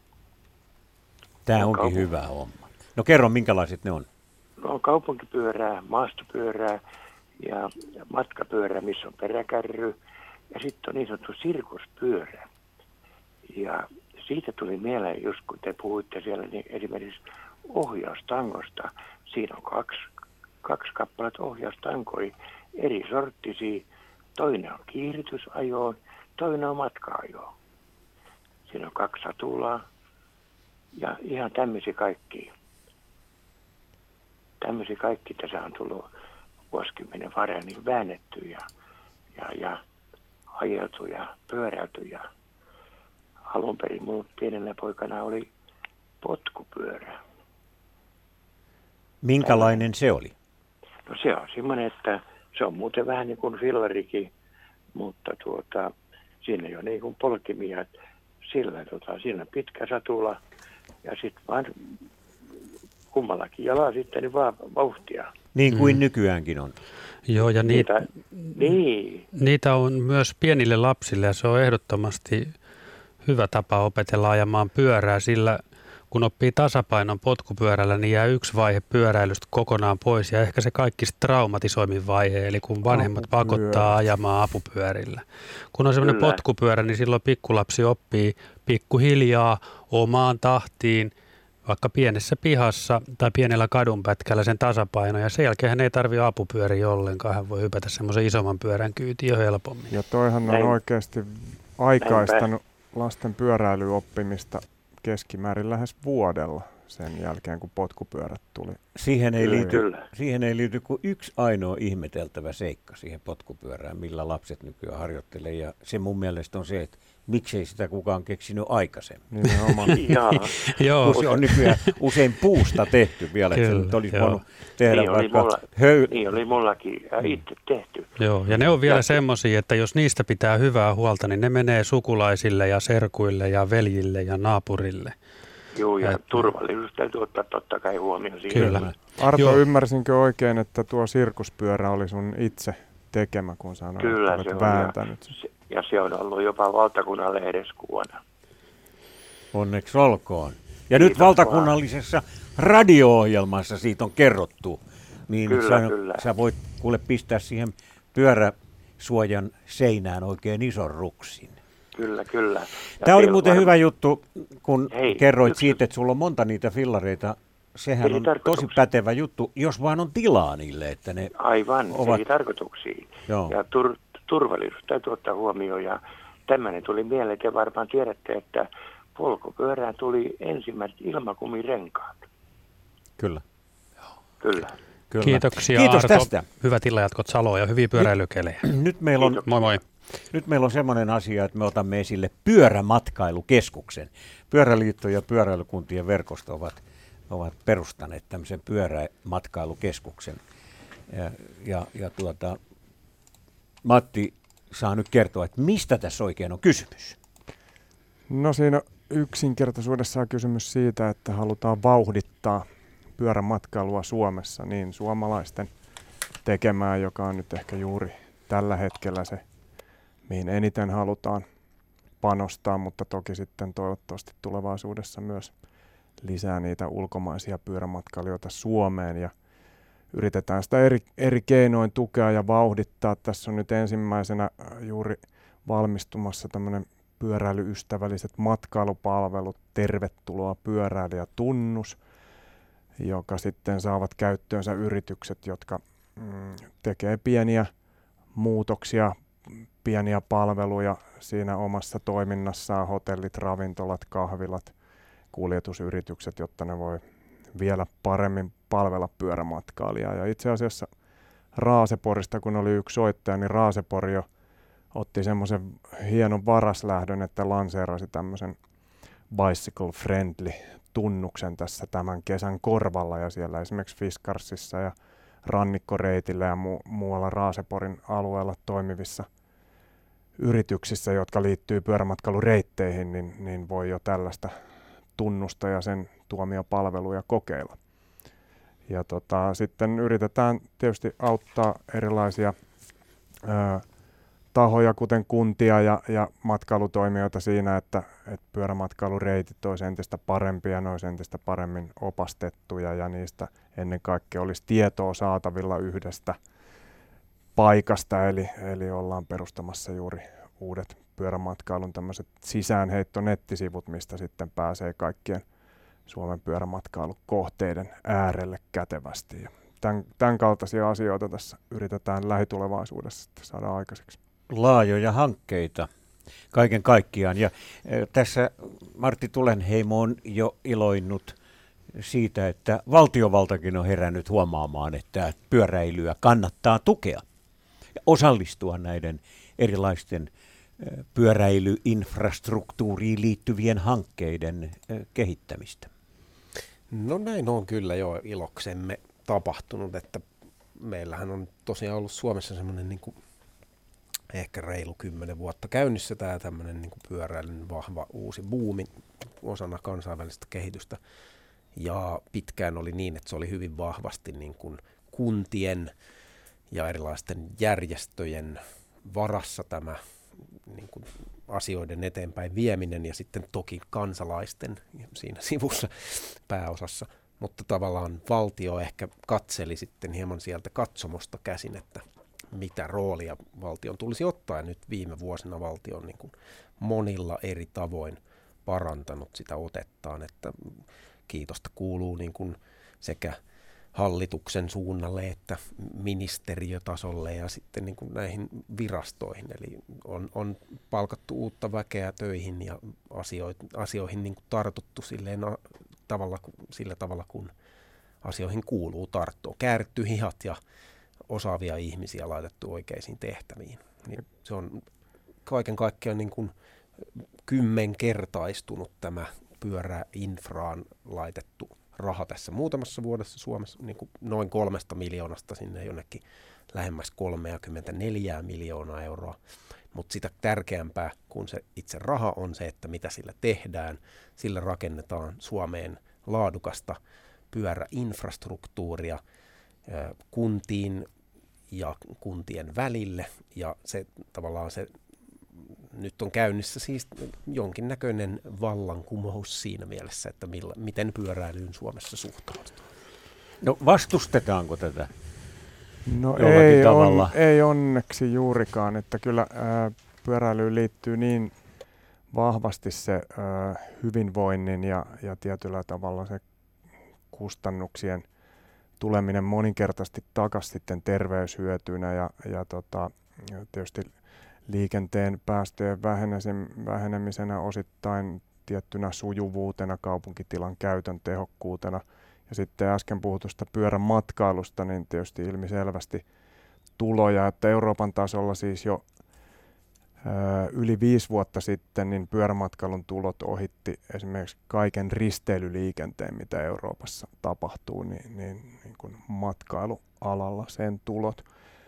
Tämä onkin hyvä homma. No kerro, minkälaiset ne on? No on kaupunkipyörää, maastopyörää ja matkapyörää, missä on peräkärry. Ja sitten on niin sanottu sirkuspyörä. Ja siitä tuli mieleen, just kun te puhuitte siellä, niin esimerkiksi ohjaustangosta. Siinä on kaksi kappaletta ohjaustankoja, eri sorttisia. Toinen on kiihdytysajoon, toinen on matka-ajoon. Siinä on 2 satulaa ja ihan tämmöisiä kaikkia. Tämmöisiä kaikki tässä on tullut vuosikymmenen varrella niin väännetty ja ajeltu ja pyöräilty. Ja alun perin mun pienenä poikana oli potkupyörä. Minkälainen se oli? No se on semmoinen, että se on muuten vähän niin kuin fillarikin, mutta siinä ei ole niin kuin polkimia. Siinä on pitkä satula ja sitten vaan kummallakin jalalla sitten niin vaan vauhtia. Niin kuin nykyäänkin on. Joo, ja niin. niitä on myös pienille lapsille ja se on ehdottomasti hyvä tapa opetella ajamaan pyörää, sillä kun oppii tasapainon potkupyörällä, niin jää yksi vaihe pyöräilystä kokonaan pois ja ehkä se kaikista traumatisoimin vaihe, eli kun vanhemmat pakottaa ajamaan apupyörillä. Kun on semmoinen potkupyörä, niin silloin pikkulapsi oppii pikkuhiljaa omaan tahtiin, vaikka pienessä pihassa tai pienellä kadunpätkällä sen tasapaino, ja sen jälkeen hän ei tarvitse apupyöriä ollenkaan, hän voi hypätä semmoisen isomman pyörän kyytiin jo helpommin. Ja toihan on oikeasti aikaistanut lasten pyöräilyoppimista keskimäärin lähes vuodella sen jälkeen, kun potkupyörät tuli. Siihen ei liity kuin yksi ainoa ihmeteltävä seikka siihen potkupyörään, millä lapset nykyään harjoittelee. Ja se mun mielestä on se, että miksei sitä kukaan keksinyt aikaisemmin. Kun se on nykyään usein puusta tehty vielä, että se olisi voinut tehdä Niin oli mullakin itse tehty. Joo, ja ne on vielä semmoisia, että jos niistä pitää hyvää huolta, niin ne menee sukulaisille ja serkuille ja veljille ja naapurille. Joo, ja turvallisuus täytyy ottaa totta kai huomioon siihen. Kyllä. Arto, ymmärsinkö oikein, että tuo sirkuspyörä oli sun itse tekemä, kun sanoit, kyllä, että olet vääntänyt? Ja se on ollut jopa valtakunnan lehdessä kuvana. Onneksi olkoon. Ja nyt valtakunnallisessa radio-ohjelmassa siitä on kerrottu. Niin kyllä. Sä voit kuule pistää siihen pyöräsuojan seinään oikein ison ruksin. Kyllä. Tämä oli muuten hyvä juttu, kun kerroit siitä, että sulla on monta niitä fillareita. Sehän on tosi pätevä juttu, jos vaan on tilaa niille, että ne ovat eri tarkoituksiin. Ja turvallisuus täytyy ottaa huomioon. Ja tämmöinen tuli mieleen, että varmaan tiedätte, että polkupyörään tuli ensimmäiset ilmakumirenkaat. Kyllä. Kiitoksia Kiitos Arto. tästä. Hyvät illanjatkot Saloon ja hyviä pyöräilykelejä. Nyt meillä on, moi. Nyt meillä on semmoinen asia, että me otamme esille pyörämatkailukeskuksen. Pyöräliitto ja pyöräilykuntien verkosto ovat perustaneet tämmöisen pyörämatkailukeskuksen. Matti saa nyt kertoa, että mistä tässä oikein on kysymys? No siinä yksinkertaisuudessaan kysymys siitä, että halutaan vauhdittaa pyörämatkailua Suomessa niin suomalaisten tekemään, joka on nyt ehkä juuri tällä hetkellä se, mihin eniten halutaan panostaa, mutta toki sitten toivottavasti tulevaisuudessa myös lisää niitä ulkomaisia pyörämatkailijoita Suomeen ja yritetään sitä eri keinoin tukea ja vauhdittaa. Tässä on nyt ensimmäisenä juuri valmistumassa tämmöinen pyöräilyystävälliset matkailupalvelut, tervetuloa pyöräilijätunnus, joka sitten saavat käyttöönsä yritykset, jotka tekee pieniä muutoksia, pieniä palveluja siinä omassa toiminnassaan, hotellit, ravintolat, kahvilat, kuljetusyritykset, jotta ne voi vielä paremmin palvella pyörämatkailijaa. Ja itse asiassa Raaseporista, kun oli yksi soittaja, niin Raasepori jo otti semmoisen hienon varaslähdön, että lanseerasi tämmöisen bicycle friendly tunnuksen tässä tämän kesän korvalla ja siellä esimerkiksi Fiskarsissa ja Rannikkoreitillä ja muualla Raaseporin alueella toimivissa yrityksissä, jotka liittyy pyörämatkailureitteihin, niin voi jo tällaista tunnusta ja sen tuomia palveluja kokeilla. Ja sitten yritetään tietysti auttaa erilaisia tahoja, kuten kuntia ja matkailutoimijoita siinä, että pyörämatkailureitit olisi entistä parempia, ne olisi entistä paremmin opastettuja ja niistä ennen kaikkea olisi tietoa saatavilla yhdestä paikasta, eli ollaan perustamassa juuri uudet pyörämatkailun tämmöiset sisäänheitto-nettisivut, mistä sitten pääsee kaikkien Suomen pyörämatkailukohteiden äärelle kätevästi. Ja tämän kaltaisia asioita tässä yritetään lähitulevaisuudessa saada aikaiseksi. Laajoja hankkeita kaiken kaikkiaan. Ja tässä Martti Tulenheimo on jo iloinnut siitä, että valtiovaltakin on herännyt huomaamaan, että pyöräilyä kannattaa tukea ja osallistua näiden erilaisten pyöräilyinfrastruktuuriin liittyvien hankkeiden kehittämistä. No näin on kyllä jo iloksemme tapahtunut, että meillähän on tosiaan ollut Suomessa semmoinen niin kuin ehkä reilu 10 vuotta käynnissä tämä tämmöinen niin kuin pyöräilyn vahva uusi buumi osana kansainvälistä kehitystä. Ja pitkään oli niin, että se oli hyvin vahvasti niin kuin kuntien ja erilaisten järjestöjen varassa tämä niin kuin asioiden eteenpäin vieminen ja sitten toki kansalaisten siinä sivussa pääosassa. Mutta tavallaan valtio ehkä katseli sitten hieman sieltä katsomosta käsin, että mitä roolia valtion tulisi ottaa. Ja nyt viime vuosina valtio on niin kuin monilla eri tavoin parantanut sitä otettaan, että kiitosta kuuluu niin kuin sekä hallituksen suunnalle että ministeriötasolle ja sitten niin kuin näihin virastoihin. Eli on palkattu uutta väkeä töihin ja asioihin niin kuin tartuttu sillä tavalla, kun asioihin kuuluu tarttua. Kääritty hihat ja osaavia ihmisiä laitettu oikeisiin tehtäviin. Niin se on kaiken kaikkiaan niin kuin 10-kertaistunut tämä pyöräinfraan laitettu raha tässä muutamassa vuodessa Suomessa, niin kuin noin 3 miljoonasta sinne jonnekin lähemmäs 34 miljoonaa euroa. Mutta sitä tärkeämpää kuin se itse raha on se, että mitä sillä tehdään. Sillä rakennetaan Suomeen laadukasta pyöräinfrastruktuuria kuntiin ja kuntien välille. Ja se tavallaan se nyt on käynnissä siis jonkinnäköinen vallankumous siinä mielessä, että miten pyöräilyyn Suomessa suhtautuu. No vastustetaanko tätä? No ei onneksi juurikaan, että kyllä pyöräilyyn liittyy niin vahvasti se hyvinvoinnin ja tietyllä tavalla se kustannuksien tuleminen moninkertaisesti takaisin sitten terveyshyötynä ja tietysti liikenteen päästöjen vähenemisenä osittain tiettynä sujuvuutena, kaupunkitilan käytön tehokkuutena. Ja sitten äsken puhutusta pyörämatkailusta, niin tietysti ilmiselvästi tuloja, että Euroopan tasolla siis jo yli 5 vuotta sitten niin pyörämatkailun tulot ohitti esimerkiksi kaiken risteilyliikenteen, mitä Euroopassa tapahtuu, niin kuin matkailualalla sen tulot.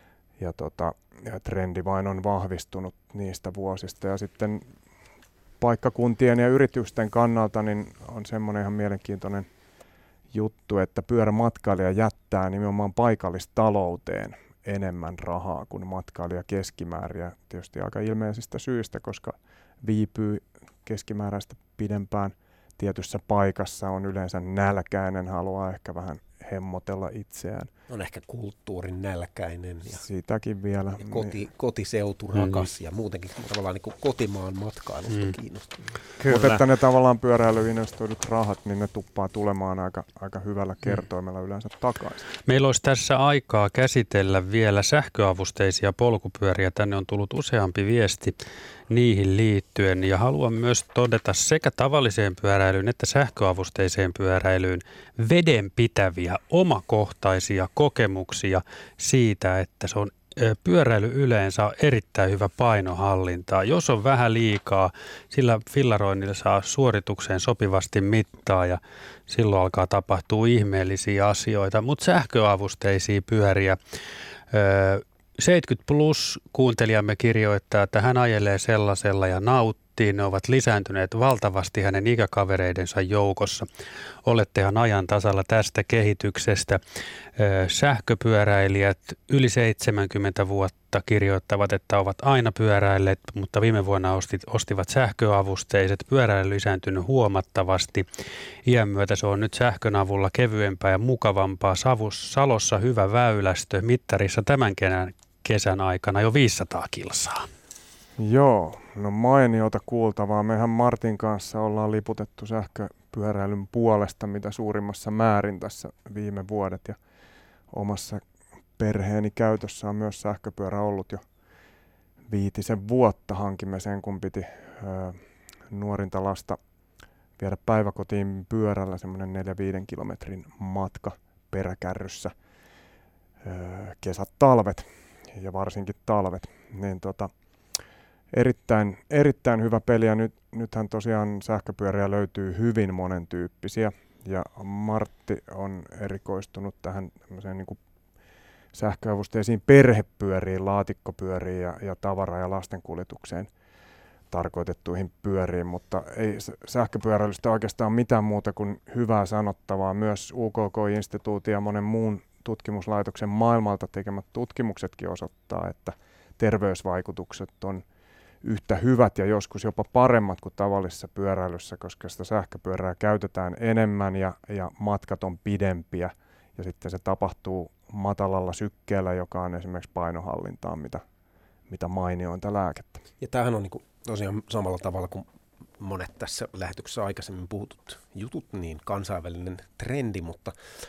Ja trendi vain on vahvistunut niistä vuosista. Ja sitten paikkakuntien ja yritysten kannalta niin on semmoinen ihan mielenkiintoinen juttu, että pyörämatkailija jättää nimenomaan paikallistalouteen enemmän rahaa kuin matkailija keskimäärin. Ja tietysti aika ilmeisistä syistä, koska viipyy keskimääräistä pidempään tietyssä paikassa, on yleensä nälkäinen, haluaa ehkä vähän hemmotella itseään. On ehkä kulttuurin nälkäinen ja sitäkin vielä. Kotiseutu rakas ja muutenkin tavallaan niin kuin kotimaan matkailusta kiinnostunut. Mutta että ne tavallaan pyöräilyinvestoidut rahat, niin ne tuppaa tulemaan aika hyvällä kertoimella yleensä takaisin. Meillä olisi tässä aikaa käsitellä vielä sähköavusteisia polkupyöriä. Tänne on tullut useampi viesti niihin liittyen ja haluan myös todeta sekä tavalliseen pyöräilyyn että sähköavusteiseen pyöräilyyn vedenpitäviä omakohtaisia kokemuksia siitä, että se on pyöräily yleensä on erittäin hyvä painohallintaa. Jos on vähän liikaa, sillä fillaroinnilla saa suoritukseen sopivasti mittaa ja silloin alkaa tapahtua ihmeellisiä asioita. Mutta sähköavusteisia pyöriä, 70 plus kuuntelijamme kirjoittaa, että hän ajelee sellaisella ja nauttii. Ne ovat lisääntyneet valtavasti hänen ikäkavereidensa joukossa. Olettehan ajan tasalla tästä kehityksestä. Sähköpyöräilijät yli 70 vuotta kirjoittavat, että ovat aina pyöräilleet, mutta viime vuonna ostivat sähköavusteiset. Pyöräily lisääntynyt huomattavasti. Iän myötä se on nyt sähkön avulla kevyempää ja mukavampaa. Salossa hyvä väylästö. Mittarissa tämän kesän aikana jo 500 kilsaa. Joo, No mainiota kuultavaa. Mehän Martin kanssa ollaan liputettu sähköpyöräilyn puolesta mitä suurimmassa määrin tässä viime vuodet. Ja omassa perheeni käytössä on myös sähköpyörä ollut jo 5 vuotta. Hankimme sen, kun piti nuorinta lasta viedä päiväkotiin pyörällä, semmoinen 4-5 kilometrin matka peräkärryssä. Kesät, talvet ja varsinkin talvet. Niin erittäin hyvä peli ja nythän tosiaan sähköpyöriä löytyy hyvin monentyyppisiä ja Martti on erikoistunut tähän niin kuin sähköavusteisiin perhepyöriin, laatikkopyöriin ja tavara- ja lastenkuljetukseen tarkoitettuihin pyöriin, mutta ei sähköpyöräilystä oikeastaan mitään muuta kuin hyvää sanottavaa. Myös UKK-instituutin ja monen muun tutkimuslaitoksen maailmalta tekemät tutkimuksetkin osoittaa, että terveysvaikutukset on yhtä hyvät ja joskus jopa paremmat kuin tavallisessa pyöräilyssä, koska sitä sähköpyörää käytetään enemmän ja matkat on pidempiä ja sitten se tapahtuu matalalla sykkeellä, joka on esimerkiksi painohallintaan mitä mainiointa lääkettä. Ja tämähän on niin kuin tosiaan samalla tavalla kuin monet tässä lähetyksessä aikaisemmin puhutut jutut, niin kansainvälinen trendi, mutta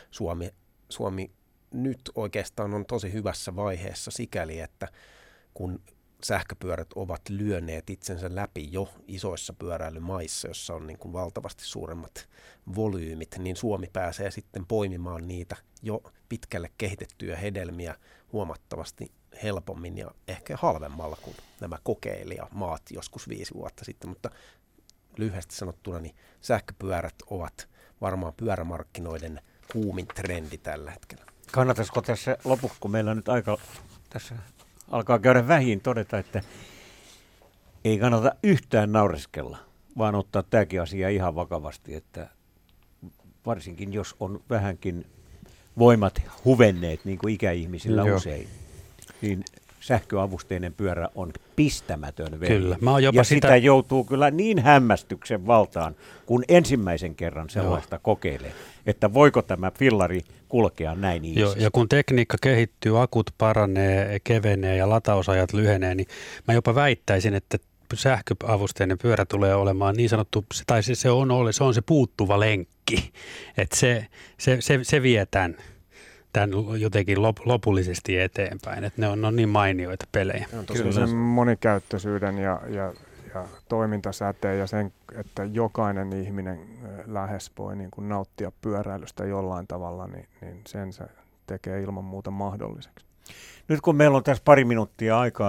Suomi nyt oikeastaan on tosi hyvässä vaiheessa sikäli, että kun sähköpyörät ovat lyöneet itsensä läpi jo isoissa pyöräilymaissa, jossa on niin kuin valtavasti suuremmat volyymit, niin Suomi pääsee sitten poimimaan niitä jo pitkälle kehitettyjä hedelmiä huomattavasti helpommin ja ehkä halvemmalla kuin nämä kokeilijamaat joskus 5 vuotta sitten, mutta lyhyesti sanottuna niin sähköpyörät ovat varmaan pyörämarkkinoiden kuumin trendi tällä hetkellä. Kannattaisiko tässä lopuksi, kun meillä on nyt aika tässä alkaa käydä vähin, todeta, että ei kannata yhtään naureskella, vaan ottaa tämäkin asia ihan vakavasti, että varsinkin jos on vähänkin voimat huvenneet, niin kuin ikäihmisillä usein, niin sähköavusteinen pyörä on pistämätön veli. Kyllä. Ja sitä joutuu kyllä niin hämmästyksen valtaan, kun ensimmäisen kerran sellaista kokeilee, että voiko tämä fillari kulkea näin iisisti. Ja kun tekniikka kehittyy, akut paranee, kevenee ja latausajat lyhenee, niin mä jopa väittäisin, että sähköavusteinen pyörä tulee olemaan niin sanottu, tai se on se puuttuva lenkki, että se vie tämän jotenkin lopullisesti eteenpäin, että ne on niin mainioita pelejä. Kyllä sen monikäyttöisyyden ja toimintasäteen ja sen, että jokainen ihminen lähes voi niin kuin nauttia pyöräilystä jollain tavalla, niin sen se tekee ilman muuta mahdolliseksi. Nyt kun meillä on tässä 2 minuuttia aikaa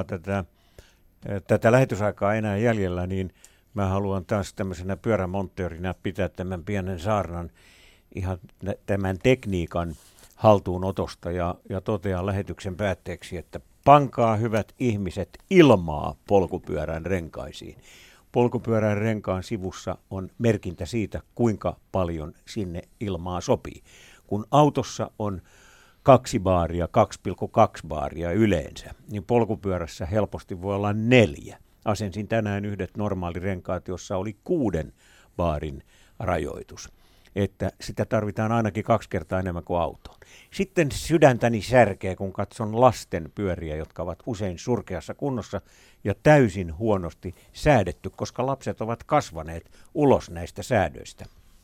tätä lähetysaikaa enää jäljellä, niin mä haluan taas tämmöisenä pyörämonttöörinä pitää tämän pienen saarnan ihan tämän tekniikan haltuunotosta ja totean lähetyksen päätteeksi, että pankaa hyvät ihmiset ilmaa polkupyörän renkaisiin. Polkupyörän renkaan sivussa on merkintä siitä, kuinka paljon sinne ilmaa sopii. Kun autossa on 2 baaria, 2,2 baaria yleensä, niin polkupyörässä helposti voi olla 4. Asensin tänään yhdet normaalirenkaat, jossa oli 6 baarin rajoitus. Että sitä tarvitaan ainakin 2 kertaa enemmän kuin autoon. Sitten sydäntäni särkee, kun katson lasten pyöriä, jotka ovat usein surkeassa kunnossa ja täysin huonosti säädetty, koska lapset ovat kasvaneet ulos näistä säädöistä.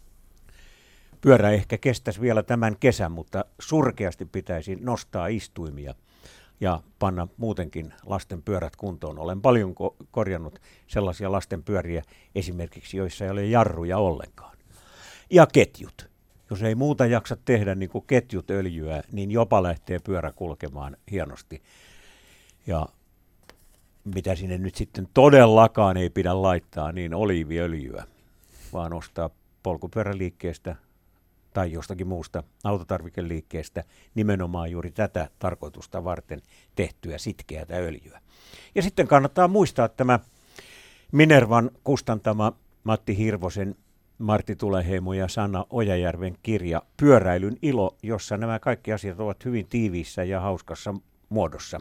Pyörä ehkä kestäisi vielä tämän kesän, mutta surkeasti pitäisi nostaa istuimia ja panna muutenkin lasten pyörät kuntoon. Olen paljon korjannut sellaisia lasten pyöriä esimerkiksi, joissa ei ole jarruja ollenkaan. Ja ketjut. Jos ei muuta jaksa tehdä niin kuin ketjut öljyä, niin jopa lähtee pyörä kulkemaan hienosti. Ja mitä sinne nyt sitten todellakaan ei pidä laittaa, niin oliiviöljyä, vaan ostaa polkupyöräliikkeestä tai jostakin muusta autotarvikeliikkeestä nimenomaan juuri tätä tarkoitusta varten tehtyä sitkeätä öljyä. Ja sitten kannattaa muistaa tämä Minervan kustantama Matti Hirvosen, Martti Tuleheimo ja Sanna Ojajärven kirja Pyöräilyn ilo, jossa nämä kaikki asiat ovat hyvin tiiviissä ja hauskassa muodossa.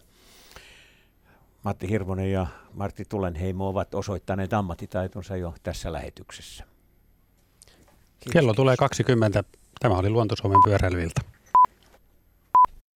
Matti Hirvonen ja Martti Tuleheimo ovat osoittaneet ammattitaitonsa jo tässä lähetyksessä. Kello tulee 20. Tämä oli Luonto-Suomen pyöräilyilta.